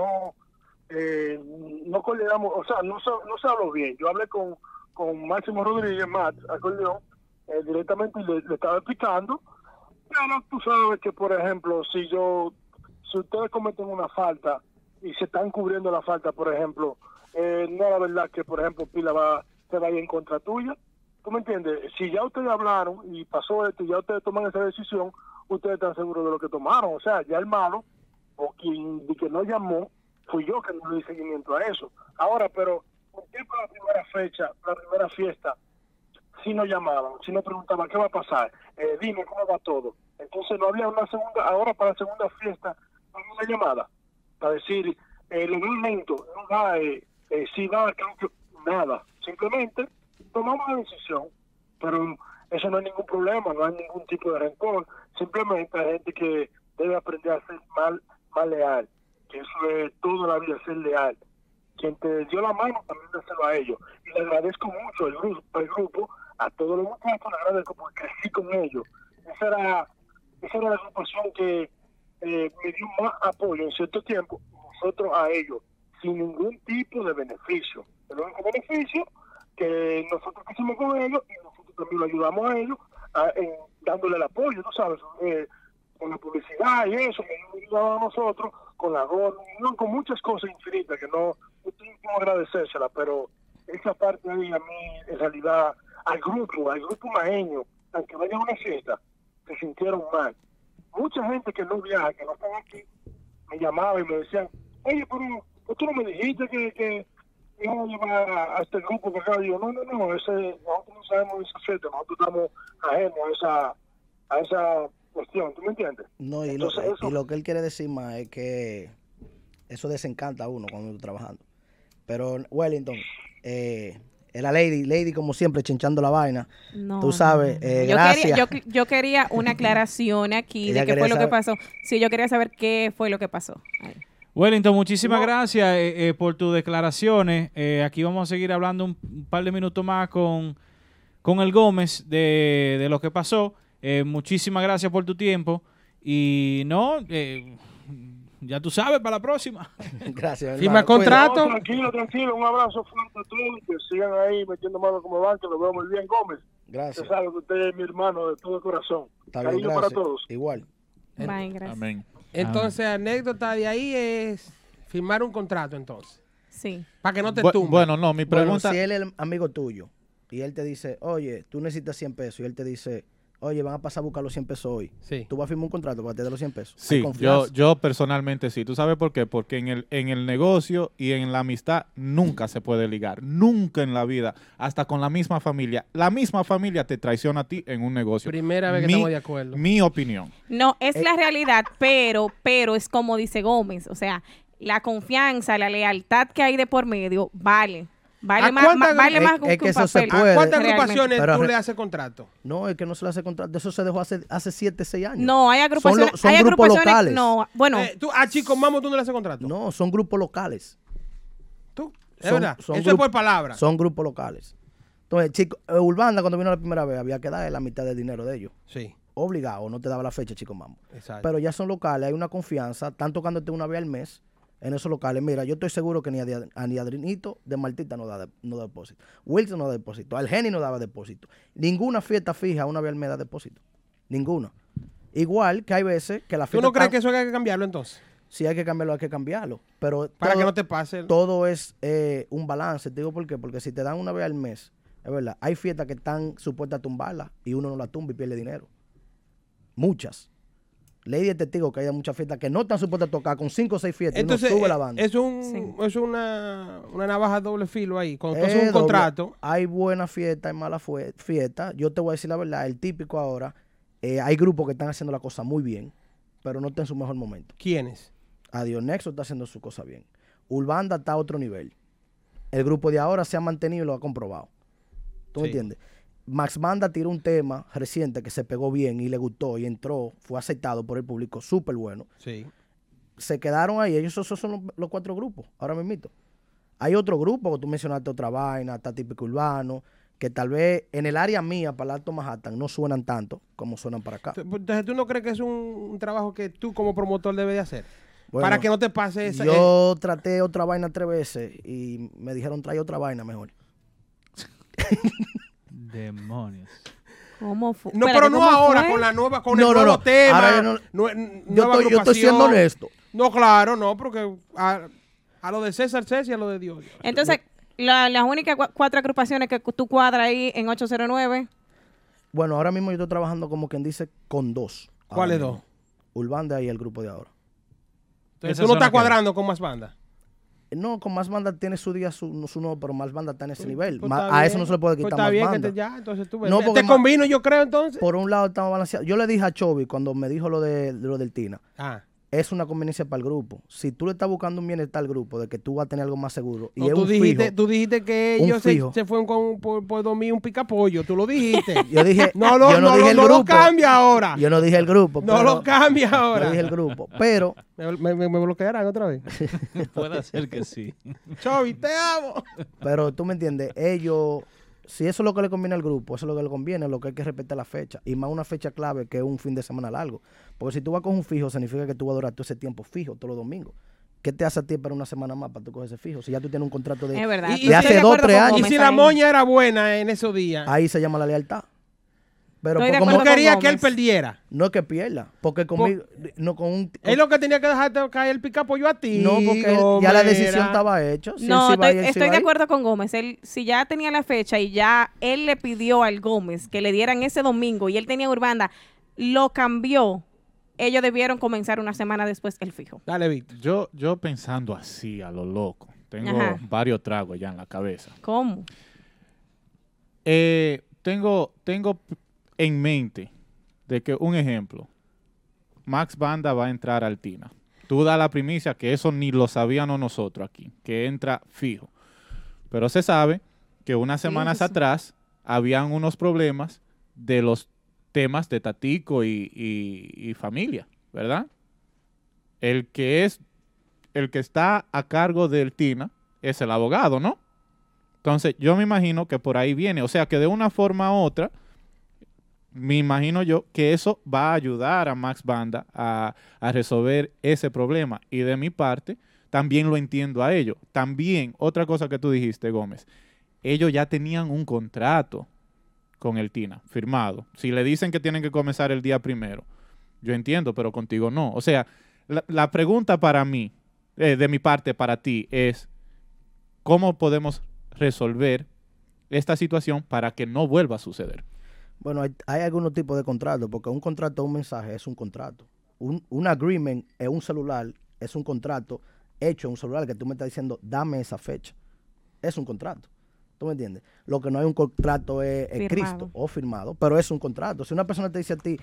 no coordinamos, o sea, no se habló bien. Yo hablé con Máximo Rodríguez, Matt, acordeón, directamente y le estaba explicando. Pero tú sabes que, por ejemplo, si ustedes cometen una falta y se están cubriendo la falta, por ejemplo, no es la verdad que, por ejemplo, Pila se vaya en contra tuya. ¿Tú me entiendes? Si ya ustedes hablaron y pasó esto y ya ustedes toman esa decisión, ustedes están seguros de lo que tomaron. O sea, ya el malo o quien que no llamó, fui yo que no le di seguimiento a eso. Ahora, pero, ¿por qué para la primera fecha, la primera fiesta, si no llamaban, si no preguntaban qué va a pasar, dime cómo va todo? Entonces no había una segunda, ahora para la segunda fiesta, no había una llamada para decir, el momento no va, si va, creo que nada. Simplemente tomamos la decisión, pero eso no hay ningún problema, no hay ningún tipo de rencor. Simplemente hay gente que debe aprender a ser más leal, que eso es toda la vida, ser leal. Quien te dio la mano también dáselo a ellos. Y le agradezco mucho al grupo, a todos los muchachos, le agradezco porque crecí con ellos. Esa era la agrupación que me dio más apoyo en cierto tiempo, nosotros a ellos, sin ningún tipo de beneficio. El único beneficio que nosotros hicimos con ellos, y nosotros también lo ayudamos a ellos, dándole el apoyo, tú sabes, con la publicidad y eso, que nos ayudaba a nosotros, con la gorra, con muchas cosas infinitas que no tengo que agradecérsela, pero esa parte ahí a mí, en realidad, al grupo maeño, aunque vaya a una fiesta, se sintieron mal. Mucha gente que no viaja, que no están aquí, me llamaba y me decían, oye, pero tú no me dijiste que iban a llevar a este grupo que acá. Y yo, no, nosotros no sabemos de esa fiesta, nosotros estamos ajenos a esa cuestión, ¿tú me entiendes? No, y, entonces, y lo que él quiere decir más es que eso desencanta a uno cuando uno está trabajando. Pero, Wellington, la Lady como siempre, chinchando la vaina. No, tú sabes, gracias. Yo quería una aclaración aquí de qué fue lo que pasó. Sí, yo quería saber qué fue lo que pasó. Ahí. Wellington, muchísimas gracias por tus declaraciones. Aquí vamos a seguir hablando un par de minutos más con el Gómez de lo que pasó. Muchísimas gracias por tu tiempo. Y ya tú sabes, para la próxima. Gracias. Firma contrato. No, tranquilo. Un abrazo fuerte a todos. Que sigan ahí metiendo mano como van, que lo veo muy bien, Gómez. Gracias. Usted sabe que usted es mi hermano de todo corazón. Está bien, cariño para todos. Igual. Bye, gracias. Amén. Entonces, anécdota de ahí es firmar un contrato, entonces. Sí. Para que no te tumbe. Bueno, no, mi pregunta... Si él es el amigo tuyo y él te dice, oye, tú necesitas 100 pesos, y él te dice, oye, van a pasar a buscar los 100 pesos hoy. Sí. ¿Tú vas a firmar un contrato para que te dé los 100 pesos? Sí, yo personalmente sí. ¿Tú sabes por qué? Porque en el negocio y en la amistad nunca se puede ligar. Nunca en la vida. Hasta con la misma familia. La misma familia te traiciona a ti en un negocio. Primera vez que estamos de acuerdo. Mi opinión. No, es la realidad, pero es como dice Gómez. O sea, la confianza, la lealtad que hay de por medio, vale más que que un papel. ¿A cuántas agrupaciones tú le haces contrato? No, es que no se le hace contrato. Eso se dejó hace 7, 6 años. No, hay agrupaciones. Son grupos locales. No, bueno. ¿A Chico Mamo tú no le haces contrato? No, son grupos locales. ¿Tú? Es verdad. Eso es por palabra. Son grupos locales. Entonces, Chico, Urbanda cuando vino la primera vez había que darle la mitad del dinero de ellos. Sí. Obligado, no te daba la fecha, Chico Mamo. Exacto. Pero ya son locales, hay una confianza, tanto cuando te una vez al mes. En esos locales, mira, yo estoy seguro que ni Adrinito de Martita no da depósito. Wilson no da depósito. Al Geni no daba depósito. Ninguna fiesta fija una vez al mes da depósito. Ninguna. Igual que hay veces que la fiesta... ¿Tú no crees que eso hay que cambiarlo entonces? Si hay que cambiarlo, hay que cambiarlo. Pero para que no te pase. Todo es un balance. Te digo por qué. Porque si te dan una vez al mes, es verdad, hay fiestas que están supuestas a tumbarlas y uno no la tumba y pierde dinero. Muchas. Ley de testigo que hay muchas fiestas que no están supuestas a tocar con 5 o 6 fiestas. Entonces, y uno sube la banda. Es una navaja doble filo ahí. Cuando tú haces un contrato. Hay buena fiesta, hay mala fiesta. Yo te voy a decir la verdad, el típico ahora, hay grupos que están haciendo la cosa muy bien, pero no está en su mejor momento. ¿Quiénes? Adiós Nexo está haciendo su cosa bien. Urbanda está a otro nivel. El grupo de ahora se ha mantenido y lo ha comprobado. ¿Tú me entiendes? Max Banda tiró un tema reciente que se pegó bien y le gustó y entró, fue aceptado por el público, súper bueno. Sí. Se quedaron ahí, esos son los 4 grupos, ahora mismo. Hay otro grupo, que tú mencionaste otra vaina, está Típico Urbano, que tal vez en el área mía, para el Alto Manhattan, no suenan tanto como suenan para acá. Entonces, ¿tú no crees que es un trabajo que tú como promotor debes de hacer? Bueno, para que no te pase esa... Yo traté otra vaina 3 veces y me dijeron, trae otra vaina mejor. Demonios. ¿Cómo fue? No, pero no ahora, fue? Con la nueva, con el nuevo tema. Yo estoy siendo honesto. No, claro, no, porque a lo de César y a lo de Dios. Entonces, las únicas 4 agrupaciones que tú cuadras ahí en 809. Bueno, ahora mismo yo estoy trabajando como quien dice con 2. ¿Cuáles 2? Urbanda y el grupo de ahora. Entonces, ¿tú no estás cuadrando con más bandas? No, con más banda tiene su día, su no, pero más banda está en ese nivel. Pues a eso no se le puede quitar más banda. Entonces tú ves. No, te combino, yo creo, entonces. Por un lado estamos balanceados. Yo le dije a Chovy cuando me dijo lo del Tina. Es una conveniencia para el grupo. Si tú le estás buscando un bienestar al grupo de que tú vas a tener algo más seguro. Y tú dijiste que ellos se fueron por dormir un picapollo. Tú lo dijiste. Yo dije, no lo cambia ahora. Yo no dije el grupo. No lo cambia ahora. No dije el grupo. Pero. ¿Me bloquearán otra vez? Puede ser que sí. Chovy, te amo. Pero tú me entiendes, ellos. Si eso es lo que le conviene al grupo, eso es lo que le conviene, lo que hay que respetar la fecha. Y más una fecha clave que es un fin de semana largo. Porque si tú vas con un fijo, significa que tú vas a durar todo ese tiempo fijo, todos los domingos. ¿Qué te hace a ti para una semana más para tú coger ese fijo? Si ya tú tienes un contrato de hace 2 o 3 años. Y si la moña era buena en esos días. Ahí se llama la lealtad. Pero como quería que él perdiera. No es que pierda, porque conmigo, no con un... Es lo que tenía que dejarte caer el picapollo a ti. No, porque ya la decisión estaba hecha. No, estoy de acuerdo con Gómez. Él, si ya tenía la fecha y ya él le pidió al Gómez que le dieran ese domingo y él tenía Urbanda, lo cambió. Ellos debieron comenzar una semana después el fijo. Dale, Víctor. Yo pensando así, a lo loco, tengo varios tragos ya en la cabeza. ¿Cómo? Tengo en mente de que, un ejemplo, Max Banda va a entrar al Tina. Tú das la primicia que eso ni lo sabíamos nosotros aquí, que entra fijo. Pero se sabe que unas semanas atrás habían unos problemas de los temas de Tatico y familia, ¿verdad? El que está a cargo del Tina es el abogado, ¿no? Entonces, yo me imagino que por ahí viene. O sea, que de una forma u otra, me imagino yo que eso va a ayudar a Max Banda a resolver ese problema. Y de mi parte, también lo entiendo a ellos. También, otra cosa que tú dijiste, Gómez, ellos ya tenían un contrato con el Tina, firmado. Si le dicen que tienen que comenzar el día primero, yo entiendo, pero contigo no. O sea, la pregunta para mí, de mi parte para ti, es ¿cómo podemos resolver esta situación para que no vuelva a suceder? Bueno, hay algunos tipos de contratos, porque un contrato, un mensaje es un contrato. Un agreement en un celular es un contrato hecho en un celular que tú me estás diciendo, dame esa fecha. Es un contrato. ¿Tú me entiendes? Lo que no hay un contrato es Cristo o firmado, pero es un contrato. Si una persona te dice a ti,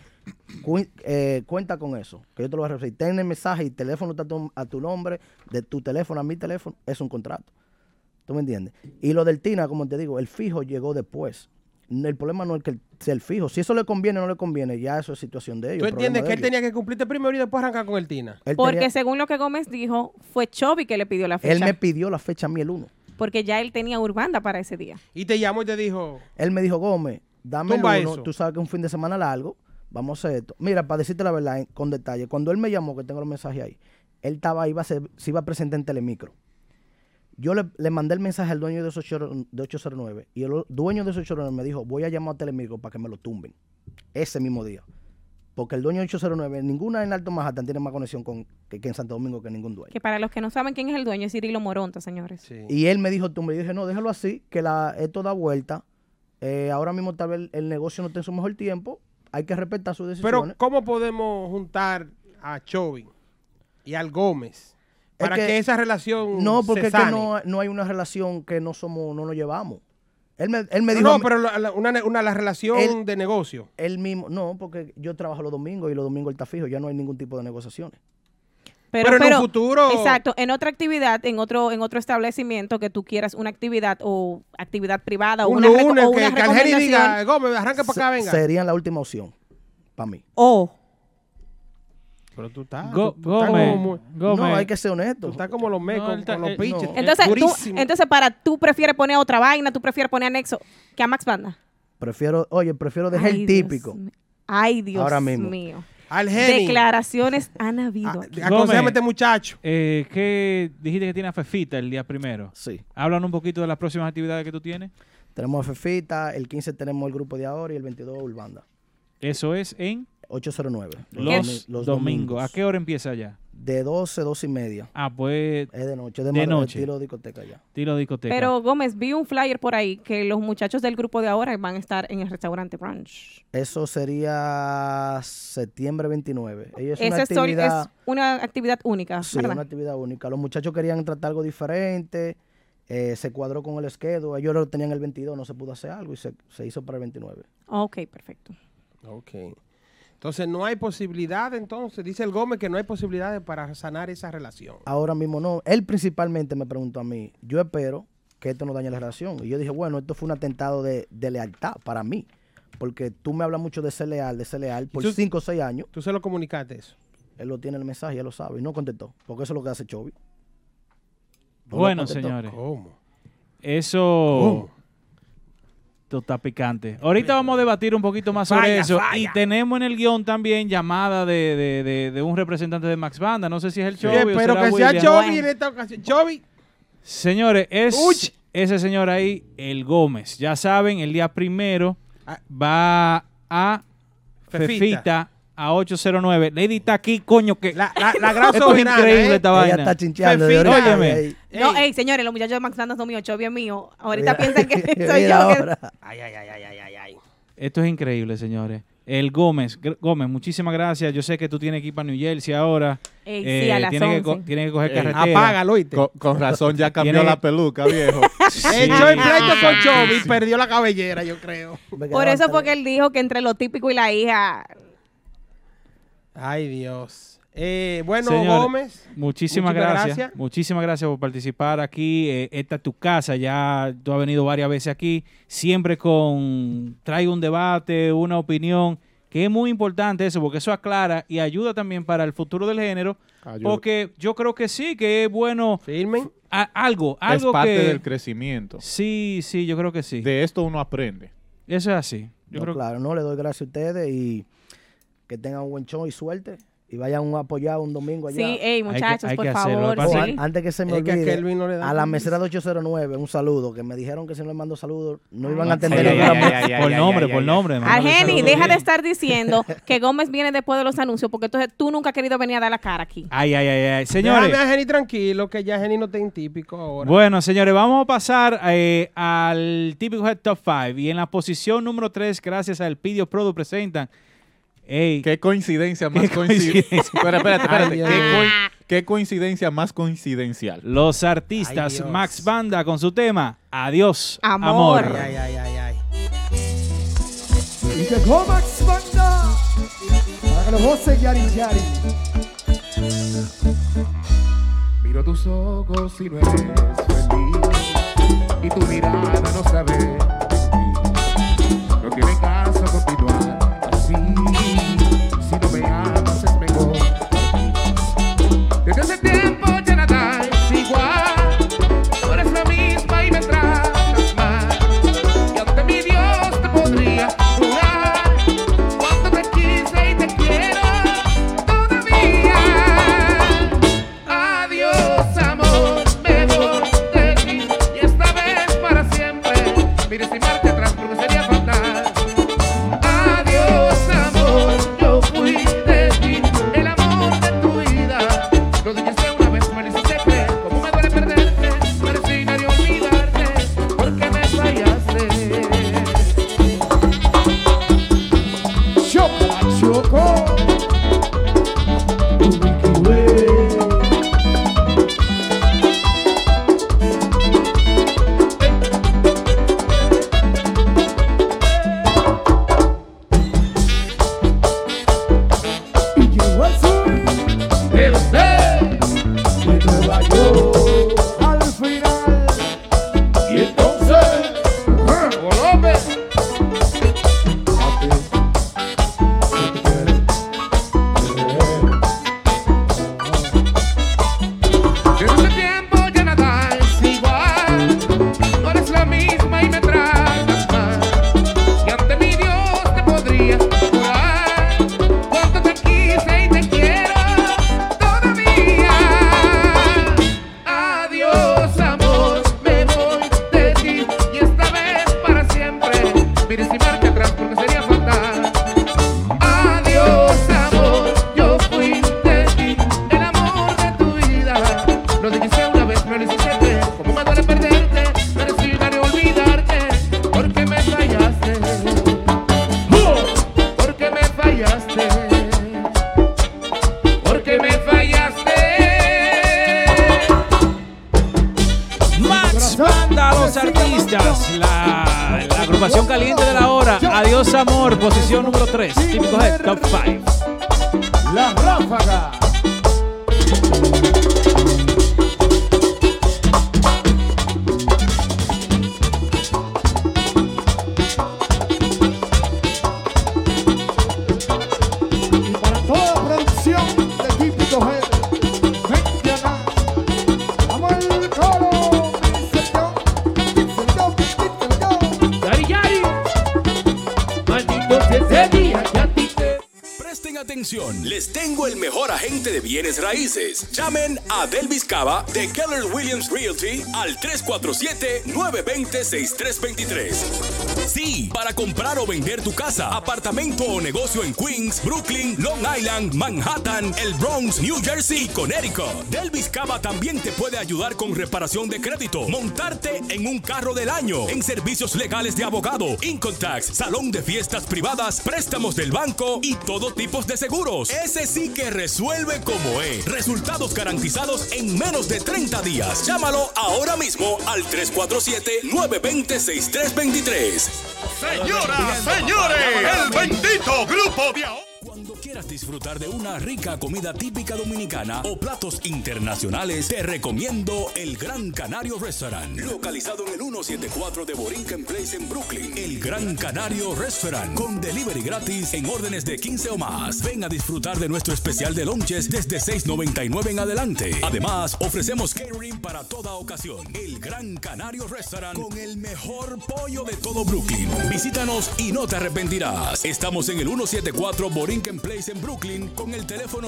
cuenta con eso, que yo te lo voy a referir, ten el mensaje y el teléfono está a tu nombre, de tu teléfono a mi teléfono, es un contrato. ¿Tú me entiendes? Y lo del Tina, como te digo, el fijo llegó después. El problema no es que sea el fijo. Si eso le conviene o no le conviene, ya eso es situación de ellos. ¿Tú entiendes que él tenía que cumplirte primero y después arrancar con el Tina? Porque según lo que Gómez dijo, fue Chovy que le pidió la fecha. Él me pidió la fecha a mí el 1. Porque ya él tenía Urbanda para ese día. Y te llamó y te dijo... Él me dijo, Gómez, dame el 1. Tú sabes que es un fin de semana largo. Vamos a hacer esto. Mira, para decirte la verdad, con detalle, cuando él me llamó, que tengo los mensajes ahí, él estaba ahí, se iba a presentar en Telemicro. Yo le mandé el mensaje al dueño de 809 y el dueño de 809 me dijo, voy a llamar a Telemicro para que me lo tumben. Ese mismo día. Porque el dueño de 809, ninguna en Alto Manhattan tiene más conexión que en Santo Domingo que ningún dueño. Que para los que no saben quién es el dueño, es Cirilo Moronta, señores. Sí. Y él me dijo, tumbe. Y dije, no, déjalo así, que esto da vuelta. Ahora mismo tal vez el negocio no está en su mejor tiempo. Hay que respetar sus decisiones. Pero, ¿cómo podemos juntar a Chovy y al Gómez para que esa relación no, porque se sane? Es que no hay una relación que no nos llevamos. Él me dijo... No, pero la relación de negocio. Él mismo... No, porque yo trabajo los domingos y los domingos él está fijo. Ya no hay ningún tipo de negociaciones. Pero en un futuro... Exacto. En otra actividad, en otro establecimiento que tú quieras una actividad o actividad privada o una recomendación... Que Algeri diga, Gómez, arranca para acá, venga. Serían la última opción para mí. Pero tú estás... Gómez. No, hay que ser honesto. Tú estás como los mecos, con los pitches. Entonces, tú prefieres poner otra vaina, tú prefieres poner anexo que a Max Banda. Prefiero dejar el típico. Ay, Dios ahora mío. Algeri. Declaraciones han habido. Aconsejame a este muchacho. ¿Qué dijiste que tiene a Fefita el día primero? Sí. Háblanos un poquito de las próximas actividades que tú tienes. Tenemos a Fefita, el 15 tenemos el grupo de ahora y el 22 Urbanda. Eso es en... 809. Los domingos. ¿A qué hora empieza ya? De 12 y media. Ah, pues... Es de noche. De noche. Tiro discoteca ya. Tiro discoteca. Pero, Gómez, vi un flyer por ahí que los muchachos del grupo de ahora van a estar en el restaurante Brunch. Eso sería septiembre 29. Es una actividad única, sí, ¿verdad? Una actividad única. Los muchachos querían tratar algo diferente. Se cuadró con el schedule. Ellos lo tenían el 22, no se pudo hacer algo y se hizo para el 29. Ok, perfecto. Ok. Entonces, no hay posibilidad, entonces, dice el Gómez que no hay posibilidades para sanar esa relación. Ahora mismo no. Él principalmente me preguntó a mí, yo espero que esto no dañe la relación. Y yo dije, bueno, esto fue un atentado de lealtad para mí. Porque tú me hablas mucho de ser leal por 5 o 6 años. ¿Tú se lo comunicaste eso? Él lo tiene en el mensaje, él lo sabe. Y no contestó, porque eso es lo que hace Chovy. Bueno, señores. ¿Cómo? Eso... ¿Cómo? Está picante. Ahorita vamos a debatir un poquito más sobre eso. Y tenemos en el guión también llamada de un representante de Max Banda. No sé si es el Chovy. Pero que sea Chovy en esta ocasión. Chovy. Señores, ese señor ahí, el Gómez. Ya saben, el día primero va a Fefita a 809. Lady está aquí, coño, que la gran esto es increíble esta vaina. Ella está chincheando. Óyeme. No, señores, los muchachos de Max Banda son míos, chovio es mío. Ahorita piensan que soy yo. Ay. Esto es increíble, señores. El Gómez, muchísimas gracias. Yo sé que tú tienes que ir para New Jersey ahora. Sí, a las tienes que coger carretera. Apágalo, ¿oíste? Con razón ya cambió la peluca, viejo. Echó el pleito con Chovy y perdió la cabellera, yo creo. Por eso fue que él dijo que entre lo típico y la hija... Ay, Dios. Bueno, Señores, Gómez. Muchísimas gracias. Muchísimas gracias por participar aquí. Esta es tu casa. Ya tú has venido varias veces aquí. Siempre trae un debate, una opinión, que es muy importante eso, porque eso aclara y ayuda también para el futuro del género. Porque yo creo que sí, que es bueno. Firmen. Algo es parte que, del crecimiento. Sí, yo creo que sí. De esto uno aprende. Eso es así. Claro, le doy gracias a ustedes y que tengan un buen show y suerte. Y vayan a apoyar un domingo allá. Sí, muchachos, por favor. Antes que se me olvide, a la mesera de 809, un saludo, que me dijeron que si no les mando saludos, no iban a atender. Por nombre. Argeni, deja de estar diciendo que Gómez viene después de los anuncios, porque entonces tú nunca has querido venir a dar la cara aquí. Ay. Señores. Déjame a Argeni tranquilo, que ya Argeni no está en típico ahora. Bueno, señores, vamos a pasar al Típico Head Top 5. Y en la posición número 3, gracias al Pidio Product, presentan... Qué coincidencia más coincidencial. Espérate. Qué coincidencia más coincidencial. Los artistas Max Banda con su tema Adiós, Amor. Ay. Y llegó Max Banda para que lo goce Yari. Miro tus ojos y no eres feliz, y tu mirada no sabe mentir. No tiene caso continuar así. Si no me amas es mejor. Desde ese tiempo ya nada es igual. Tú eres la misma y me tratas mal. Y ante mi Dios te podría jurar cuánto te quise y te quiero todavía. Adiós amor, me voy de ti y esta vez para siempre. Mire si marcha atrás porque sería fatal. Adiós amor, yo fui de ti, el amor de tu vida. Lo dijiste una vez, me lo hiciste creer. Como me duele perderte, no eres digna de olvidarte, porque me fallaste. Choco. Y llegó el swing de Nueva York al final. Y entonces, López. Desde ese tiempo ya nada es igual. No eres la misma y me tratas mal. Y ante mi Dios te podría jurar cuánto te quise y te quiero todavía. Adiós amor, me voy de ti y esta vez para siempre. Mire si marcha atrás porque sería fatal. Adiós amor, yo fui de ti, el amor de tu vida. Lo dijiste una vez, me lo hiciste creer. Como me duele perderte, no eres digna de olvidarte, porque me fallaste. Porque me fallaste. Porque me fallaste. Max Banda, los artistas. La agrupación caliente de la hora. Adiós, amor. Posición número 3. Típico Head Top 5. La Ráfaga. Y para toda producción de Típico Head, menciona, vamos al coro, Yari, maldito si ese día que a ti te... Presten atención. Atención, les tengo el mejor agente de bienes raíces. Llamen a Delvis Cava de Keller Williams Realty al 347-920-6323. Sí, para comprar o vender tu casa, apartamento o negocio en Queens, Brooklyn, Long Island, Manhattan, el Bronx, New Jersey y Connecticut. Delvis Cava también te puede ayudar con reparación de crédito, montarte en un carro del año, en servicios legales de abogado, income tax, salón de fiestas privadas, préstamos del banco y todo tipo de seguros. Ese sí que resuelve como es. Resultados garantizados en menos de 30 días. Llámalo ahora mismo al 347-920-6323. Señoras, señores, el bendito grupo de ahora. Cuando quieras disfrutar de una rica comida típica dominicana o platos internacionales, te recomiendo el Gran Canario Restaurant, localizado en el 174 de Borinquen Place en Brooklyn. El Gran Canario Restaurant, con delivery gratis en órdenes de 15 o más. Ven a disfrutar de nuestro especial de lunches desde $6.99 en adelante. Además, ofrecemos catering para toda ocasión. El Gran Canario Restaurant, con el mejor pollo de todo Brooklyn. Visítanos y no te arrepentirás. Estamos en el 174 Borinquen Place en Brooklyn con el teléfono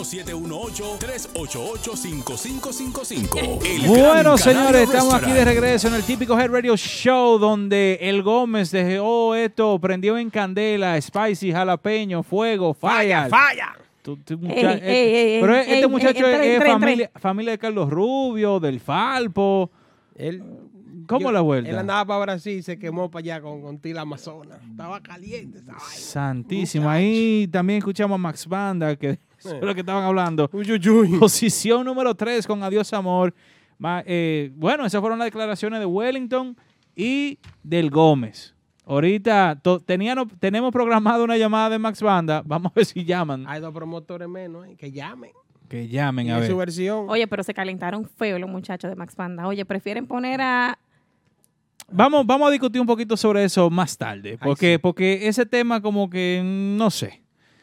718-388-5555. Bueno, señores, estamos aquí de regreso en el Típico Head Radio Show, donde el Gómez dejó esto, prendió en candela, spicy, jalapeño, fuego, fire. ¡Falla! Pero este muchacho es familia de Carlos Rubio, del Falpo. ¿Cómo la vuelta? Él andaba para Brasil y se quemó para allá con Tila Amazonas. Estaba caliente esa vaina. Santísimo. Ahí también escuchamos a Max Banda, que es lo que estaban hablando. Posición número 3 con Adiós Amor. Bueno, esas fueron las declaraciones de Wellington y del Gómez. Ahorita tenemos programado una llamada de Max Banda. Vamos a ver si llaman. Hay 2 promotores menos, que llamen. Que llamen a ver. Su versión. Oye, pero se calentaron feo los muchachos de Max Banda. Oye, prefieren poner a... Vamos a discutir un poquito sobre eso más tarde, porque ese tema como que no sé.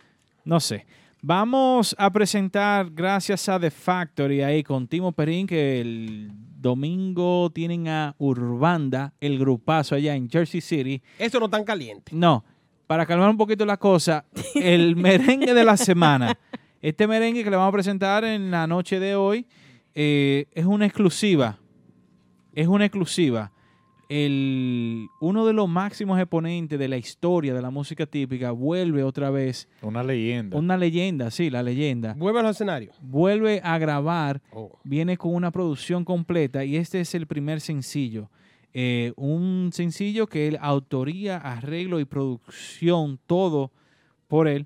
Vamos a presentar, gracias a The Factory, ahí con Timo Perín, que el domingo tienen a Urbanda, el grupazo allá en Jersey City. Eso no tan caliente. No, para calmar un poquito la cosa, el merengue de la semana. Este merengue que le vamos a presentar en la noche de hoy es una exclusiva. Uno de los máximos exponentes de la historia de la música típica vuelve otra vez. Una leyenda. Una leyenda, sí, la leyenda. Vuelve a los escenarios. Vuelve a grabar, viene con una producción completa y este es el primer sencillo. Un sencillo que él autoría, arreglo y producción, todo por él.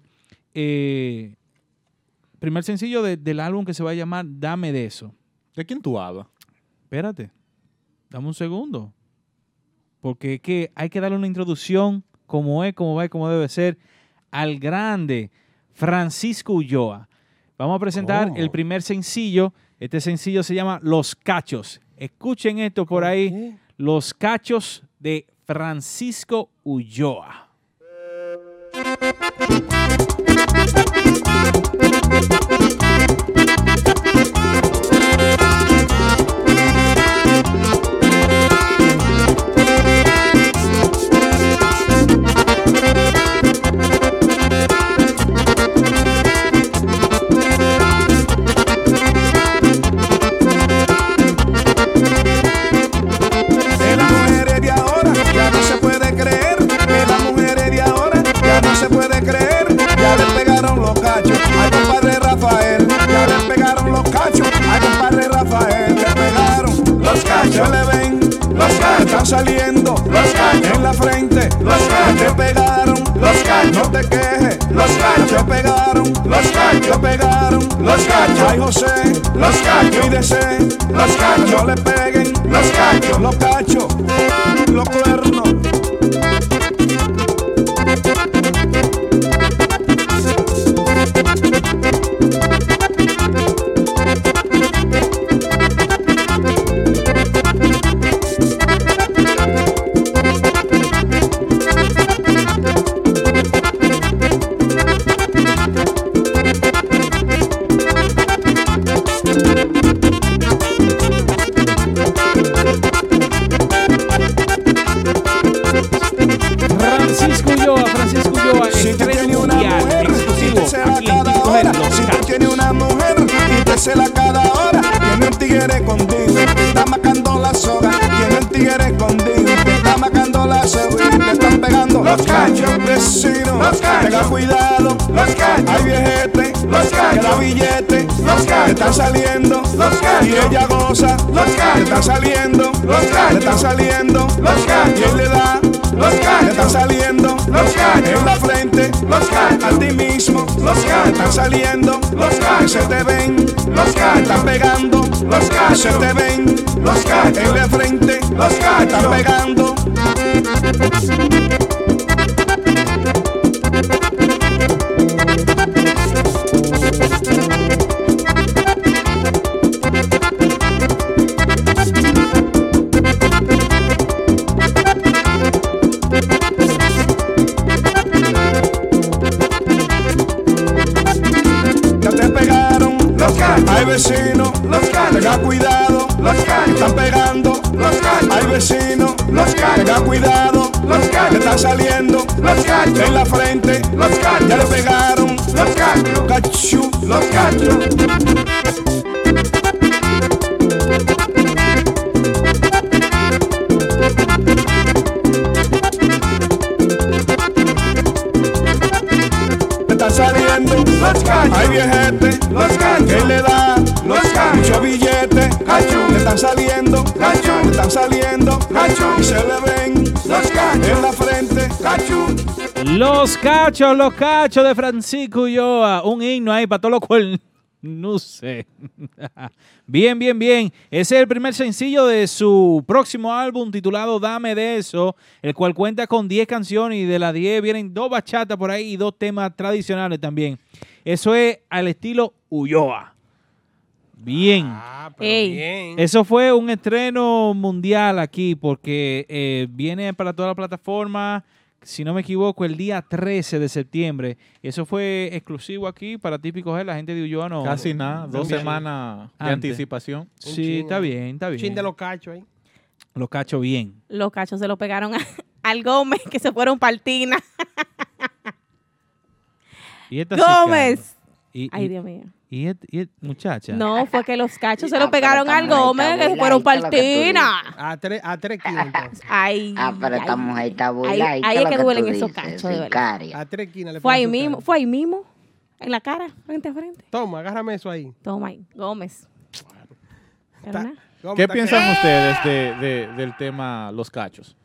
Primer sencillo del álbum que se va a llamar Dame de Eso. ¿De quién tú hablas? Espérate, dame un segundo. Porque es que hay que darle una introducción como es, como va y como debe ser al grande Francisco Ulloa. Vamos a presentar el primer sencillo. Este sencillo se llama Los Cachos. Escuchen esto por ahí. Los Cachos de Francisco Ulloa. Se le ven los cachos, están saliendo los cachos en la frente, los cachos te pegaron, los cachos, no te quejes, los cachos te pegaron, los cachos te pegaron, los cachos, ay José, los cachos, cuídese, los cachos, no le peguen, los cachos, los cuernos. tenga cuidado, los cachos. Hay viejete, los cachos. Que da billete, los cachos. Están saliendo, los cachos. Y ella goza, los cachos. Están saliendo, los cachos. Están saliendo, los cachos. Y él le da, los cachos. Están saliendo, los cachos. En la frente, los cachos. A ti mismo, los cachos. Están saliendo, los cachos. Se te ven, los cachos. Están pegando, los cachos. Se te ven, los cachos. En la frente, los cachos. Están pegando. Hay vecinos, tenga cuidado, están pegando, hay vecinos, tenga cuidado, le están saliendo, en la frente, ya le pegaron, cachú, los cachos. Están saliendo, hay viejete, que le da mucho billete, le están saliendo, y se le ven en la frente. Los cachos de Francisco Ulloa. Un himno ahí para todos los cuernos. No sé. Bien. Ese es el primer sencillo de su próximo álbum titulado Dame de Eso, el cual cuenta con 10 canciones y de las 10 vienen 2 bachatas por ahí y 2 temas tradicionales también. Eso es al estilo Ulloa. Bien. Bien. Eso fue un estreno mundial aquí porque viene para toda la plataforma. Si no me equivoco, el día 13 de septiembre. Eso fue exclusivo aquí para Típico Head. La gente de Ulloa no. Casi nada. 2 semanas de anticipación. Sí, está bien. Un chin de los cachos ahí. Los cachos bien. Los cachos se lo pegaron al Gómez, que se fueron partina. ¿Y esta Gómez. Ay, Dios mío. ¿Y muchacha? No, fue que los cachos se lo pegaron al Gómez, que se fueron partina. A 3 kilos entonces. Ay, pero esta mujer está burla. Ahí es que duelen esos cachos, de verdad. A 3 kilos le Fue ahí mismo, en la cara, frente a frente. Toma, agárrame eso ahí. Toma ahí, Gómez. ¿Qué piensan ustedes del tema Los Cachos?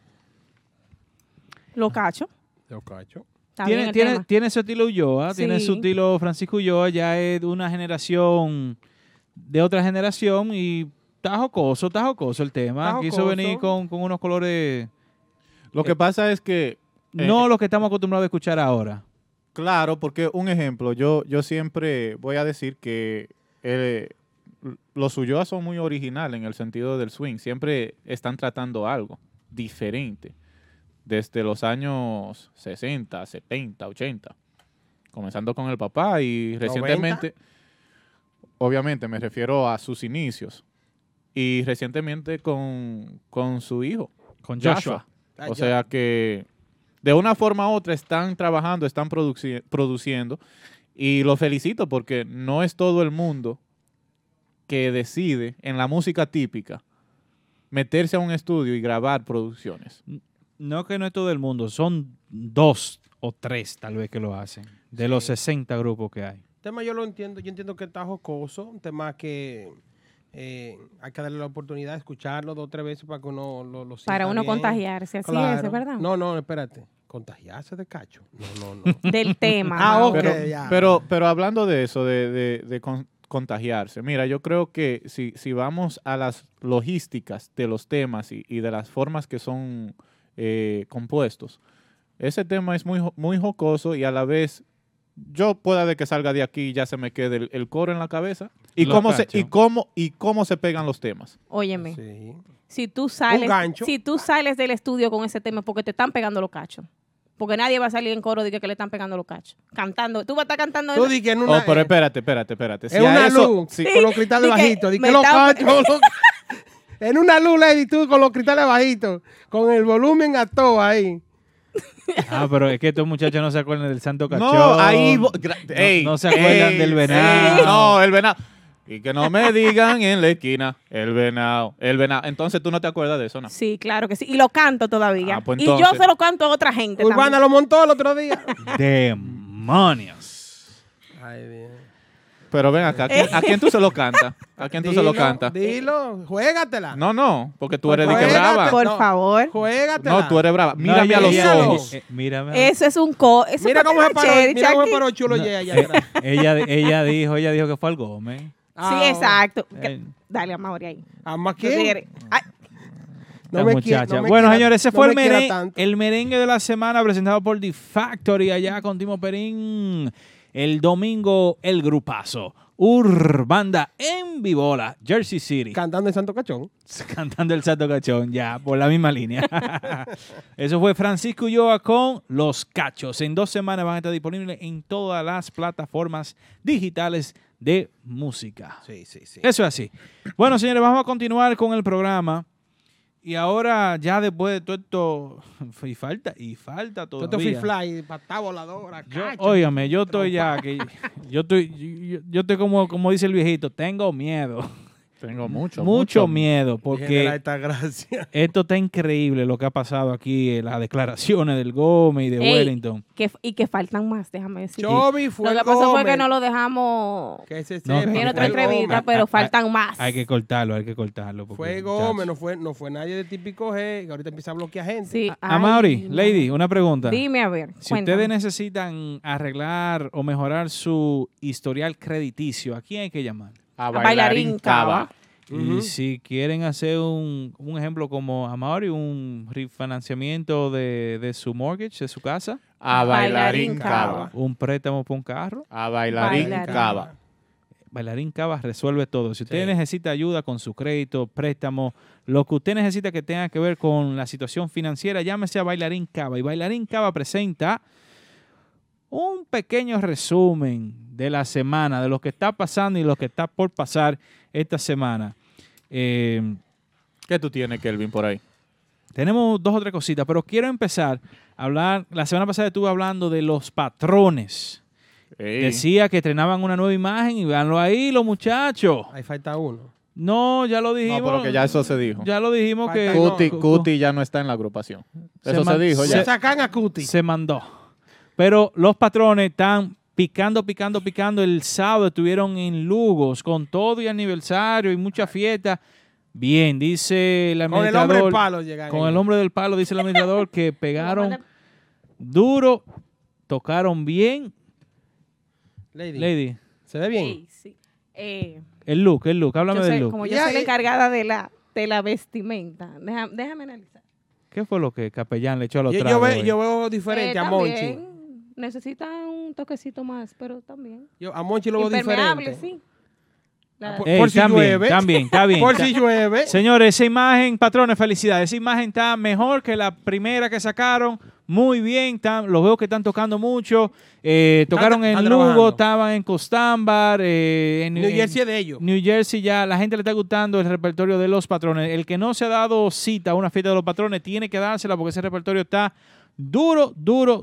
Los Cachos. Los Cachos. Tiene su estilo Ulloa, Sí. tiene su estilo Francisco Ulloa, ya es de una generación, de otra generación y está jocoso el tema. Está Quiso jocoso. venir con unos colores. Lo que pasa es que no los que estamos acostumbrados a escuchar ahora. Claro, porque un ejemplo, yo siempre voy a decir que los Ulloa son muy originales en el sentido del swing. Siempre están tratando algo diferente. Desde los años 60, 70, 80. Comenzando con el papá y recientemente, obviamente me refiero a sus inicios. Y recientemente con su hijo, con Joshua. O sea que de una forma u otra están trabajando, están produciendo. Y lo felicito porque no es todo el mundo que decide en la música típica meterse a un estudio y grabar producciones. No que no es todo el mundo, son 2 o 3 tal vez que lo hacen, de los 60 grupos que hay. El tema yo lo entiendo, yo entiendo que está jocoso, un tema que hay que darle la oportunidad de escucharlo 2 o 3 veces para que uno lo sienta Para uno bien. contagiarse, así Claro. es, ¿verdad? No, espérate. Contagiarse de cacho. No. Del tema. Ok, ya. Pero hablando de eso, de contagiarse, mira, yo creo que si vamos a las logísticas de los temas y de las formas que son compuestos, ese tema es muy jocoso y a la vez yo pueda de que salga de aquí y ya se me quede el coro en la cabeza y cómo se pegan los temas. Óyeme, Sí. si tú sales gancho. del estudio con ese tema porque te están pegando los cachos. Porque nadie va a salir en coro de que le están pegando los cachos. Cantando. Tú vas a estar cantando. Tú di que en una, pero espérate. Si en a una eso- luz, si- con los cristales di que bajitos. Di me que los está- cachos. En una luz, Lady, tú con los cristales bajitos. Con el volumen a todo ahí. Pero es que estos muchachos no se acuerdan del Santo Cachón. No, ahí... No se acuerdan del venado. No, el venado. Y que no me digan en la esquina, el venado. Entonces tú no te acuerdas de eso, ¿no? Sí, claro que sí. Y lo canto todavía. Ah, pues y yo entonces. se lo canto a otra gente Urbana también. lo montó el otro día. Damn. Demonios. Ay, bien. Pero ven acá, ¿a quién tú se lo cantas? ¿A quién tú se lo cantas? Dilo, juégatela. No, porque tú eres de que brava. Por favor. Juégatela. No, tú eres brava. Mírame a los ojos. Mírame. Eso es un Mira cómo se paró, mira cómo se paró chulo allá atrás. ella dijo que fue al Gómez. Sí, exacto. Dale a Mauri ahí. ¿A más quién? No me muchacha. Bueno, señores, ese fue el merengue de la semana presentado por The Factory allá con Timo Perín. El domingo, el grupazo Urbanda en Vibola, Jersey City. Cantando el Santo Cachón. Cantando el Santo Cachón, ya, por la misma línea. Eso fue Francisco Ulloa con Los Cachos. En 2 semanas van a estar disponibles en todas las plataformas digitales de música. Sí. Eso es así. Bueno, señores, vamos a continuar con el programa. Y ahora, ya después de todo esto, y falta todavía. Todo esto fly, patada voladora, Óigame, yo estoy ya, yo estoy como dice el viejito, tengo miedo. Tengo mucho miedo, porque gracia. Esto está increíble lo que ha pasado aquí, las declaraciones del Gómez y de Wellington. Y que faltan más, déjame decir. Chobi fue lo que pasó fue que no lo dejamos en otra entrevista, pero faltan más. Hay que cortarlo. Fue Gómez, no fue nadie de Típico G, que ahorita empieza a bloquear gente. Sí. Mauri, Lady, una pregunta. Dime, a ver, si ustedes necesitan arreglar o mejorar su historial crediticio, ¿a quién hay que llamar? A Bailarín Cava. Y si quieren hacer un ejemplo como a Mauri, un refinanciamiento de su mortgage, de su casa. A Bailarín Cava. Un préstamo para un carro. A Bailarín Cava. Bailarín Cava resuelve todo. Si usted necesita ayuda con su crédito, préstamo, lo que usted necesita que tenga que ver con la situación financiera, llámese a Bailarín Cava. Y Bailarín Cava presenta un pequeño resumen de la semana, de lo que está pasando y lo que está por pasar esta semana. ¿Qué tú tienes, Kelvin, por ahí? Tenemos 2 o 3 cositas, pero quiero empezar a hablar. La semana pasada estuve hablando de los patrones. Decía que estrenaban una nueva imagen y véanlo ahí, los muchachos. Ahí falta uno. No, ya lo dijimos. No, pero que ya eso se dijo. Ya lo dijimos que... Cuti ya no está en la agrupación. Eso se dijo ya. Se sacan a Cuti. Se mandó. Pero los patrones están picando. El sábado estuvieron en Lugos con todo y aniversario y mucha fiesta. Bien, dice el administrador. Con el hombre del palo llegaron. Con el hombre del palo, dice el administrador, que pegaron duro, tocaron bien. Lady. ¿Se ve bien? Sí. El look, háblame del look. Como yo soy la encargada de la vestimenta, déjame analizar. ¿Qué fue lo que Capellán le echó a los tragos? Yo veo diferente a Monchi. Necesita un toquecito más, pero también. A Monchi lo veo diferente. Sí. Por si llueve. También, está bien. Por si llueve. Señores, esa imagen, patrones, felicidades. Esa imagen está mejor que la primera que sacaron. Muy bien, los veo que están tocando mucho. Tocaron en Lugo, estaban en Costámbar. En New Jersey de ellos. New Jersey ya, la gente le está gustando el repertorio de los patrones. El que no se ha dado cita a una fiesta de los patrones tiene que dársela porque ese repertorio está duro.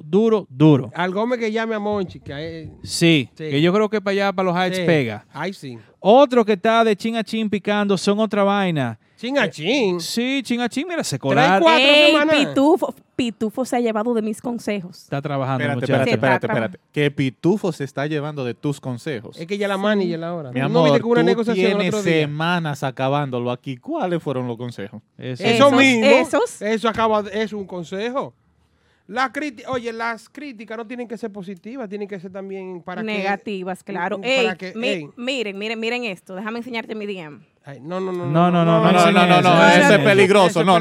Al Gómez que llame a Monchi. Sí, que yo creo que para allá, para los Heights pega. Ay, sí. Otro que está de chin a chin picando son otra vaina. ¿Chin a chin? Sí, chin a chin, mira, se colaron. 3-4 semanas. Pitufo se ha llevado de mis consejos. Está trabajando, Espérate. Que Pitufo se está llevando de tus consejos. Es que ya la manager ahora. Mi amor, tú tienes semanas acabándolo aquí. ¿Cuáles fueron los consejos? Eso mismo. Eso es un consejo. Las críticas no tienen que ser positivas, tienen que ser también para negativas, claro. Miren esto. Déjame enseñarte mi DM. Ay, no. Eso es peligroso. No.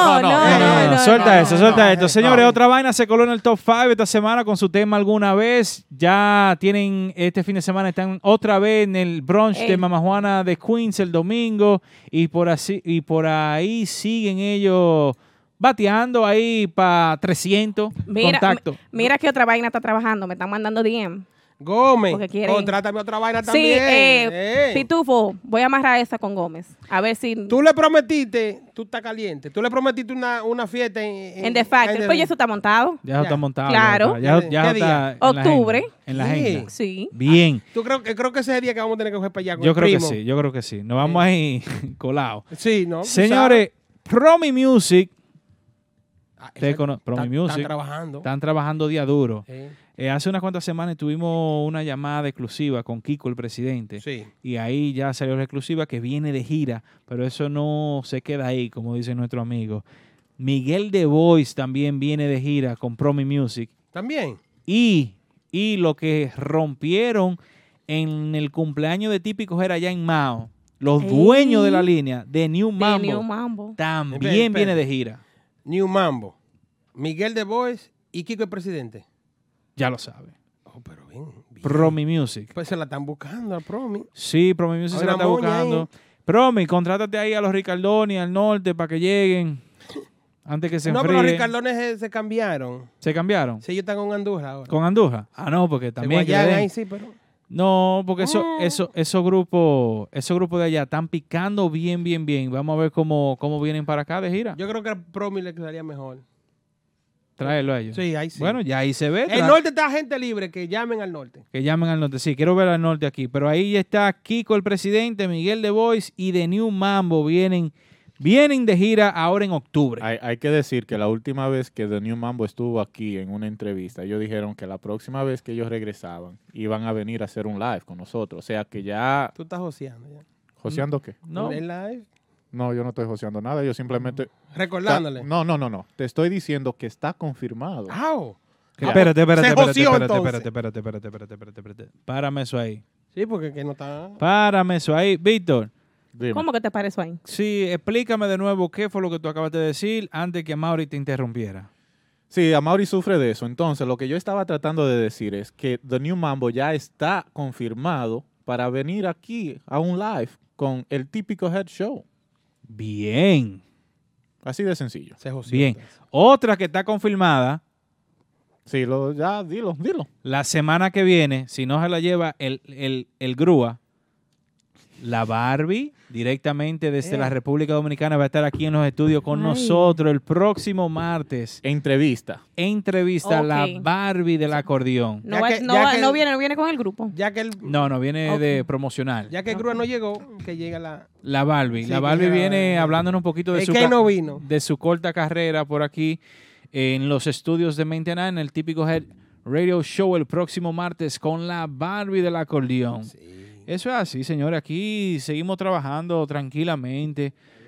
Suelta esto. Señores, otra vaina se coló en el top 5 esta semana con su tema Alguna Vez. Ya tienen, este fin de semana están otra vez en el brunch de Mama Juana de Queens el domingo. Y por ahí siguen ellos bateando ahí para 300 contactos. Mira qué otra vaina está trabajando. Me están mandando DM. Gómez, contrátame otra vaina también. Sí, Pitufo, voy a amarrar esa con Gómez. A ver si... Tú le prometiste, tú estás caliente, tú le prometiste una fiesta en The Factory. Pues ya eso está montado. Ya está montado. Claro. Ya está octubre. En la agenda. Sí. Bien. Creo que ese es el día que vamos a tener que coger para allá con yo creo que sí. Nos vamos ahí colados. Sí, ¿no? Señores, Promi Music. Promi Music. Están trabajando. Están trabajando día duro. Hace unas cuantas semanas tuvimos una llamada exclusiva con Kiko, el presidente. Sí. Y ahí ya salió la exclusiva que viene de gira, pero eso no se queda ahí, como dice nuestro amigo. Miguel The Voice también viene de gira con Promi Music. También. Y lo que rompieron en el cumpleaños de Típico era allá en Mao, los dueños de la línea de New Mambo, también viene de gira. New Mambo, Miguel The Voice y Kiko el presidente. Ya lo sabe. Oh, pero bien. Promi Music. Pues se la están buscando a Promi. Sí, Promi Music se la está buscando. Promi, contrátate ahí a los Ricardoni, al norte, para que lleguen antes que se enfríen. No, pero los Ricardones se cambiaron. ¿Se cambiaron? Sí, ellos están con Andújar ahora. ¿Con Andújar? Ah, no, porque también... Ahí sí, pero... No, porque esos grupos de allá están picando bien. Vamos a ver cómo vienen para acá de gira. Yo creo que a Promi le quedaría mejor. Traerlo a ellos. Sí, ahí sí. Bueno, ya ahí se ve. El norte está gente libre, que llamen al norte. Que llamen al norte, sí, quiero ver al norte aquí. Pero ahí está Kiko el presidente, Miguel The Voice y The New Mambo vienen de gira ahora en octubre. Hay que decir que la última vez que The New Mambo estuvo aquí en una entrevista, ellos dijeron que la próxima vez que ellos regresaban, iban a venir a hacer un live con nosotros. O sea que ya... ¿Tú estás joseando ya? ¿Joseando qué? No. ¿El live? No, yo no estoy joseando nada, yo simplemente... Recordándole. No. Te estoy diciendo que está confirmado. Espérate. Párame eso ahí. Sí, porque que no está... Párame eso ahí. Víctor. Dime. ¿Cómo que te parece ahí? Sí, explícame de nuevo qué fue lo que tú acabas de decir antes que Amaury te interrumpiera. Sí, Amaury sufre de eso. Entonces, lo que yo estaba tratando de decir es que The New Mambo ya está confirmado para venir aquí a un live con el Típico Head Show. Bien. Así de sencillo. Bien. Otra que está confirmada. Sí, dilo. La semana que viene, si no se la lleva el grúa, la Barbie, directamente desde la República Dominicana, va a estar aquí en los estudios con nosotros el próximo martes. Entrevista la Barbie del acordeón. No viene con el grupo. No viene de promocional. Ya que el grúa no llegó, que llega la Barbie. Sí, la Barbie viene hablándonos un poquito de de su corta carrera por aquí en los estudios de Maintenance, en el Típico Head Radio Show el próximo martes con la Barbie del acordeón. Sí. Eso es así, señores. Aquí seguimos trabajando tranquilamente.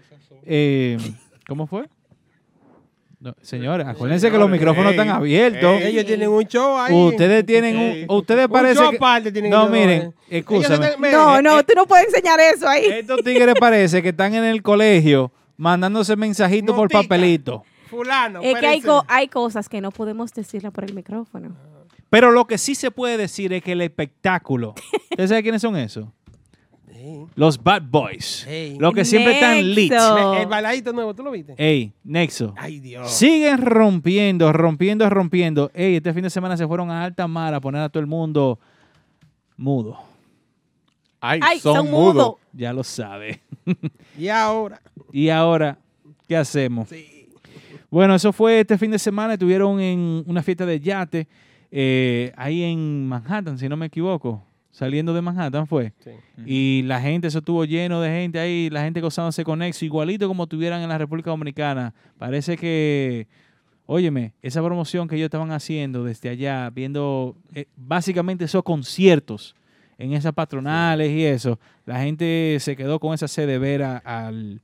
¿Cómo fue? No, señores, acuérdense que los micrófonos están abiertos. Ellos tienen un show ahí. Ustedes tienen ustedes parece show aparte tienen no, que miren, escúchame. No, tú no puedes enseñar eso ahí. Estos tigres parece que están en el colegio mandándose mensajitos por papelito. Fulano. Es que hay cosas que no podemos decirle por el micrófono. Pero lo que sí se puede decir es que el espectáculo. ¿Ustedes saben quiénes son esos? Los Bad Boys. Los que siempre están lit. El bailadito nuevo, ¿tú lo viste? Nexo. Ay, Dios. Siguen rompiendo. Este fin de semana se fueron a alta mar a poner a todo el mundo mudo. Ay, son mudos. Ya lo sabe. ¿Y ahora? ¿Qué hacemos? Sí. Bueno, eso fue este fin de semana. Estuvieron en una fiesta de yate ahí en Manhattan, si no me equivoco. Saliendo de Manhattan fue. Sí. Y la gente, eso estuvo lleno de gente ahí, la gente gozándose con Nexo, igualito como tuvieran en la República Dominicana. Parece que, óyeme, esa promoción que ellos estaban haciendo desde allá, viendo básicamente esos conciertos en esas patronales y eso, la gente se quedó con esa sed de ver al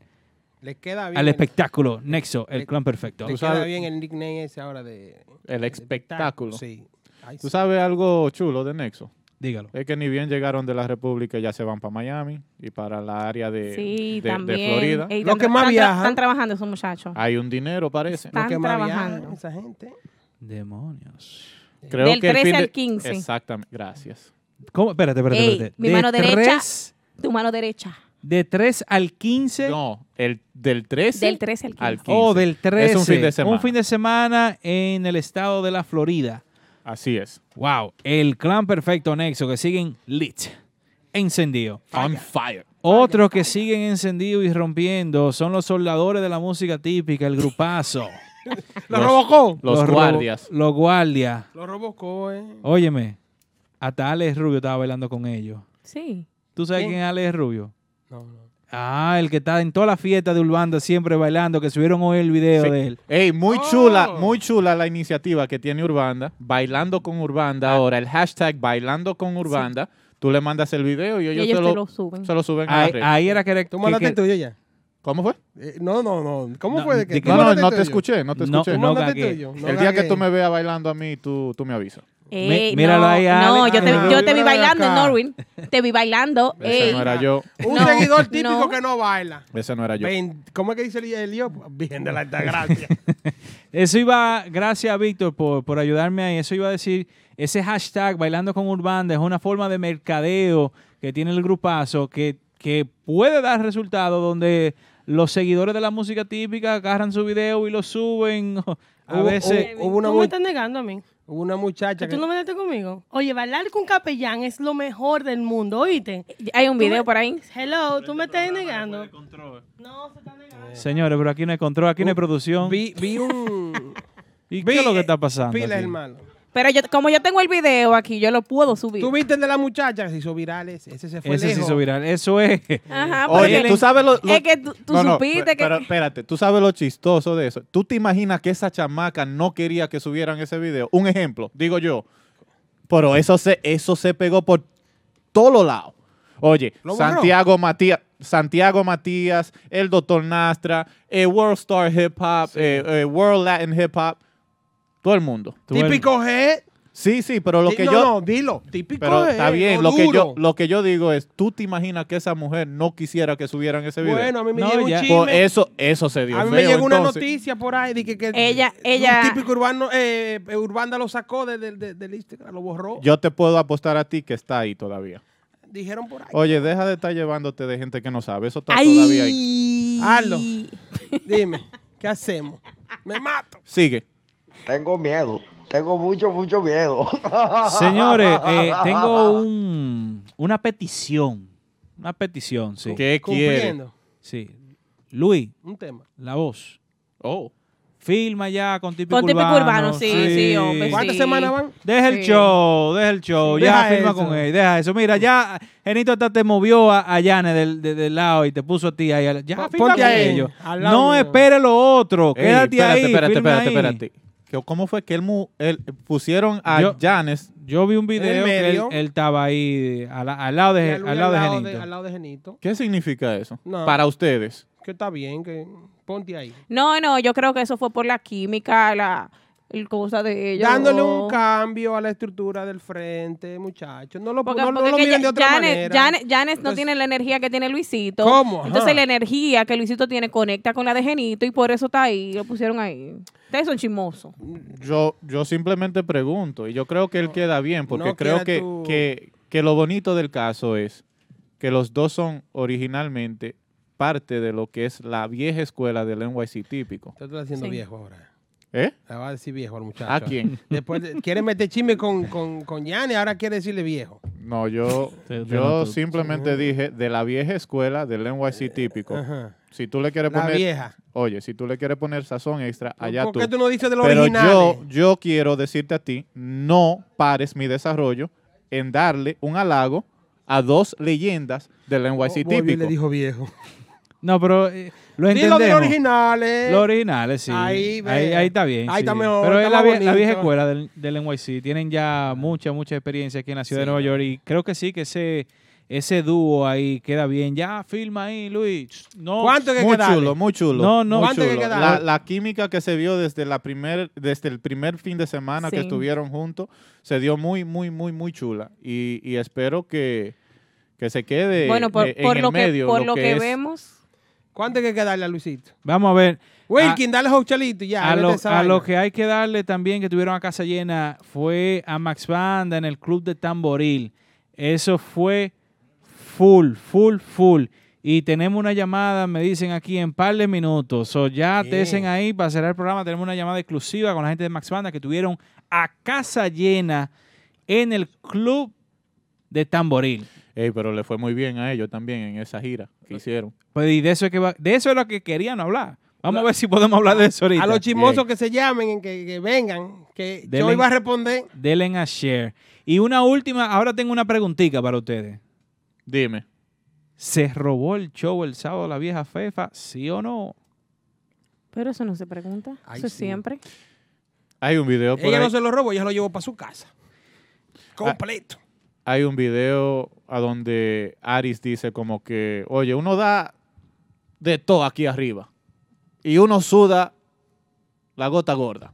espectáculo Nexo, el clan perfecto. Le queda bien el nickname ese ahora de... El espectáculo. Sí. Ay, ¿Tú sabes algo chulo de Nexo? Dígalo. Es que ni bien llegaron de la República, ya se van para Miami y para la área de Florida. Los que más viajan. Están trabajando esos muchachos. Hay un dinero, parece. Están trabajando. Esa gente. Demonios. Creo del que 13 al 15. Exactamente. Gracias. ¿Cómo? Espérate. Mi mano derecha. Tu mano derecha. ¿De 3 al 15? No, del 13 al 15. Oh, del 13. Es un fin de semana. Un fin de semana en el estado de la Florida. Así es. Wow. El clan perfecto Nexo que siguen lit. Encendido. On fire. Otros que siguen encendidos y rompiendo son los soldadores de la música típica, el grupazo. Los Robocó. Los guardias. Los guardias. Los Robocó, Óyeme, hasta Alex Rubio estaba bailando con ellos. Sí. ¿Tú sabes quién es Alex Rubio? No. Ah, el que está en toda la fiesta de Urbanda siempre bailando, que subieron hoy el video de él. Ey, muy chula la iniciativa que tiene Urbanda, bailando con Urbanda. Ahora, el hashtag bailando con Urbanda, tú le mandas el video y ellos se lo suben a la red. Ahí era que... ¿Tú mandaste el tuyo ya? ¿Cómo fue? No. ¿Cómo fue? No te escuché. ¿Tú mandaste el tuyo? El día que tú me veas bailando a mí, tú me avisas. Míralo ahí. No, yo te vi bailando, Norwin. Te vi bailando. Ese no era yo. Un seguidor típico que no baila. Ese no era yo. ¿Cómo es que dice el lío? Bien de la gracia. Eso iba, gracias a Víctor por ayudarme ahí. Eso iba a decir, ese hashtag bailando con Urbanda es una forma de mercadeo que tiene el grupazo que puede dar resultados donde los seguidores de la música típica agarran su video y lo suben. A veces... ¿Tú me estás negando a mí? Hubo una muchacha ¿Tú no me metes conmigo? Oye, bailar con capellán es lo mejor del mundo, ¿oíste? Hay un video por ahí. Hello, ¿tú me estás negando? No, se está negando. Señores, pero aquí no hay control, aquí no hay producción. Vi un... ¿Y qué es lo que está pasando? Pila, aquí? hermano. Pero como yo tengo el video aquí, yo lo puedo subir. ¿Tú viste el de la muchacha que se hizo viral? Ese se fue Ese lejos. se hizo viral. Eso es. Ajá, Oye, tú sabes lo... Es que tú supiste que... Pero espérate, tú sabes lo chistoso de eso. ¿Tú te imaginas que esa chamaca no quería que subieran ese video? Un ejemplo, digo yo. Pero eso se pegó por todos los lados. Oye, Santiago Matías, el Dr. Nastra, World Star Hip Hop, World Latin Hip Hop. Todo el mundo. Típico G. Sí, pero lo que yo... No, dilo. Típico pero G. está bien. Lo que yo digo es, ¿tú te imaginas que esa mujer no quisiera que subieran ese video? Bueno, a mí me llegó un chisme. Pues eso se dio A mí feo, me llegó una entonces. noticia por ahí de que ella un típico urbano, Urbanda lo sacó del Instagram, lo borró. Yo te puedo apostar a ti que está ahí todavía. Dijeron por ahí. Oye, deja de estar llevándote de gente que no sabe. Eso está todavía ahí. Hazlo. Dime, ¿qué hacemos? Me mato. Sigue. Tengo miedo. Tengo mucho miedo. Señores, tengo una petición. Una petición, sí. ¿Qué quiere? Sí. Luis. Un tema. La voz. Oh. Filma ya con Típico Urbano. Sí, hombre. ¿Cuántas semanas van? Deja el show. Ya filma con él. Deja eso. Mira, ya Genito hasta te movió a Yane del lado y te puso a ti ahí. Ya filma con ellos. No espere lo otro. Quédate ahí. Espérate. ¿Cómo fue que él pusieron a Janes? Yo vi un video que él estaba ahí al lado de Genito. ¿Qué significa eso? No. Para ustedes. Que está bien, que ponte ahí. No, yo creo que eso fue por la química, el cosa de ellos. Dándole un cambio a la estructura del frente, muchachos. No lo porque miren de otra manera. Janes no tiene la energía que tiene Luisito. ¿Cómo? Entonces la energía que Luisito tiene conecta con la de Genito y por eso está ahí, lo pusieron ahí. Ustedes son chismosos. Yo simplemente pregunto y yo creo que él queda bien porque creo que lo bonito del caso es que los dos son originalmente parte de lo que es la vieja escuela del NYC típico. Te estoy haciendo viejo ahora. ¿Eh? Le va a decir viejo al muchacho. ¿A quién? Después quiere meter chisme con Yanni, ahora quiere decirle viejo. No, yo simplemente dije de la vieja escuela del NYC típico. Ajá. Si tú le quieres poner... vieja. Oye, si tú le quieres poner sazón extra, allá tú. ¿Por qué tú no dices de los Pero originales? yo quiero decirte a ti, no pares mi desarrollo en darle un halago a dos leyendas del NYC típico. le dijo viejo. No, pero lo entendemos. Dilo de los originales. Los originales, sí. Ahí está bien. Ahí sí. está mejor. Pero está es la vieja escuela del NYC. Tienen ya mucha experiencia aquí en la ciudad de Nueva York y creo que sí, que ese dúo ahí queda bien. Ya, filma ahí, Luis. No, ¿cuánto que queda? Muy chulo. No, ¿cuánto que queda? La química que se vio desde el primer fin de semana que estuvieron juntos se dio muy chula. Y espero que se quede en el medio. Por lo que vemos... ¿Cuánto hay que darle a Luisito? Vamos a ver. Wilkin, dale a Jochalito ya. A lo que hay que darle también, que tuvieron a casa llena, fue a Max Banda en el Club de Tamboril. Eso fue full. Y tenemos una llamada, me dicen aquí, en par de minutos. Ya te dicen ahí, para cerrar el programa, tenemos una llamada exclusiva con la gente de Max Banda que tuvieron a casa llena en el Club de Tamboril. Pero le fue muy bien a ellos también en esa gira que hicieron. Pues y de eso es lo que querían hablar. Vamos a ver si podemos hablar de eso ahorita. A los chismosos que se llamen, que vengan, que yo iba a responder. Denle a share. Y una última, ahora tengo una preguntita para ustedes. Dime. ¿Se robó el show el sábado la vieja Fefa? ¿Sí o no? Pero eso no se pregunta. Eso es siempre. Hay un video por ella ahí. no se lo robó, ella lo llevó para su casa. Completo. Hay un video a donde Aris dice como que, oye, uno da de todo aquí arriba y uno suda la gota gorda.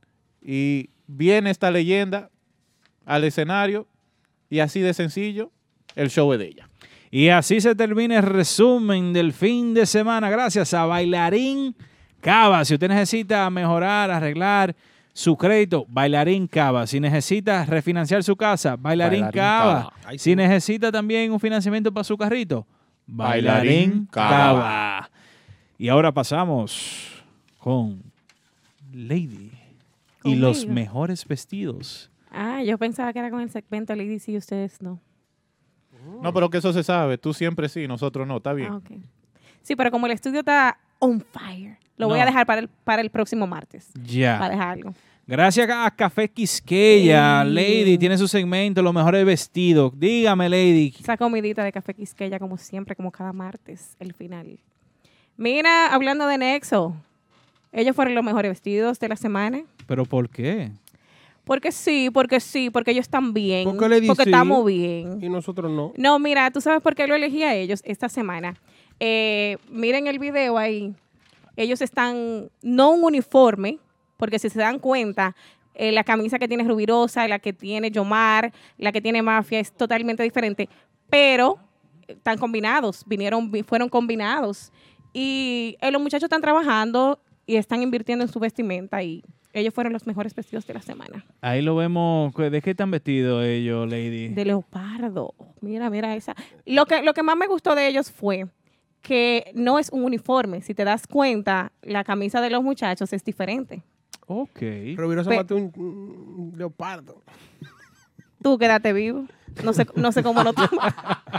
Y viene esta leyenda al escenario y así de sencillo el show es de ella. Y así se termina el resumen del fin de semana gracias a Bailarín Cava. Si usted necesita mejorar, arreglar su crédito, Bailarín Cava. Si necesita refinanciar su casa, Bailarín Cava. Si necesita también un financiamiento para su carrito, Bailarín Cava. Y ahora pasamos con Lady y los mejores vestidos. Yo pensaba que era con el segmento Lady sí y ustedes no. No, pero que eso se sabe. Tú siempre sí, nosotros no. Está bien. Okay. Sí, pero como el estudio está on fire, lo voy a dejar para el próximo martes. Ya. Para dejarlo. Gracias a Café Quisqueya, Lady tiene su segmento, los mejores vestidos. Dígame, Lady. Esa comidita de Café Quisqueya, como siempre, como cada martes, el final. Mira, hablando de Nexo, ellos fueron los mejores vestidos de la semana. ¿Pero por qué? Porque ellos están bien. Porque estamos bien. Y nosotros no. No, mira, ¿tú sabes por qué lo elegí a ellos esta semana? Miren el video ahí. Ellos están, no un uniforme, porque si se dan cuenta, la camisa que tiene Rubirosa, la que tiene Yomar, la que tiene Mafia es totalmente diferente, pero están combinados, fueron combinados. Y los muchachos están trabajando y están invirtiendo en su vestimenta y ellos fueron los mejores vestidos de la semana. Ahí lo vemos. ¿De qué están vestidos ellos, Lady? De leopardo. Mira esa. Lo que más me gustó de ellos fue que no es un uniforme. Si te das cuenta, la camisa de los muchachos es diferente. Ok. Rubirosa mató un leopardo. Tú quédate vivo. No sé cómo no tomas.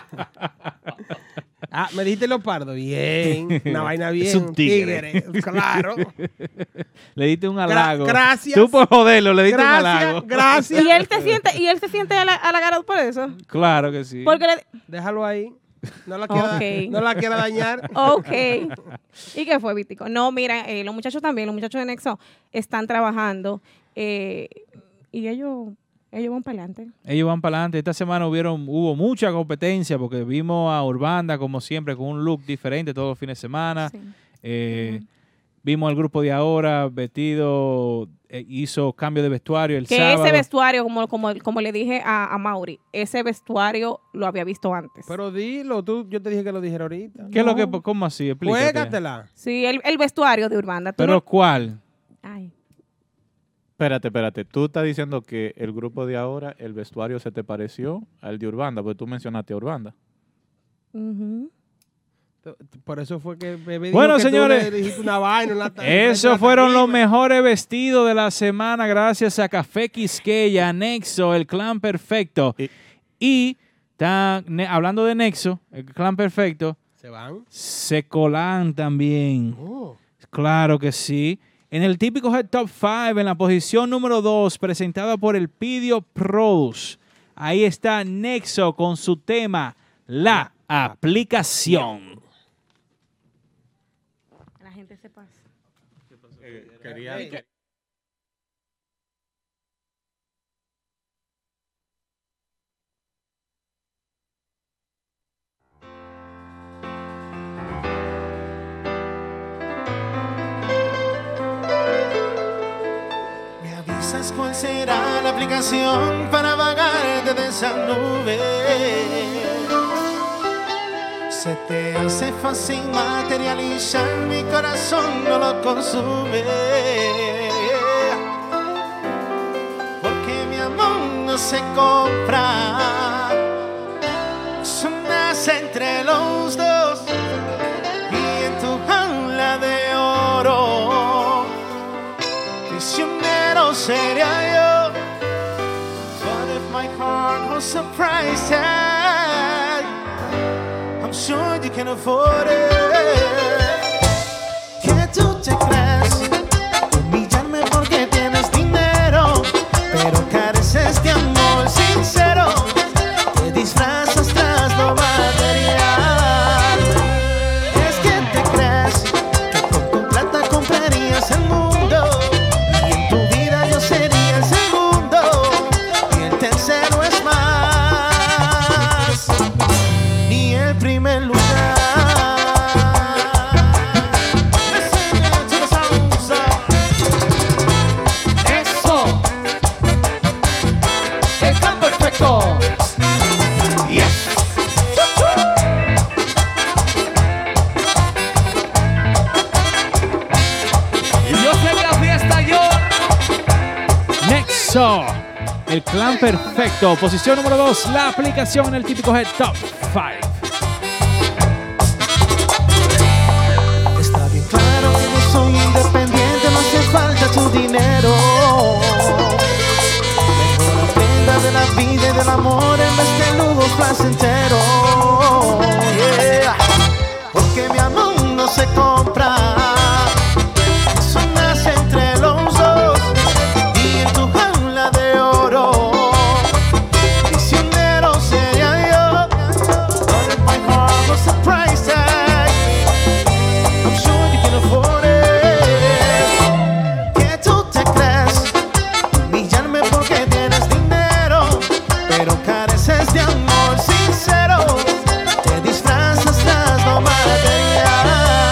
Me dijiste leopardo. Bien. Una vaina bien. Es un tigre. Claro. Le diste un halago. Gracias. Tú por joderlo, le diste un halago. Gracias. ¿Y él se siente halagado por eso? Claro que sí. Porque déjalo ahí. No la quiera dañar. Ok. ¿Y qué fue, Vítico? No, mira, los muchachos de Nexo están trabajando y ellos van para adelante. Ellos van para adelante. Esta semana hubo mucha competencia porque vimos a Urbanda, como siempre, con un look diferente todos los fines de semana. Sí. Vimos al grupo de ahora vestido, hizo cambio de vestuario el sábado. Ese vestuario, como le dije a Mauri, ese vestuario lo había visto antes. Pero dilo, yo te dije que lo dijera ahorita. ¿Qué es lo que, cómo así? Explícate. Juégatela. Sí, el vestuario de Urbanda. ¿Pero cuál? Ay. Espérate. Tú estás diciendo que el grupo de ahora, el vestuario se te pareció al de Urbanda, porque tú mencionaste a Urbanda. Por eso fue que bebé bueno, dijo que señores, tú le dijiste una vaina. Esos fueron los mejores vestidos de la semana gracias a Café Quisqueya, Nexo, el clan perfecto. Y hablando de Nexo, el clan perfecto, ¿se van? Se colan también. Claro que sí. En el típico Head Top 5, en la posición número 2, presentada por el Pidio Produce. Ahí está Nexo con su tema, La Aplicación. La gente se pasa. ¿Cuál será la aplicación para vagarte de esa nube? Se te hace fácil materializar, mi corazón no lo consume. Porque mi amor no se compra, eso nace entre los dos. Y en tu jaula de oro, prisionero sería yo. But if my heart was a price tag, I'm sure you can afford it. Que tú te crees humillarme porque tienes dinero, pero careces de amor sincero. Te disfrazas tras lo material. tendrías el mundo. Y en tu vida yo sería el segundo. Y el tercero es más. Ni el primer lugar. Eso. Está perfecto. Yes. Yo sé la fiesta yo. Nexo, el clan perfecto. Posición número 2, la aplicación en el típico Head Top 5. Está bien claro que yo soy independiente, no hace falta tu dinero. Mejor aprenda de la vida y del amor en vez de lujos placenteros. Yeah. Porque mi amor no se compra. Eso nace entre los dos. Y en tu jaula de oro, prisionero sería yo. But if my heart was a price tag, I'm sure you can afford it. Que tú te crees humillarme porque tienes dinero, pero careces de amor sincero. Te disfrazas tras lo material.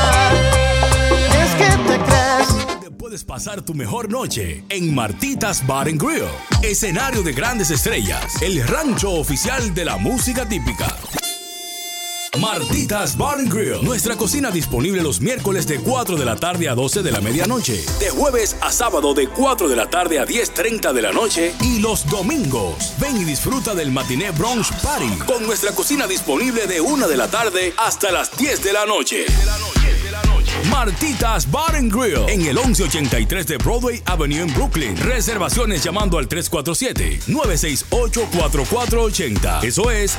Es que te crees. Puedes pasar tu mejor noche en Martitas Bar and Grill, escenario de grandes estrellas, el rancho oficial de la música típica. Martitas Bar and Grill, nuestra cocina disponible los miércoles de 4 de la tarde a 12 de la medianoche, de jueves a sábado de 4 de la tarde a 10:30 de la noche y los domingos. Ven y disfruta del matiné brunch party con nuestra cocina disponible de 1 de la tarde hasta las 10 de la noche. Martitas Bar and Grill en el 1183 de Broadway Avenue en Brooklyn. Reservaciones llamando al 347-968-4480. Eso es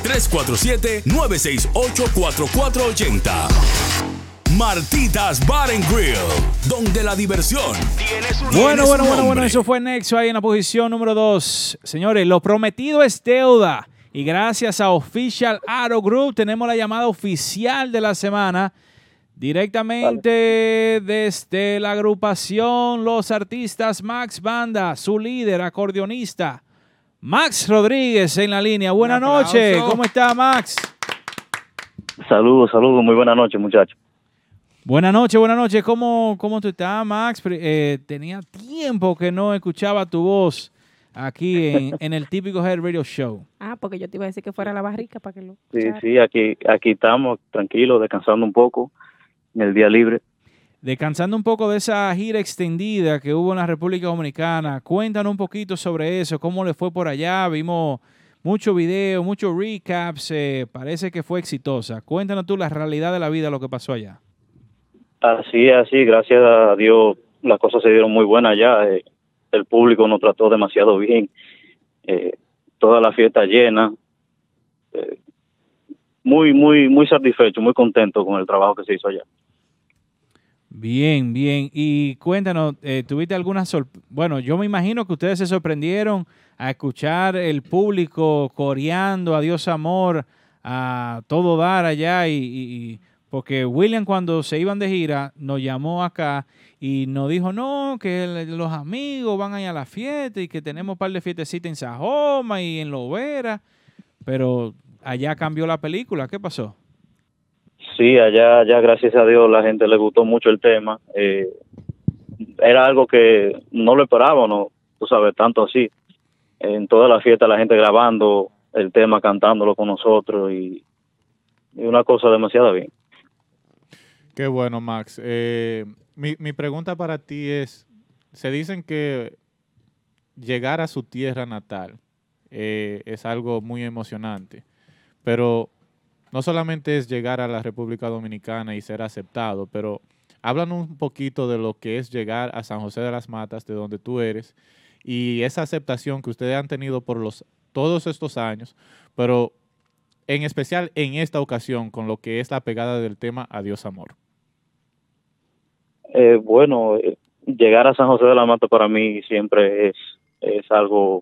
347-968-4480. Martitas Bar and Grill, donde la diversión tiene su Bueno, eso fue Nexo ahí en la posición número 2. Señores, lo prometido es deuda. Y gracias a Official Auto Group tenemos la llamada oficial de la semana. Directamente desde la agrupación Los Artistas Max Banda, su líder, acordeonista, Max Rodríguez en la línea. Buenas noches, ¿cómo está Max? Saludos, muy buenas noches, muchachos. Buenas noches, ¿cómo tú estás, Max? Tenía tiempo que no escuchaba tu voz aquí en el típico Head Radio Show. Ah, porque yo te iba a decir que fuera la barrica para que lo Sí, aquí estamos tranquilos, descansando un poco en el día libre. Descansando un poco de esa gira extendida que hubo en la República Dominicana. Cuéntanos un poquito sobre eso, cómo le fue por allá. Vimos muchos videos, muchos recaps, parece que fue exitosa. Cuéntanos tú la realidad de la vida, lo que pasó allá. Así, gracias a Dios las cosas se dieron muy buenas allá. El público nos trató demasiado bien. Toda la fiesta llena. Muy satisfecho, muy contento con el trabajo que se hizo allá. Bien. Y cuéntanos, ¿tuviste alguna sorpresa? Bueno, yo me imagino que ustedes se sorprendieron a escuchar el público coreando a Dios Amor, a todo dar allá. Y porque William, cuando se iban de gira, nos llamó acá y nos dijo, no, que los amigos van allá a la fiesta y que tenemos un par de fiestecitas en Sajoma y en Lovera. Pero allá cambió la película. ¿Qué pasó? Sí, allá gracias a Dios la gente le gustó mucho el tema. Era algo que no lo esperábamos, tú sabes, tanto así. En toda la fiesta la gente grabando el tema, cantándolo con nosotros y una cosa demasiado bien. Qué bueno, Max. Mi pregunta para ti es, se dicen que llegar a su tierra natal es algo muy emocionante, pero no solamente es llegar a la República Dominicana y ser aceptado, pero háblanos un poquito de lo que es llegar a San José de las Matas, de donde tú eres, y esa aceptación que ustedes han tenido por todos estos años, pero en especial en esta ocasión con lo que es la pegada del tema Adiós Amor. Bueno, llegar a San José de las Matas para mí siempre es algo...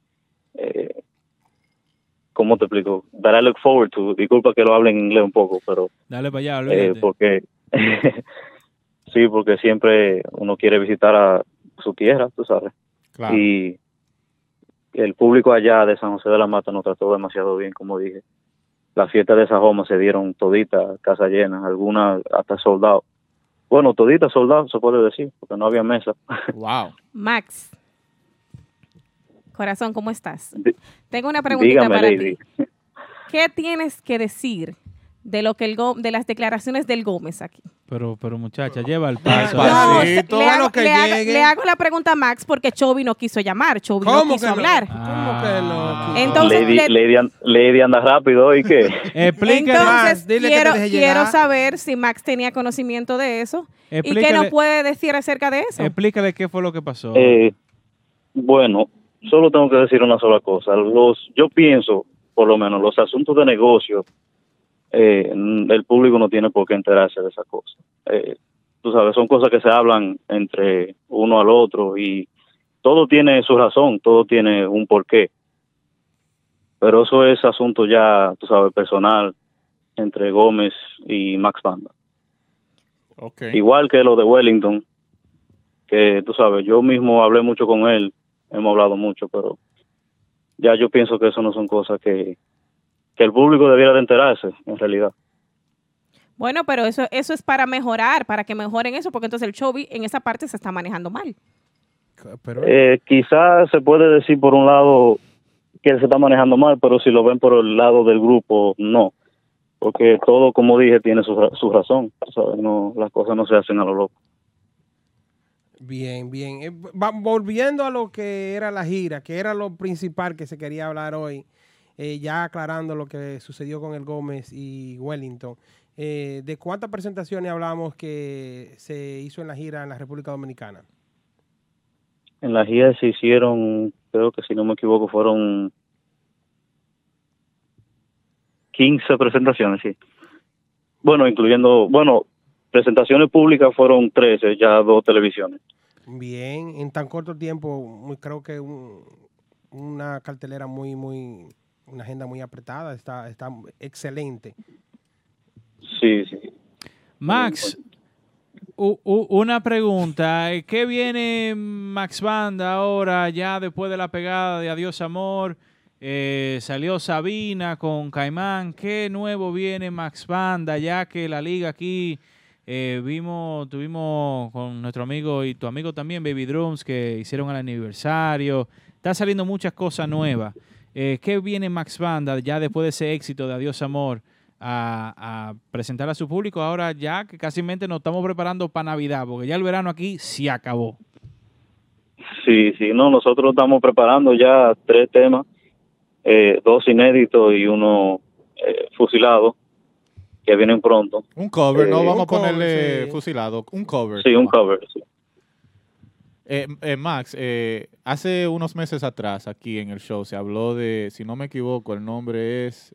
¿cómo te explico? That I look forward to. Disculpa que lo hable en inglés un poco, pero... Dale para allá, olvídate. Porque Sí, porque siempre uno quiere visitar a su tierra, tú sabes. Claro. Y el público allá de San José de la Mata nos trató demasiado bien, como dije. Las fiestas de Sajoma se dieron toditas, casa llena, algunas hasta soldados. Bueno, toditas soldados se puede decir, porque no había mesa. Wow. Max, corazón, ¿cómo estás? Tengo una preguntita Dígame, para Lady. ti. ¿Qué tienes que decir de lo que de las declaraciones del Gómez aquí? Pero muchacha, lleva el paso. Le hago la pregunta a Max porque Chovy no quiso llamar, Chovy no quiso hablar. ¿Cómo que no? Entonces, Lady anda rápido, ¿y qué? entonces dile que te deje quiero llegar. saber si Max tenía conocimiento de eso y qué Explícale- nos puede decir acerca de eso. Explícale qué fue lo que pasó. Bueno, solo tengo que decir una sola cosa. Yo pienso, por lo menos, los asuntos de negocio, el público no tiene por qué enterarse de esas cosas. Tú sabes, son cosas que se hablan entre uno al otro y todo tiene su razón, todo tiene un porqué. Pero eso es asunto ya, tú sabes, personal entre Gómez y Max Banda. Okay. Igual que lo de Wellington, que tú sabes, yo mismo hablé mucho con él, hemos hablado mucho, pero ya yo pienso que eso no son cosas que el público debiera de enterarse, en realidad. Bueno, pero eso es para mejorar, para que mejoren eso, porque entonces el Chovy en esa parte se está manejando mal. Quizás se puede decir por un lado que él se está manejando mal, pero si lo ven por el lado del grupo, no. Porque todo, como dije, tiene su razón. ¿Sabes? No, las cosas no se hacen a lo loco. Bien, bien. Volviendo a lo que era la gira, que era lo principal que se quería hablar hoy, ya aclarando lo que sucedió con el Gómez y Wellington. ¿De cuántas presentaciones hablamos que se hizo en la gira en la República Dominicana? En la gira se hicieron, creo que si no me equivoco, fueron 15 presentaciones, sí. Bueno, incluyendo, presentaciones públicas fueron 13, ya 2 televisiones. Bien, en tan corto tiempo, creo que una cartelera una agenda muy apretada, está excelente. Sí, sí. Max, una pregunta. ¿Qué viene Max Banda ahora, ya después de la pegada de Adiós Amor? Salió Sabina con Caimán. ¿Qué nuevo viene Max Banda? Ya que la liga aquí tuvimos con nuestro amigo y tu amigo también, Baby Drums, que hicieron el aniversario. Está saliendo muchas cosas nuevas. ¿Qué viene Max Banda ya después de ese éxito de Adiós Amor a presentar a su público? Ahora ya que casi nos estamos preparando para Navidad, porque ya el verano aquí se acabó. Sí, no, nosotros estamos preparando ya 3 temas, 2 inéditos y uno fusilado, que vienen pronto. Un cover, no vamos a ponerle cover, sí. fusilado, un cover. Sí, un cover, sí. Max, hace unos meses atrás aquí en el show se habló de, si no me equivoco, el nombre es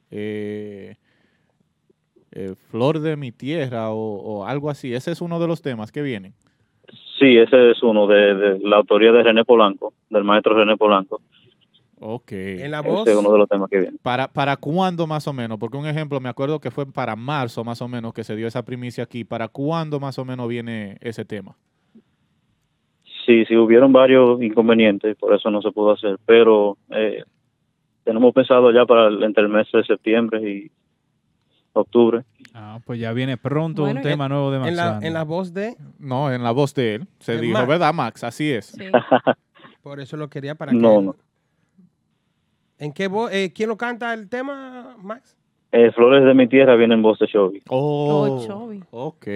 Flor de mi tierra o algo así. Ese es uno de los temas que vienen. Sí, ese es uno de la autoría de René Polanco, del maestro René Polanco. Ok. En la voz. Ese es uno de los temas que viene. ¿Para cuándo más o menos? Porque un ejemplo, me acuerdo que fue para marzo más o menos que se dio esa primicia aquí. ¿Para cuándo más o menos viene ese tema? Sí, hubieron varios inconvenientes, por eso no se pudo hacer, pero tenemos pensado ya para entre el mes de septiembre y octubre. Pues ya viene pronto un tema nuevo de Max Banda. ¿En la voz de? No, en la voz de él. Se dijo, Max. ¿verdad, Max? Así es. Sí. Por eso lo quería para No. ¿En qué voz? ¿Quién lo canta el tema, Max? Flores de mi tierra viene en voz de Chovy. Chovy. Ok.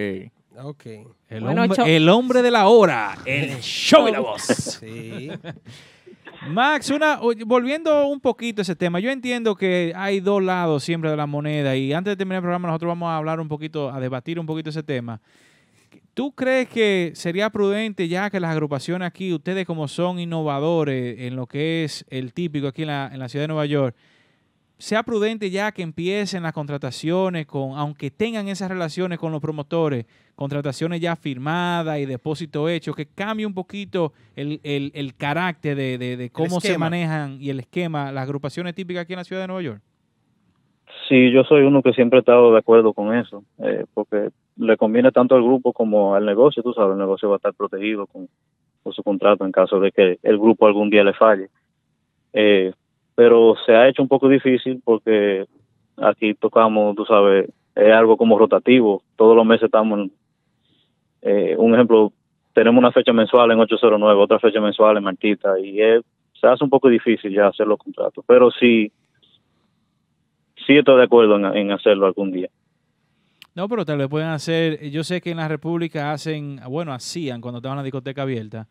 El hombre de la hora, el show y la voz. Sí. Max, volviendo un poquito a ese tema, yo entiendo que hay 2 lados siempre de la moneda y antes de terminar el programa nosotros vamos a hablar a debatir un poquito ese tema. ¿Tú crees que sería prudente ya que las agrupaciones aquí, ustedes como son innovadores en lo que es el típico aquí en la ciudad de Nueva York, sea prudente ya que empiecen las contrataciones, aunque tengan esas relaciones con los promotores, contrataciones ya firmadas y depósito hecho, que cambie un poquito el carácter de cómo se manejan y el esquema, las agrupaciones típicas aquí en la ciudad de Nueva York? Sí, yo soy uno que siempre he estado de acuerdo con eso, porque le conviene tanto al grupo como al negocio, tú sabes, el negocio va a estar protegido con su contrato en caso de que el grupo algún día le falle. Pero se ha hecho un poco difícil porque aquí tocamos, tú sabes, es algo como rotativo. Todos los meses estamos, un ejemplo, tenemos una fecha mensual en 809, otra fecha mensual en Martita, y se hace un poco difícil ya hacer los contratos. Pero sí estoy de acuerdo en hacerlo algún día. No, pero tal vez pueden hacer, yo sé que en la República hacían cuando estaban en la discoteca abierta.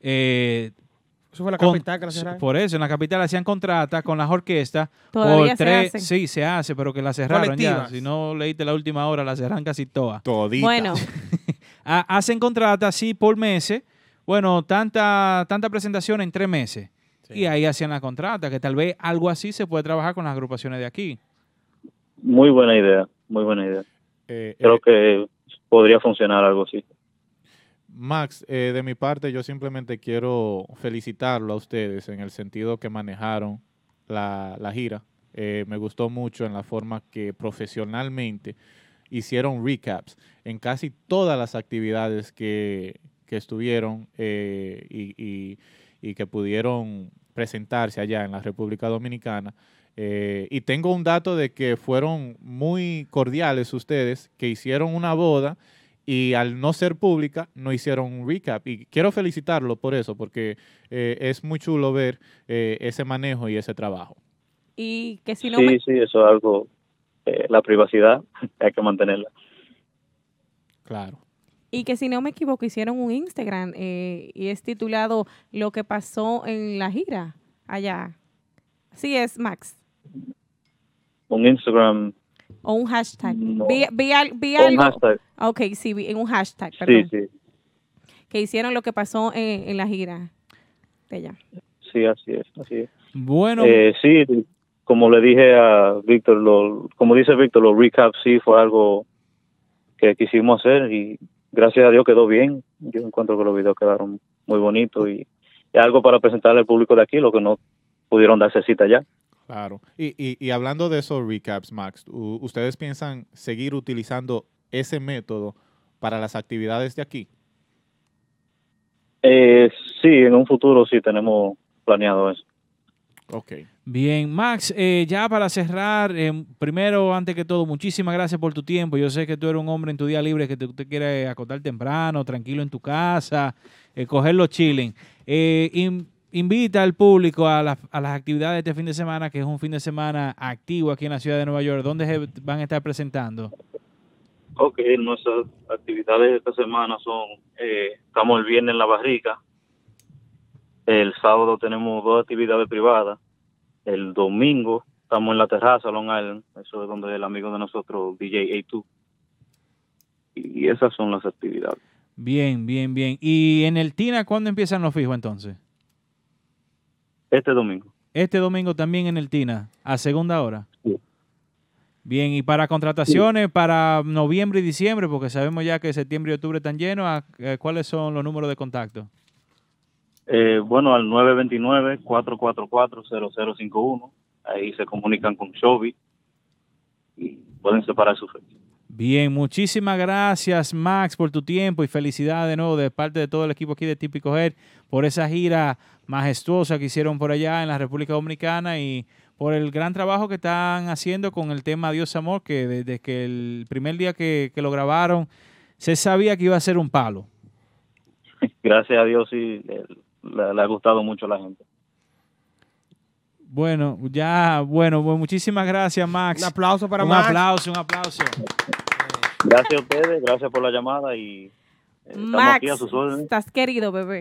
Eso fue en la capital que la cerraron. Por eso, en la capital hacían contratas con las orquestas. Todavía se hace. Sí, se hace, pero que la cerraron ya. Si no leíste la última hora, la cerran casi todas. Todita. Bueno. Hacen contratas, sí, por meses. Bueno, tanta presentación en 3 meses. Sí. Y ahí hacían la contrata, que tal vez algo así se puede trabajar con las agrupaciones de aquí. Muy buena idea, muy buena idea. Creo que podría funcionar algo así. Max, de mi parte yo simplemente quiero felicitarlo a ustedes en el sentido que manejaron la gira. Me gustó mucho en la forma que profesionalmente hicieron recaps en casi todas las actividades que estuvieron y que pudieron presentarse allá en la República Dominicana. Y tengo un dato de que fueron muy cordiales ustedes, que hicieron una boda y al no ser pública no hicieron un recap. Y quiero felicitarlo por eso, porque es muy chulo ver ese manejo y ese trabajo. Y que si no sí, eso es algo, la privacidad hay que mantenerla. Claro. Y que si no me equivoco hicieron un Instagram y es titulado Lo que pasó en la gira allá. Sí es, Max. Un Instagram. O un hashtag. No. Vi algo. Un hashtag. Ok, sí, en un hashtag, perdón. Sí. Que hicieron lo que pasó en la gira de ella. Sí, así es. Bueno. Sí, como le dije a Víctor, como dice Víctor, los recaps sí fue algo que quisimos hacer y gracias a Dios quedó bien. Yo encuentro que los videos quedaron muy bonitos y es algo para presentarle al público de aquí, lo que no pudieron darse cita allá. Claro. Y hablando de esos recaps, Max, ¿ustedes piensan seguir utilizando ese método para las actividades de aquí? Sí, en un futuro sí tenemos planeado eso. Ok. Bien, Max, ya para cerrar, primero, antes que todo, muchísimas gracias por tu tiempo. Yo sé que tú eres un hombre en tu día libre que te quieres acostar temprano, tranquilo en tu casa, cogerlo chilling. Invita al público a las actividades de este fin de semana, que es un fin de semana activo aquí en la ciudad de Nueva York. ¿Dónde se van a estar presentando? Ok, nuestras actividades de esta semana son, estamos el viernes en La Barrica, el sábado tenemos 2 actividades privadas, el domingo estamos en la terraza Long Island, eso es donde el amigo de nosotros, DJ A2, y esas son las actividades. Bien. ¿Y en el TINA cuándo empiezan los fijos entonces? Este domingo. Este domingo también en el TINA, a segunda hora. Sí. Bien, y para contrataciones para noviembre y diciembre, porque sabemos ya que septiembre y octubre están llenos, ¿cuáles son los números de contacto? Bueno, al 929-444-0051, ahí se comunican con Shobi y pueden separar su fecha. Bien, muchísimas gracias, Max, por tu tiempo y felicidades de nuevo de parte de todo el equipo aquí de Típico Head por esa gira majestuosa que hicieron por allá en la República Dominicana y por el gran trabajo que están haciendo con el tema Dios Amor, que desde que el primer día que lo grabaron se sabía que iba a ser un palo. Gracias a Dios sí, le ha gustado mucho a la gente. Bueno, muchísimas gracias, Max. Un aplauso para Max. Un aplauso. Gracias a ustedes, gracias por la llamada y estamos Max, aquí a sus órdenes. Estás querido, bebé.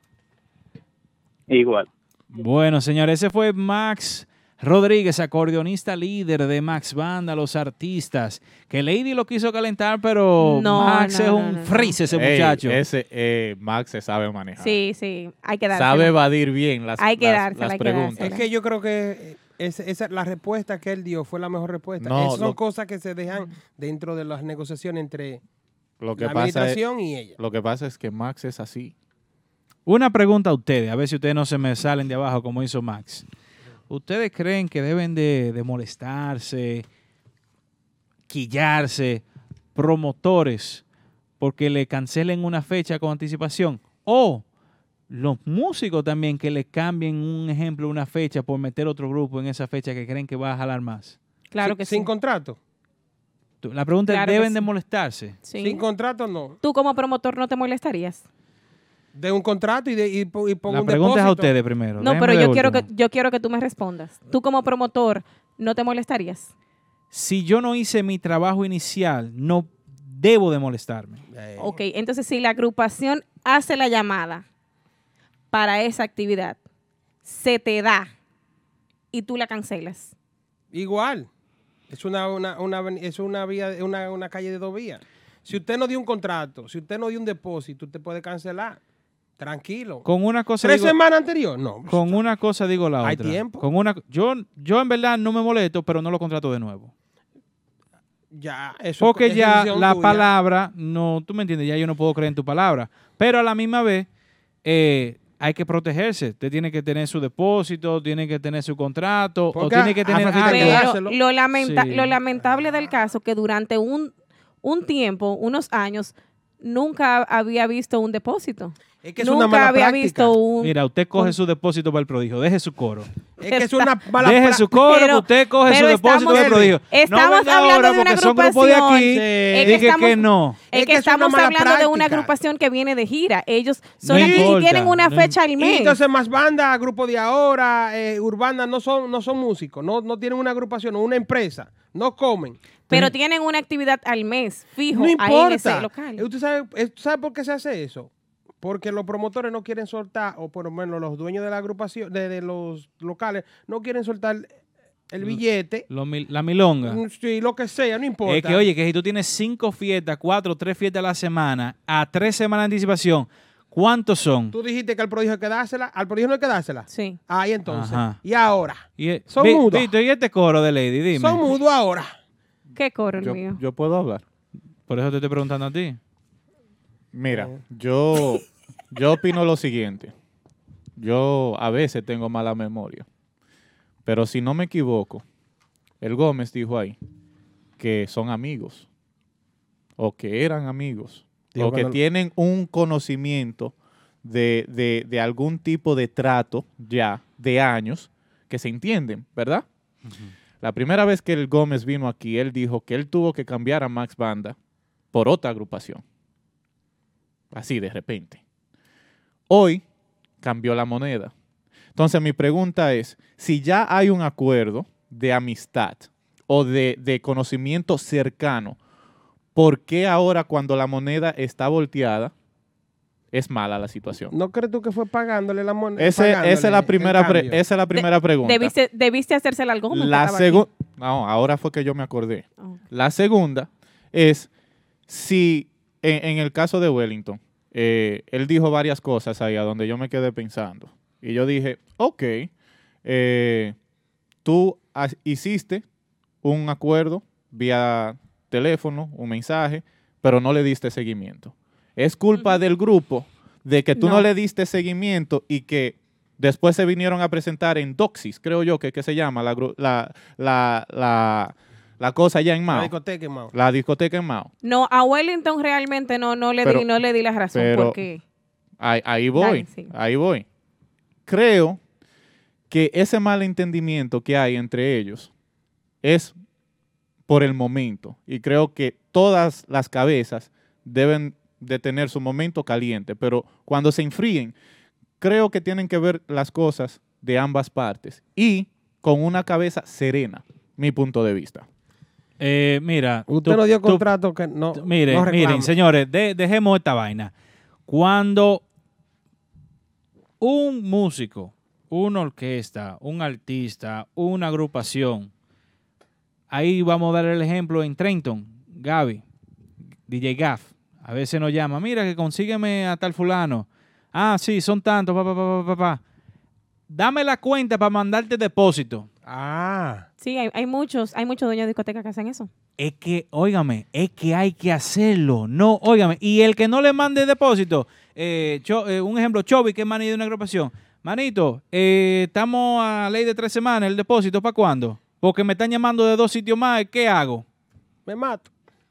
Igual. Bueno, señores, ese fue Max Rodríguez, acordeonista líder de Max Banda, los artistas. Que Lady lo quiso calentar, pero Max es un freeze ese muchacho. Max se sabe manejar. Sí, hay que dársela. Sabe evadir bien las preguntas. Es que yo creo que la respuesta que él dio fue la mejor respuesta. Esas son cosas que se dejan dentro de las negociaciones entre la administración y ella. Lo que pasa es que Max es así. Una pregunta a ustedes, a ver si ustedes no se me salen de abajo como hizo Max. ¿Ustedes creen que deben de molestarse, quillarse promotores porque le cancelen una fecha con anticipación, o los músicos también que le cambien, un ejemplo, una fecha por meter otro grupo en esa fecha que creen que va a jalar más. Claro que sí. ¿Sin contrato? La pregunta Claro es, que ¿deben sí. de molestarse? Sí. ¿Sin contrato no? ¿Tú como promotor no te molestarías? De un contrato y pongo La un pregunta es a depósito. ustedes primero. No, Déjenme pero de yo quiero que tú me respondas. ¿Tú como promotor no te molestarías? Si yo no hice mi trabajo inicial, no debo de molestarme. Ok, entonces si la agrupación hace la llamada para esa actividad, se te da y tú la cancelas. Igual. Es una vía, una calle de 2 vías. Si usted no dio un contrato, si usted no dio un depósito, usted puede cancelar. Tranquilo. Con una cosa 3 digo- semanas anterior, no. Con una cosa digo la Hay otra. tiempo. Yo en verdad no me molesto, pero no lo contrato de nuevo. Ya, eso Porque es ya decisión la tuya. palabra, no, tú me entiendes, ya yo no puedo creer en tu palabra. Pero a la misma vez, hay que protegerse. Usted tiene que tener su depósito, tiene que tener su contrato, Porque o tiene que tener algo. Pero Sí. lo lamentable del caso que durante un tiempo, unos años, nunca había visto un depósito. Es que es nunca una mala había práctica. visto un... Mira, usted coge su depósito para el prodigio, deje su coro. Es que es una mala Deje su coro, que usted coge su depósito para el prodigio. Estamos venga hablando ahora de una porque son grupos de agrupación. aquí, Es dije que no. Es que es una estamos mala hablando de una práctica. agrupación que viene de gira. Ellos son No aquí importa, y tienen una no fecha al Y mes. entonces más bandas, grupo de ahora, urbana, no son músicos, no tienen una agrupación, una empresa, no comen. Pero tienen una actividad al mes, fijo, No ahí en ese importa. local. ¿Usted sabe por qué se hace eso? Porque los promotores no quieren soltar, o por lo menos los dueños de la agrupación, de los locales, no quieren soltar el billete. La milonga. Sí, lo que sea, no importa. Es que, oye, que si tú tienes 5 fiestas, 4, 3 fiestas a la semana, a 3 semanas de anticipación, ¿cuántos son? Tú dijiste que al prodigio hay que dársela, al prodigio no hay que dársela. Sí. Ahí entonces. Ajá. Y ahora. Son Vi- mudos. Víctor, ¿y este coro de Lady? Dime. Son mudos ahora. ¿Qué coro el mío? Yo puedo hablar. Por eso te estoy preguntando a ti. Mira, yo opino lo siguiente. Yo a veces tengo mala memoria. Pero si no me equivoco, el Gómez dijo ahí que son amigos. O que eran amigos. Dijo o que que no- tienen un conocimiento de algún tipo de trato ya de años que se entienden, ¿verdad? La primera vez que el Gómez vino aquí, él dijo que él tuvo que cambiar a Max Banda por otra agrupación. Así de repente. Hoy cambió la moneda. Entonces mi pregunta es, si ya hay un acuerdo de amistad o de conocimiento cercano, ¿por qué ahora cuando la moneda está volteada es mala la situación? ¿No crees tú que fue pagándole la moneda? Esa es la primera pregunta. Debiste hacérsela al Gómez. que La estaba aquí. segunda, no, ahora fue que yo me acordé. La segunda es si en el caso de Wellington, él dijo varias cosas ahí a donde yo me quedé pensando. Y yo dije, ok, tú hiciste un acuerdo vía teléfono, un mensaje, pero no le diste seguimiento. Es culpa del grupo de que tú no le diste seguimiento y que después se vinieron a presentar en Doxis, creo yo que se llama la cosa allá en Mao. La discoteca en Mao. La discoteca en Mao. No, a Wellington realmente no le di la razón. pero Porque ahí voy, Dale, sí. ahí voy. Creo que ese malentendimiento que hay entre ellos es por el momento. Y creo que todas las cabezas deben de tener su momento caliente. Pero cuando se enfríen, creo que tienen que ver las cosas de ambas partes. Y con una cabeza serena, mi punto de vista. Mira. Usted no dio contrato que no. Miren, no reclame. miren, señores, dejemos esta vaina. Cuando un músico, una orquesta, un artista, una agrupación, ahí vamos a dar el ejemplo en Trenton, Gaby, DJ Gaff, a veces nos llama, mira que consígueme a tal fulano. Ah, sí, son tantos, papá. Dame la cuenta para mandarte depósito. Ah. sí, hay muchos dueños de discotecas que hacen eso. Es que, óigame, es que hay que hacerlo. No, óigame. Y el que no le mande depósito, un ejemplo, Chovy, que es manager de una agrupación. Manito, estamos a ley de 3 semanas, ¿el depósito para cuándo? Porque me están llamando de 2 sitios más, ¿qué hago? Me mato.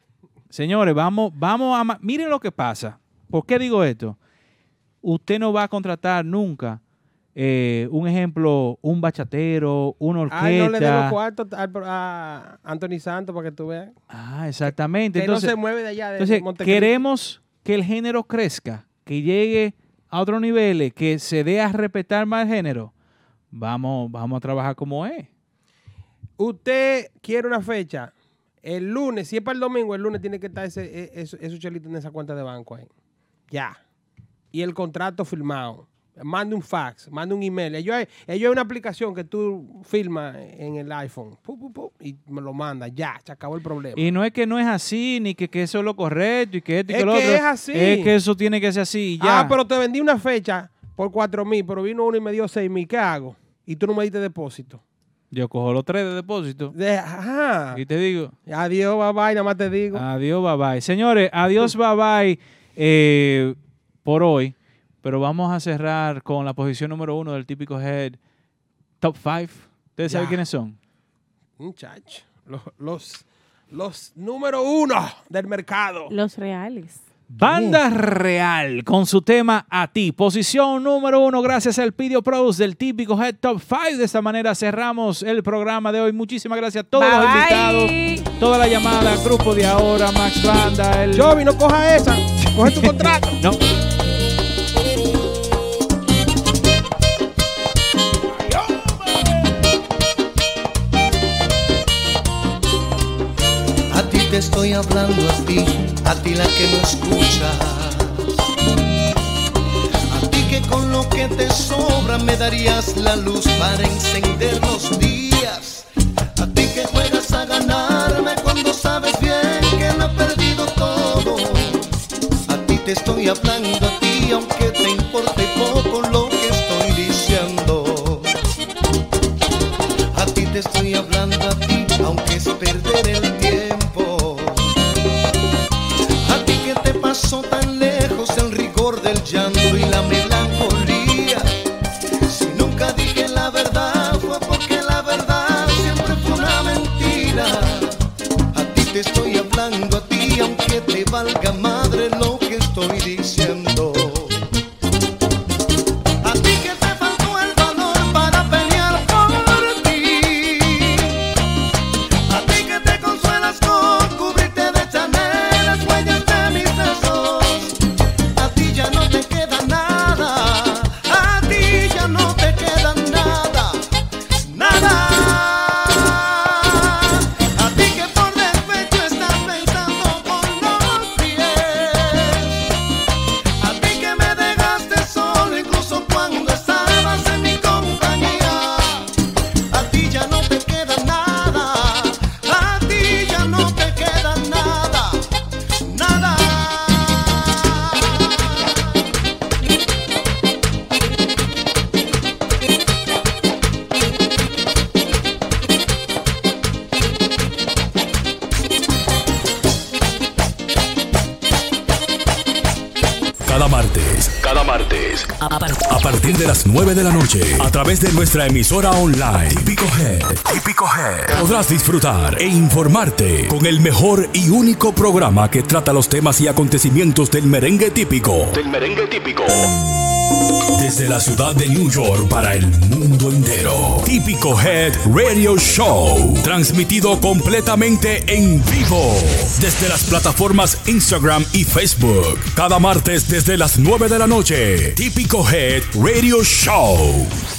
Señores, vamos a... Miren lo que pasa. ¿Por qué digo esto? Usted no va a contratar nunca, un ejemplo, un bachatero, una orquesta. No le dé los cuartos a Anthony Santos para que tú veas. Exactamente. Que entonces, no se mueve de allá de entonces, Montecristo. queremos que el género crezca, que llegue a otros niveles, que se dé a respetar más el género. Vamos a trabajar como es. Usted quiere una fecha. El lunes, si es para el domingo, el lunes tiene que estar esos chelitos en esa cuenta de banco ahí. Ya. Y el contrato firmado. Mande un fax, mande un email. Ellos hay una aplicación que tú firmas en el iPhone. Y me lo manda. Ya, se acabó el problema. Y no es que no es así, ni que eso es lo correcto, y que esto y que lo otro. Es así. Es que eso tiene que ser así y ya. Pero te vendí una fecha por 4,000, pero vino uno y me dio 6,000. ¿Qué hago? Y tú no me diste depósito. Yo cojo los 3 de depósito. Ajá. Y te digo. Adiós, bye bye, nada más te digo. Adiós, bye bye. Señores, adiós, bye bye por hoy. Pero vamos a cerrar con la posición número 1 del Típico Head Top 5. ¿Ustedes saben quiénes son? Muchachos. Los número 1 del mercado. Los reales. Banda Real con su tema A Ti. Posición número 1 gracias al Pidio Pros del Típico Head Top 5. De esta manera cerramos el programa de hoy. Muchísimas gracias a todos los invitados. Toda la llamada, grupo de ahora, Max Banda. Jovi, no coja esa. Coge tu contrato. No. A ti te estoy hablando, a ti la que no escuchas, a ti que con lo que te sobra me darías la luz para encender los días, a ti que juegas a ganarme cuando sabes bien que no he perdido todo, a ti te estoy hablando, a ti aunque te importe poco lo que estoy diciendo, a ti te estoy hablando, a ti aunque es perder el tiempo. A ti que te pasó tan lejos el rigor del llanto y la melancolía. Si nunca dije la verdad fue porque la verdad siempre fue una mentira. A ti te estoy hablando, a ti aunque te valga madre lo que estoy diciendo. A ti que te faltó el valor para pelear por ti. A ti que te consuelas con cubrirte de Chanel las huellas de mis besos. A ti ya no te queda nada. A ti ya no te queda nada. Nada. A ti que por despecho estás pensando con los pies. A ti que me dejaste solo incluso cuando estabas en mi compañía. A ti ya no te queda nada. A ti ya no te queda nada. Nada. Cada martes, a partir de las 9 de la noche, a través de nuestra emisora online, Típico Head, podrás disfrutar e informarte con el mejor y único programa que trata los temas y acontecimientos del merengue típico. Desde la ciudad de New York para el mundo entero. Típico Head Radio Show. Transmitido completamente en vivo. Desde las plataformas Instagram y Facebook. Cada martes desde las 9 de la noche. Típico Head Radio Show.